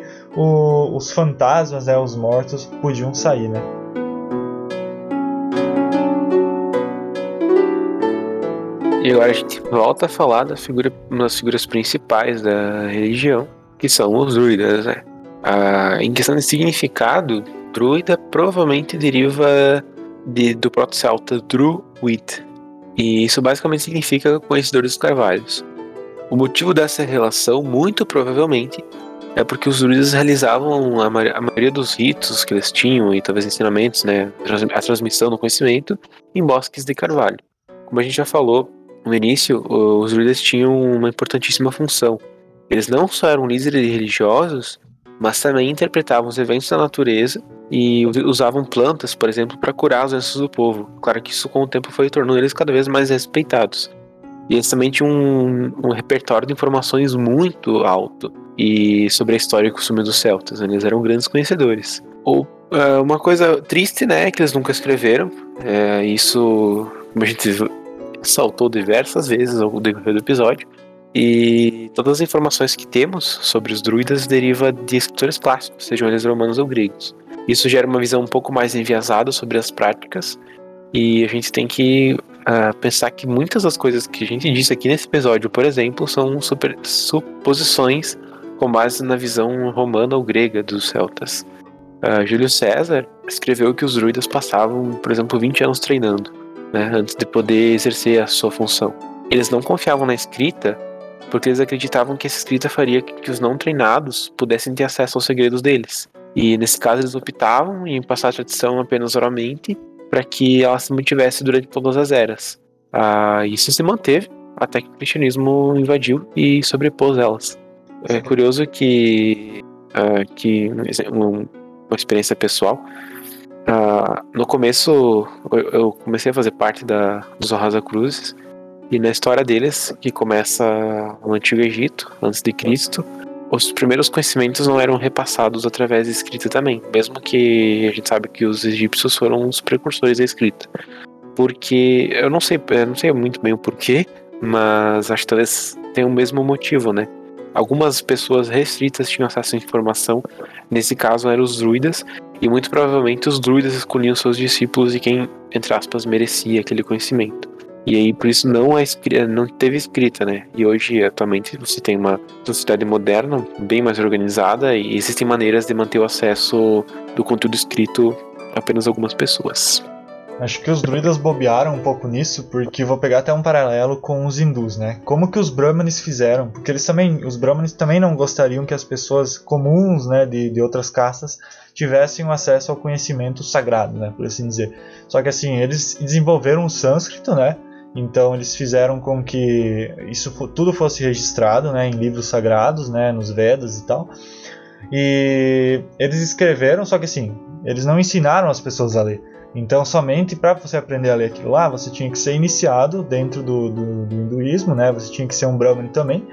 [SPEAKER 3] o, os fantasmas, né? Os mortos podiam sair, né?
[SPEAKER 4] E agora a gente volta a falar da figura, uma das figuras principais da religião, que são os druidas, né? Ah, em questão de significado, druida provavelmente deriva de, do proto-celta druid, e isso basicamente significa conhecedor dos carvalhos. O motivo dessa relação, muito provavelmente, é porque os druidas realizavam a, ma- a maioria dos ritos que eles tinham, e talvez ensinamentos, né, a transmissão do conhecimento, em bosques de carvalho. Como a gente já falou no início, os druidas tinham uma importantíssima função. Eles não só eram líderes religiosos, mas também interpretavam os eventos da natureza e usavam plantas, por exemplo, para curar as doenças do povo. Claro que isso com o tempo foi tornando eles cada vez mais respeitados. E eles também tinham um, um repertório de informações muito alto e sobre a história e costume dos celtas. Eles eram grandes conhecedores. Ou uh, uma coisa triste, né, que eles nunca escreveram. É, isso, como a gente saltou diversas vezes ao decorrer do episódio. E todas as informações que temos sobre os druidas deriva de escritores clássicos, sejam eles romanos ou gregos. Isso gera uma visão um pouco mais enviesada sobre as práticas. E a gente tem que uh, pensar que muitas das coisas que a gente disse aqui nesse episódio, por exemplo, são super, suposições com base na visão romana ou grega dos celtas. Uh, Júlio César escreveu que os druidas passavam, por exemplo, vinte anos treinando, né, antes de poder exercer a sua função. Eles não confiavam na escrita porque eles acreditavam que essa escrita faria que os não treinados pudessem ter acesso aos segredos deles. E nesse caso eles optavam em passar a tradição apenas oralmente para que ela se mantivesse durante todas as eras. Ah, isso se manteve até que o cristianismo invadiu e sobrepôs elas. É curioso que, ah, que uma, uma experiência pessoal, ah, no começo eu, eu comecei a fazer parte da, dos Arrasa Cruzes, e na história deles, que começa no Antigo Egito, antes de Cristo, os primeiros conhecimentos não eram repassados através da escrita também, mesmo que a gente sabe que os egípcios foram os precursores da escrita. Porque, eu não sei, eu não sei muito bem o porquê, mas acho que talvez tenha o mesmo motivo, né? Algumas pessoas restritas tinham acesso à informação, nesse caso eram os druidas, e muito provavelmente os druidas escolhiam seus discípulos e quem, entre aspas, merecia aquele conhecimento. E aí, por isso, não, é escrita, não teve escrita, né? E hoje, atualmente, você tem uma sociedade moderna, bem mais organizada, e existem maneiras de manter o acesso do conteúdo escrito a apenas algumas pessoas.
[SPEAKER 3] Acho que os druidas bobearam um pouco nisso, porque vou pegar até um paralelo com os hindus, né? Como que os brahmanes fizeram? Porque eles também, os brahmanes também não gostariam que as pessoas comuns, né, de, de outras castas, tivessem um acesso ao conhecimento sagrado, né, por assim dizer. Só que assim, eles desenvolveram o sânscrito, né? Então eles fizeram com que isso tudo fosse registrado, né, em livros sagrados, né, nos Vedas e tal. E eles escreveram, só que assim, eles não ensinaram as pessoas a ler. Então somente para você aprender a ler aquilo lá, você tinha que ser iniciado dentro do, do, do hinduísmo, né, você tinha que ser um brahmane também.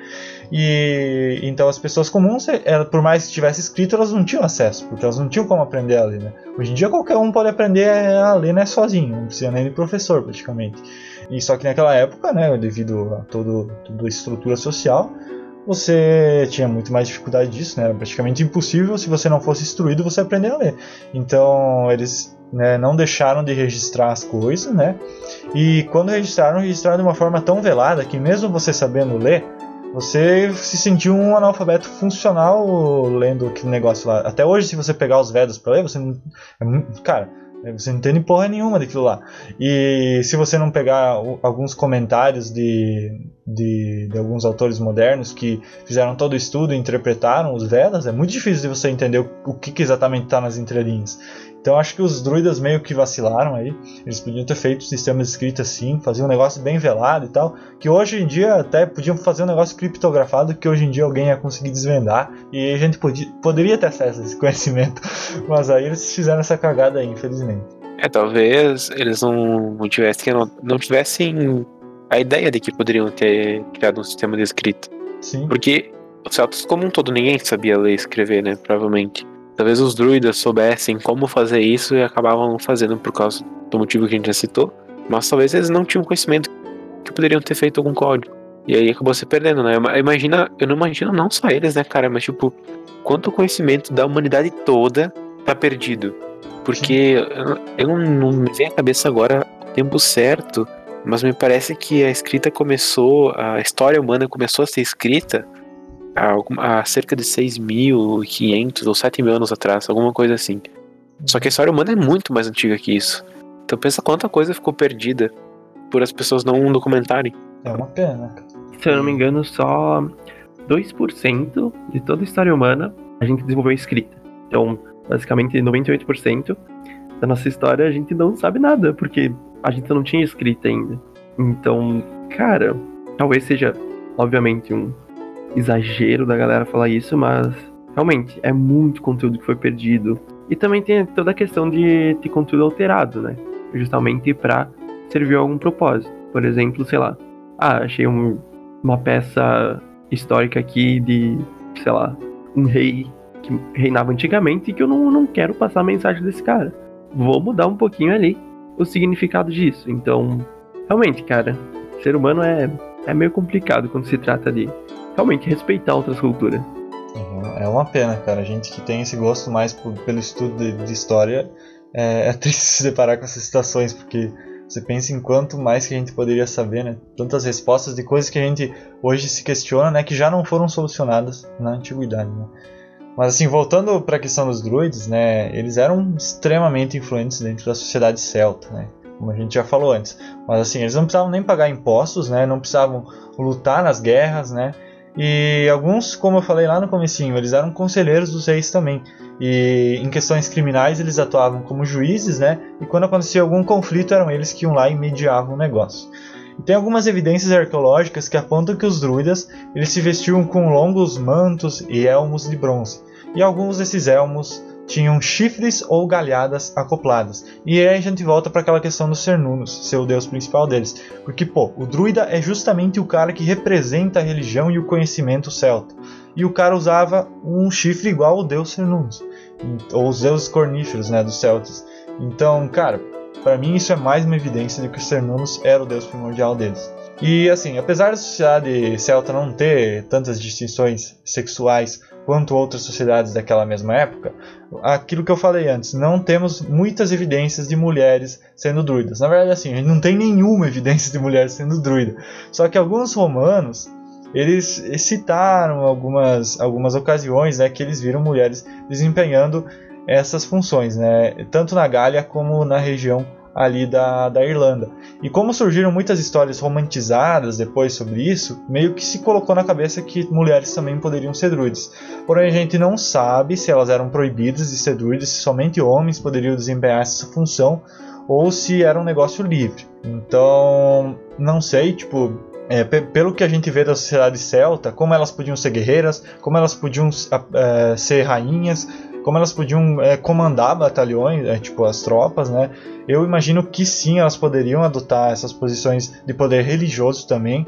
[SPEAKER 3] E então as pessoas comuns, por mais que tivesse escrito, elas não tinham acesso, porque elas não tinham como aprender a ler, né? Hoje em dia qualquer um pode aprender a ler, né, sozinho, não precisa nem de professor praticamente. E só que naquela época, né, devido a todo, toda a estrutura social, você tinha muito mais dificuldade disso, né? Era praticamente impossível, se você não fosse instruído, você aprender a ler. Então eles, né, não deixaram de registrar as coisas, né? E quando registraram, registraram de uma forma tão velada que mesmo você sabendo ler, você se sentiu um analfabeto funcional lendo aquele negócio lá. Até hoje, se você pegar os Vedas pra ler, você não... Cara, você não entende porra nenhuma daquilo lá. E se você não pegar alguns comentários de, de, de alguns autores modernos que fizeram todo o estudo e interpretaram os Vedas, é muito difícil de você entender o, o que, que exatamente está nas entrelinhas. Então acho que os druidas meio que vacilaram aí. Eles podiam ter feito sistemas de escrita assim, fazer um negócio bem velado e tal, que hoje em dia até podiam fazer um negócio criptografado que hoje em dia alguém ia conseguir desvendar e a gente podia, poderia ter acesso a esse conhecimento. Mas aí eles fizeram essa cagada aí, infelizmente.
[SPEAKER 4] É, talvez eles não, não, tivessem, não, não tivessem a ideia de que poderiam ter criado um sistema de escrita.
[SPEAKER 3] Sim.
[SPEAKER 4] Porque os celtas como um todo, ninguém sabia ler e escrever, né, provavelmente. Talvez os druidas soubessem como fazer isso e acabavam não fazendo por causa do motivo que a gente já citou. Mas talvez eles não tinham conhecimento que poderiam ter feito algum código. E aí acabou se perdendo, né? Imagina, eu não imagino não só eles, né, cara? Mas tipo, quanto conhecimento da humanidade toda tá perdido. Porque eu, eu não me vem à cabeça agora o tempo certo, mas me parece que a escrita começou, a história humana começou a ser escrita há cerca de seis mil e quinhentos ou sete mil anos atrás, alguma coisa assim. Só que a história humana é muito mais antiga que isso. Então pensa quanta coisa ficou perdida por as pessoas não documentarem.
[SPEAKER 3] É uma pena.
[SPEAKER 5] Se eu não me engano, só dois por cento de toda a história humana a gente desenvolveu escrita. Então, basicamente, noventa e oito por cento da nossa história a gente não sabe nada, porque a gente não tinha escrita ainda. Então, cara, talvez seja, obviamente, um exagero da galera falar isso, mas realmente é muito conteúdo que foi perdido. E também tem toda a questão de ter conteúdo alterado, né? Justamente pra servir a algum propósito. Por exemplo, sei lá, ah, achei um, uma peça histórica aqui de, sei lá, um rei que reinava antigamente e que eu não, não quero passar a mensagem desse cara. Vou mudar um pouquinho ali o significado disso. Então, realmente, cara, ser humano é, é meio complicado quando se trata de realmente respeitar outras culturas.
[SPEAKER 3] Uhum, é uma pena, cara. A gente que tem esse gosto mais por, pelo estudo de, de história, é, é triste se deparar com essas situações, porque você pensa em quanto mais que a gente poderia saber, né? Tantas respostas de coisas que a gente hoje se questiona, né? Que já não foram solucionadas na antiguidade, né? Mas assim, voltando para a questão dos druids, né? Eles eram extremamente influentes dentro da sociedade celta, né? Como a gente já falou antes. Mas assim, eles não precisavam nem pagar impostos, né? Não precisavam lutar nas guerras, né? E alguns, como eu falei lá no comecinho, eles eram conselheiros dos reis também. E em questões criminais eles atuavam como juízes, né? E quando acontecia algum conflito eram eles que iam lá e mediavam o negócio. E tem algumas evidências arqueológicas que apontam que os druidas eles se vestiam com longos mantos e elmos de bronze. E alguns desses elmos tinham chifres ou galhadas acopladas. E aí a gente volta para aquela questão dos Cernunnos, ser o deus principal deles. Porque, pô, o druida é justamente o cara que representa a religião e o conhecimento celta. E o cara usava um chifre igual ao deus Cernunnos, ou os deuses corníferos, né, dos celtas. Então, cara, para mim isso é mais uma evidência de que os Cernunnos era o deus primordial deles. E assim, apesar da sociedade celta não ter tantas distinções sexuais quanto outras sociedades daquela mesma época, aquilo que eu falei antes, não temos muitas evidências de mulheres sendo druidas. Na verdade, assim, a gente não tem nenhuma evidência de mulheres sendo druida. Só que alguns romanos, eles citaram algumas, algumas ocasiões, né, que eles viram mulheres desempenhando essas funções, né, tanto na Gália como na região ali da, da Irlanda. E como surgiram muitas histórias romantizadas depois sobre isso, meio que se colocou na cabeça que mulheres também poderiam ser druidas. Porém, a gente não sabe se elas eram proibidas de ser druidas, se somente homens poderiam desempenhar essa função, ou se era um negócio livre. Então, não sei, tipo, é, p- pelo que a gente vê da sociedade celta, como elas podiam ser guerreiras, como elas podiam é, ser rainhas, como elas podiam é, comandar batalhões, é, tipo as tropas, né? Eu imagino que sim, elas poderiam adotar essas posições de poder religioso também,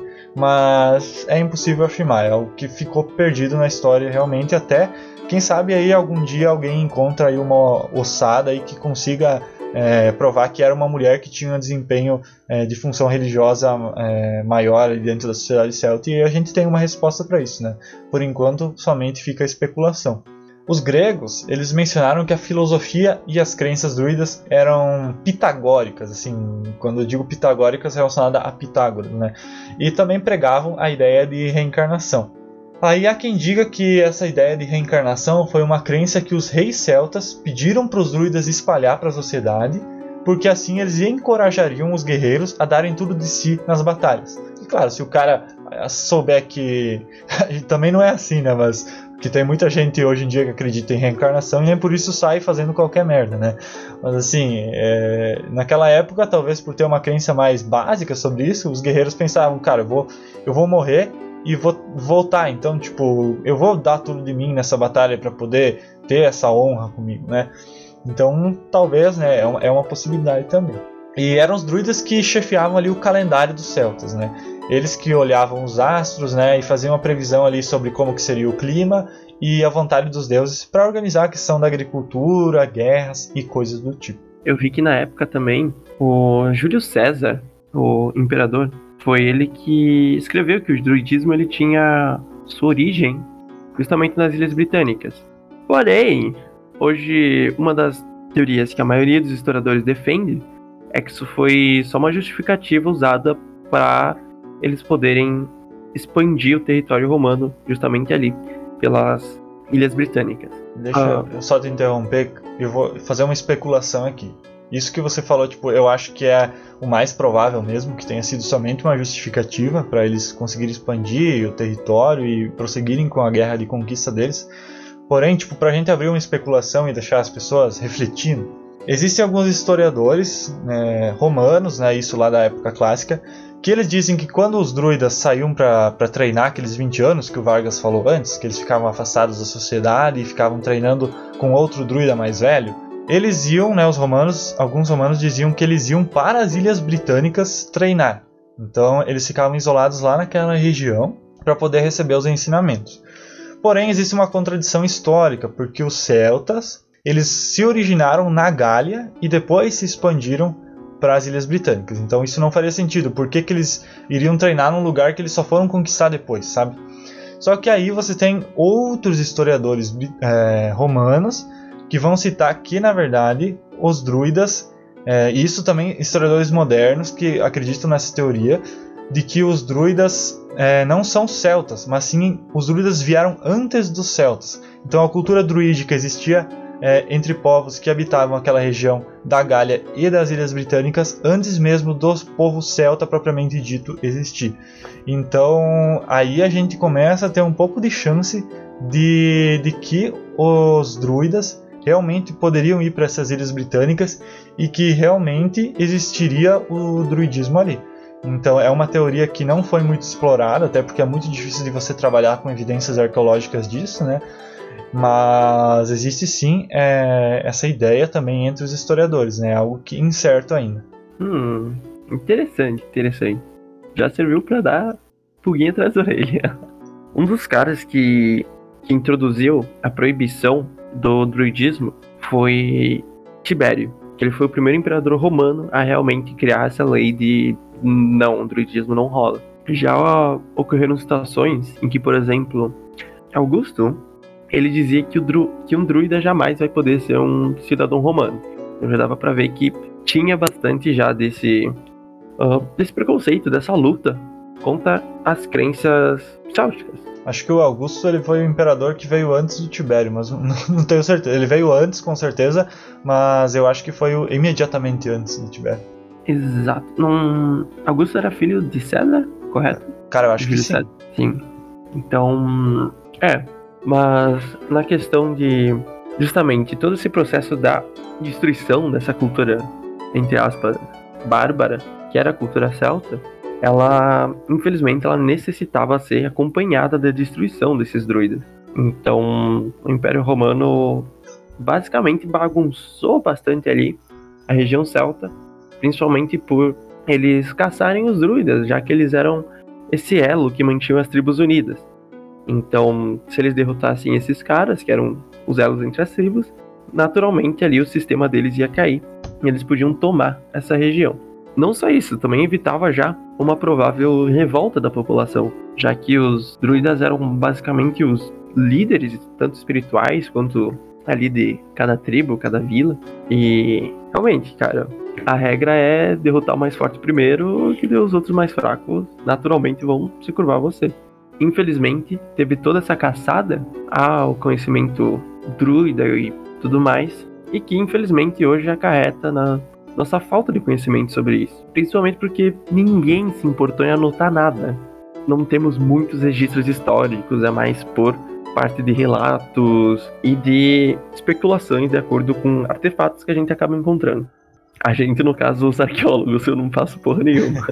[SPEAKER 3] mas é impossível afirmar, é algo que ficou perdido na história realmente, até, quem sabe aí algum dia alguém encontra aí uma ossada aí que consiga é, provar que era uma mulher que tinha um desempenho é, de função religiosa é, maior dentro da sociedade celta, e a gente tem uma resposta para isso, né? Por enquanto, somente fica a especulação. Os gregos, eles mencionaram que a filosofia e as crenças druidas eram pitagóricas, assim, quando eu digo pitagóricas, relacionada a Pitágoras, né? E também pregavam a ideia de reencarnação. Aí há quem diga que essa ideia de reencarnação foi uma crença que os reis celtas pediram para os druidas espalhar para a sociedade, porque assim eles encorajariam os guerreiros a darem tudo de si nas batalhas. E claro, se o cara souber que... também não é assim, né? Mas... que tem muita gente hoje em dia que acredita em reencarnação e nem por isso sai fazendo qualquer merda, né? Mas assim, é... naquela época, talvez por ter uma crença mais básica sobre isso, os guerreiros pensavam, cara, eu vou, eu vou morrer e vou voltar, então, tipo, eu vou dar tudo de mim nessa batalha para poder ter essa honra comigo, né? Então, talvez, né, é uma, é uma possibilidade também. E eram os druidas que chefiavam ali o calendário dos celtas, né? Eles que olhavam os astros, né, e faziam uma previsão ali sobre como que seria o clima e a vontade dos deuses para organizar a questão da agricultura, guerras e coisas do tipo.
[SPEAKER 5] Eu vi que na época também o Júlio César, o imperador, foi ele que escreveu que o druidismo ele tinha sua origem justamente nas Ilhas Britânicas. Porém, hoje uma das teorias que a maioria dos historiadores defende é que isso foi só uma justificativa usada para eles poderem expandir o território romano justamente ali, pelas Ilhas Britânicas.
[SPEAKER 3] Deixa
[SPEAKER 5] ah.
[SPEAKER 3] eu só te interromper, eu vou fazer uma especulação aqui. Isso que você falou, tipo, eu acho que é o mais provável mesmo, que tenha sido somente uma justificativa para eles conseguirem expandir o território e prosseguirem com a guerra de conquista deles. Porém, tipo, pra gente abrir uma especulação e deixar as pessoas refletindo, existem alguns historiadores, né, romanos, né, isso lá da época clássica, que eles dizem que quando os druidas saíam para treinar aqueles vinte anos que o Vargas falou antes, que eles ficavam afastados da sociedade e ficavam treinando com outro druida mais velho, eles iam, né, os romanos, alguns romanos diziam que eles iam para as Ilhas Britânicas treinar. Então eles ficavam isolados lá naquela região para poder receber os ensinamentos. Porém, existe uma contradição histórica, porque os celtas, eles se originaram na Gália e depois se expandiram para as Ilhas Britânicas. Então isso não faria sentido. Por que que eles iriam treinar num lugar que eles só foram conquistar depois, sabe? Só que aí você tem outros historiadores é, romanos que vão citar que, na verdade, os druidas, é, e isso também historiadores modernos que acreditam nessa teoria, de que os druidas é, não são celtas, mas sim os druidas vieram antes dos celtas. Então a cultura druídica existia É, entre povos que habitavam aquela região da Gália e das Ilhas Britânicas antes mesmo do povo celta propriamente dito existir. Então aí a gente começa a ter um pouco de chance de, de que os druidas realmente poderiam ir para essas Ilhas Britânicas e que realmente existiria o druidismo ali. Então é uma teoria que não foi muito explorada, até porque é muito difícil de você trabalhar com evidências arqueológicas disso, né? Mas existe sim é, essa ideia também entre os historiadores, né? Algo que é incerto ainda.
[SPEAKER 5] Hum, interessante, interessante. Já serviu pra dar pulguinha atrás da orelha. Um dos caras que, que introduziu a proibição do druidismo foi Tibério, que ele foi o primeiro imperador romano a realmente criar essa lei de não, o druidismo não rola. Já ocorreram situações em que, por exemplo, Augusto, ele dizia que, o dru, que um druida jamais vai poder ser um cidadão romano. Então já dava pra ver que tinha bastante já desse, uh, desse preconceito, dessa luta contra as crenças célticas.
[SPEAKER 3] Acho que o Augusto ele foi o imperador que veio antes do Tibério, mas não, não tenho certeza. Ele veio antes, com certeza, mas eu acho que foi o, imediatamente antes do Tibério.
[SPEAKER 5] Exato. Não... Augusto era filho de César, correto?
[SPEAKER 3] Cara, eu acho que sim.
[SPEAKER 5] Sim. Então, é... Mas na questão de, justamente, todo esse processo da destruição dessa cultura, entre aspas, bárbara, que era a cultura celta, ela, infelizmente, ela necessitava ser acompanhada da destruição desses druidas. Então, o Império Romano basicamente bagunçou bastante ali a região celta, principalmente por eles caçarem os druidas, já que eles eram esse elo que mantinha as tribos unidas. Então, se eles derrotassem esses caras, que eram os elos entre as tribos, naturalmente ali o sistema deles ia cair e eles podiam tomar essa região. Não só isso, também evitava já uma provável revolta da população, já que os druidas eram basicamente os líderes, tanto espirituais quanto ali de cada tribo, cada vila. E realmente, cara, a regra é derrotar o mais forte primeiro, que os outros mais fracos naturalmente vão se curvar a você. Infelizmente, teve toda essa caçada ao conhecimento druida e tudo mais, e que infelizmente hoje acarreta na nossa falta de conhecimento sobre isso. Principalmente porque ninguém se importou em anotar nada. Não temos muitos registros históricos, é mais por parte de relatos e de especulações de acordo com artefatos que a gente acaba encontrando. A gente, no caso, os arqueólogos, eu não faço porra nenhuma.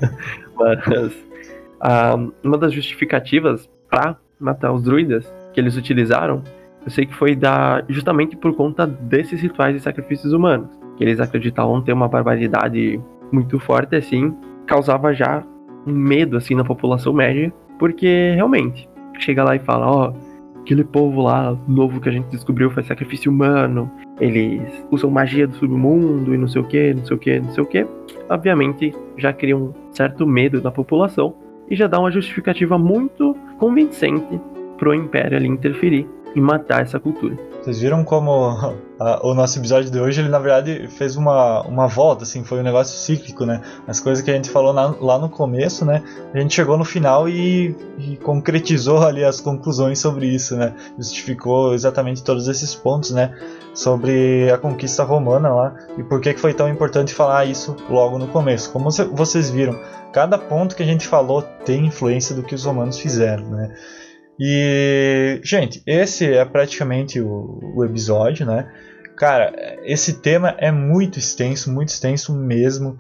[SPEAKER 5] Mas... Uh, uma das justificativas para matar os druidas que eles utilizaram, eu sei que foi da, justamente por conta desses rituais de sacrifícios humanos, que eles acreditavam ter uma barbaridade muito forte, assim, causava já um medo assim na população média, porque realmente chega lá e fala, ó, oh, aquele povo lá novo que a gente descobriu faz sacrifício humano, eles usam magia do submundo e não sei o que, não sei o que, não sei o que, obviamente já cria um certo medo na população. E já dá uma justificativa muito convincente pro Império ali interferir e matar essa cultura.
[SPEAKER 3] Vocês viram como a, o nosso episódio de hoje, ele na verdade fez uma, uma volta, assim, foi um negócio cíclico, né? As coisas que a gente falou na, lá no começo, né? A gente chegou no final e, e concretizou ali as conclusões sobre isso, né? Justificou exatamente todos esses pontos, né? Sobre a conquista romana lá e por que foi tão importante falar isso logo no começo. Como vocês viram, cada ponto que a gente falou tem influência do que os romanos fizeram, né? E, gente, esse é praticamente o, o episódio, né? Cara, esse tema é muito extenso, muito extenso mesmo.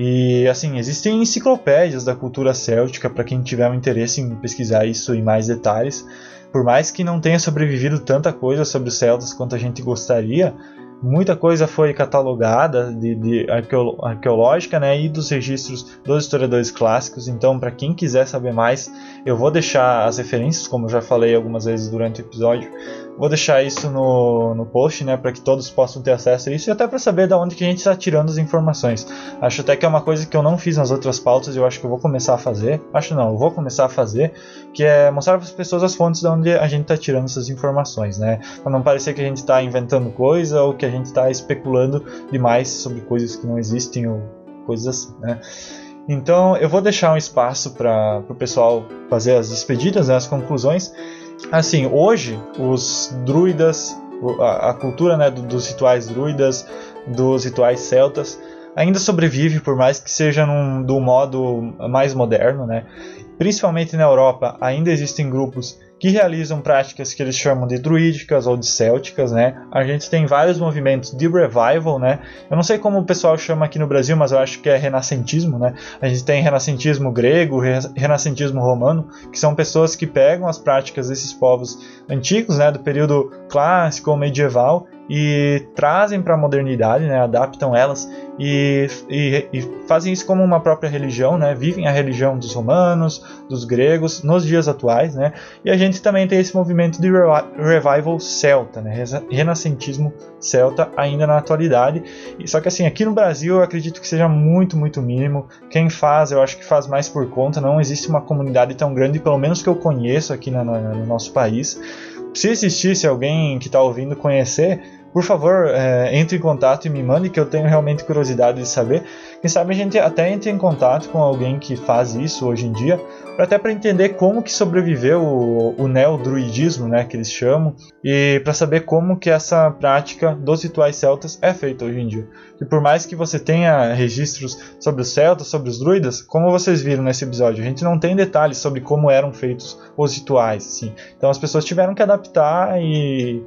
[SPEAKER 3] E assim, existem enciclopédias da cultura céltica para quem tiver um interesse em pesquisar isso em mais detalhes. Por mais que não tenha sobrevivido tanta coisa sobre os celtas quanto a gente gostaria, muita coisa foi catalogada de, de arqueolo, arqueológica, né, e dos registros dos historiadores clássicos. Então, para quem quiser saber mais, eu vou deixar as referências, como eu já falei algumas vezes durante o episódio. Vou deixar isso no, no post, né, para que todos possam ter acesso a isso e até para saber de onde que a gente está tirando as informações. Acho até que é uma coisa que eu não fiz nas outras pautas e eu acho que eu vou começar a fazer. Acho não, eu vou começar a fazer, que é mostrar para as pessoas as fontes de onde a gente está tirando essas informações, né, para não parecer que a gente está inventando coisa ou que a gente está especulando demais sobre coisas que não existem ou coisas assim, né. Então eu vou deixar um espaço para o pessoal fazer as despedidas, né, as conclusões. Assim, hoje os druidas, a, a cultura, né, do, dos rituais druidas, dos rituais celtas, ainda sobrevive, por mais que seja num, do modo mais moderno, né? Principalmente na Europa, ainda existem grupos que realizam práticas que eles chamam de druídicas ou de célticas, né? A gente tem vários movimentos de revival, né? Eu não sei como o pessoal chama aqui no Brasil, mas eu acho que é renascentismo, né? A gente tem renascentismo grego, renascentismo romano, que são pessoas que pegam as práticas desses povos antigos, né, do período clássico ou medieval, e trazem para a modernidade, né, adaptam elas e, e, e fazem isso como uma própria religião, né, vivem a religião dos romanos, dos gregos, nos dias atuais, né, e a gente também tem esse movimento de revival celta, né, renascentismo celta ainda na atualidade. Só que assim, aqui no Brasil eu acredito que seja muito, muito mínimo. Quem faz, eu acho que faz mais por conta, não existe uma comunidade tão grande, pelo menos que eu conheço aqui no, no nosso país. Se existisse alguém que está ouvindo conhecer, por favor, é, entre em contato e me mande, que eu tenho realmente curiosidade de saber. Quem sabe a gente até entre em contato com alguém que faz isso hoje em dia, pra até para entender como que sobreviveu o, o neodruidismo, né, que eles chamam, e para saber como que essa prática dos rituais celtas é feita hoje em dia. E por mais que você tenha registros sobre os celtas, sobre os druidas, como vocês viram nesse episódio, a gente não tem detalhes sobre como eram feitos os rituais, assim. Então as pessoas tiveram que adaptar e,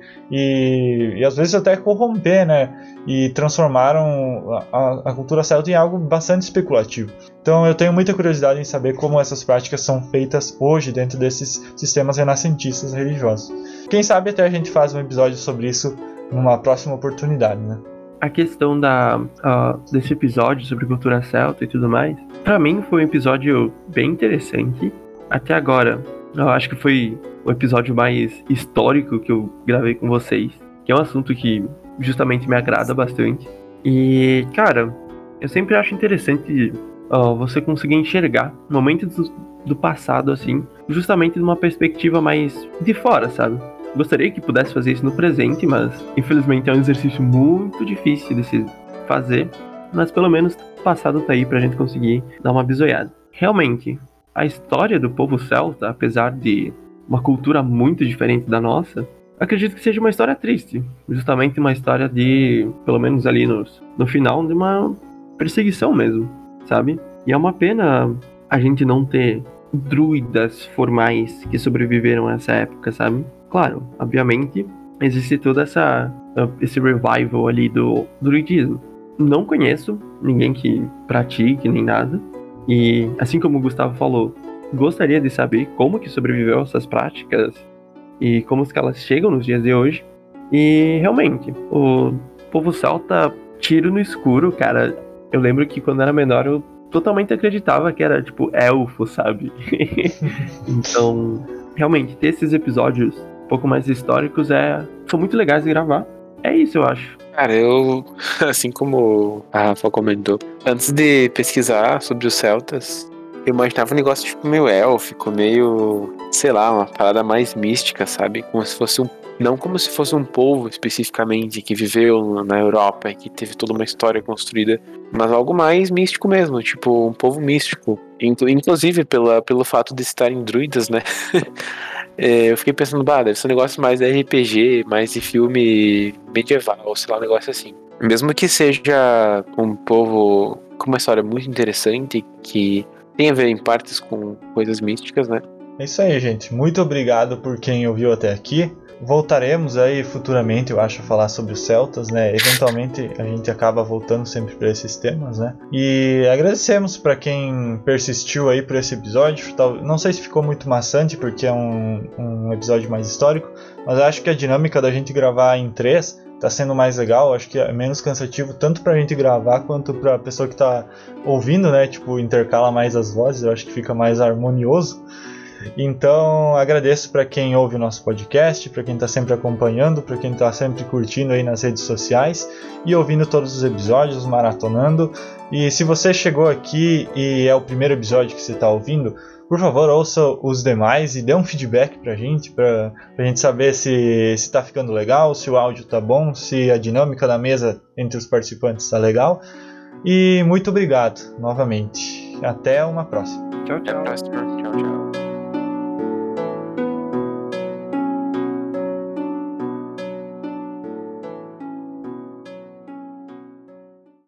[SPEAKER 3] e, e às vezes até corromper, né, e transformaram a, a cultura celta em algo bastante especulativo. Então eu tenho muita curiosidade em saber como essas práticas são feitas hoje dentro desses sistemas renascentistas religiosos. Quem sabe até a gente faz um episódio sobre isso numa próxima oportunidade, né?
[SPEAKER 5] A questão da, uh, desse episódio sobre cultura celta e tudo mais, pra mim foi um episódio bem interessante. Até agora, eu acho que foi o episódio mais histórico que eu gravei com vocês, que é um assunto que justamente me agrada bastante. E, cara, eu sempre acho interessante uh, você conseguir enxergar momentos do, do passado, assim, justamente de uma perspectiva mais de fora, sabe? Gostaria que pudesse fazer isso no presente, mas infelizmente é um exercício muito difícil de se fazer. Mas pelo menos o passado tá aí pra gente conseguir dar uma bisoiada. Realmente, a história do povo celta, apesar de uma cultura muito diferente da nossa, acredito que seja uma história triste. Justamente uma história de, pelo menos ali no, no final, de uma perseguição mesmo, sabe? E é uma pena a gente não ter druidas formais que sobreviveram a essa época, sabe? Claro, obviamente, existe toda essa esse revival ali do druidismo. Não conheço ninguém que pratique nem nada. E, assim como o Gustavo falou, gostaria de saber como que sobreviveu essas práticas e como que elas chegam nos dias de hoje. E, realmente, o povo celta, tiro no escuro, cara. Eu lembro que quando era menor eu totalmente acreditava que era, tipo, elfo, sabe? Então, realmente, ter esses episódios um pouco mais históricos é, são muito legais de gravar. É isso, eu acho.
[SPEAKER 4] Cara, eu, assim como a Rafa comentou, antes de pesquisar sobre os celtas, eu imaginava um negócio tipo meio élfico, meio, sei lá, uma parada mais mística, sabe? Como se fosse um, não como se fosse um povo especificamente que viveu na Europa e que teve toda uma história construída, mas algo mais místico mesmo, tipo um povo místico. Inclusive pela, pelo fato de estarem druidas, né? É, eu fiquei pensando, bah, deve ser um negócio mais de R P G, mais de filme medieval, sei lá, um negócio assim. Mesmo que seja um povo com uma história muito interessante, que tem a ver em partes com coisas místicas, né?
[SPEAKER 3] É isso aí, gente. Muito obrigado por quem ouviu até aqui. Voltaremos aí futuramente, eu acho, a falar sobre os Celtas, né? Eventualmente a gente acaba voltando sempre para esses temas, né? E agradecemos para quem persistiu aí por esse episódio. Não sei se ficou muito maçante, porque é um, um episódio mais histórico, mas acho que a dinâmica da gente gravar em três tá sendo mais legal. Acho que é menos cansativo tanto pra gente gravar quanto pra pessoa que tá ouvindo, né? Tipo, intercala mais as vozes, eu acho que fica mais harmonioso. Então, agradeço para quem ouve o nosso podcast, para quem está sempre acompanhando, para quem está sempre curtindo aí nas redes sociais e ouvindo todos os episódios, maratonando. E se você chegou aqui e é o primeiro episódio que você está ouvindo, por favor, ouça os demais e dê um feedback pra gente, pra, pra gente saber se está ficando legal, se o áudio tá bom, se a dinâmica da mesa entre os participantes está legal. E muito obrigado, novamente. Até uma próxima.
[SPEAKER 5] Tchau,
[SPEAKER 4] Até a
[SPEAKER 5] tchau.
[SPEAKER 4] próxima. Tchau, tchau.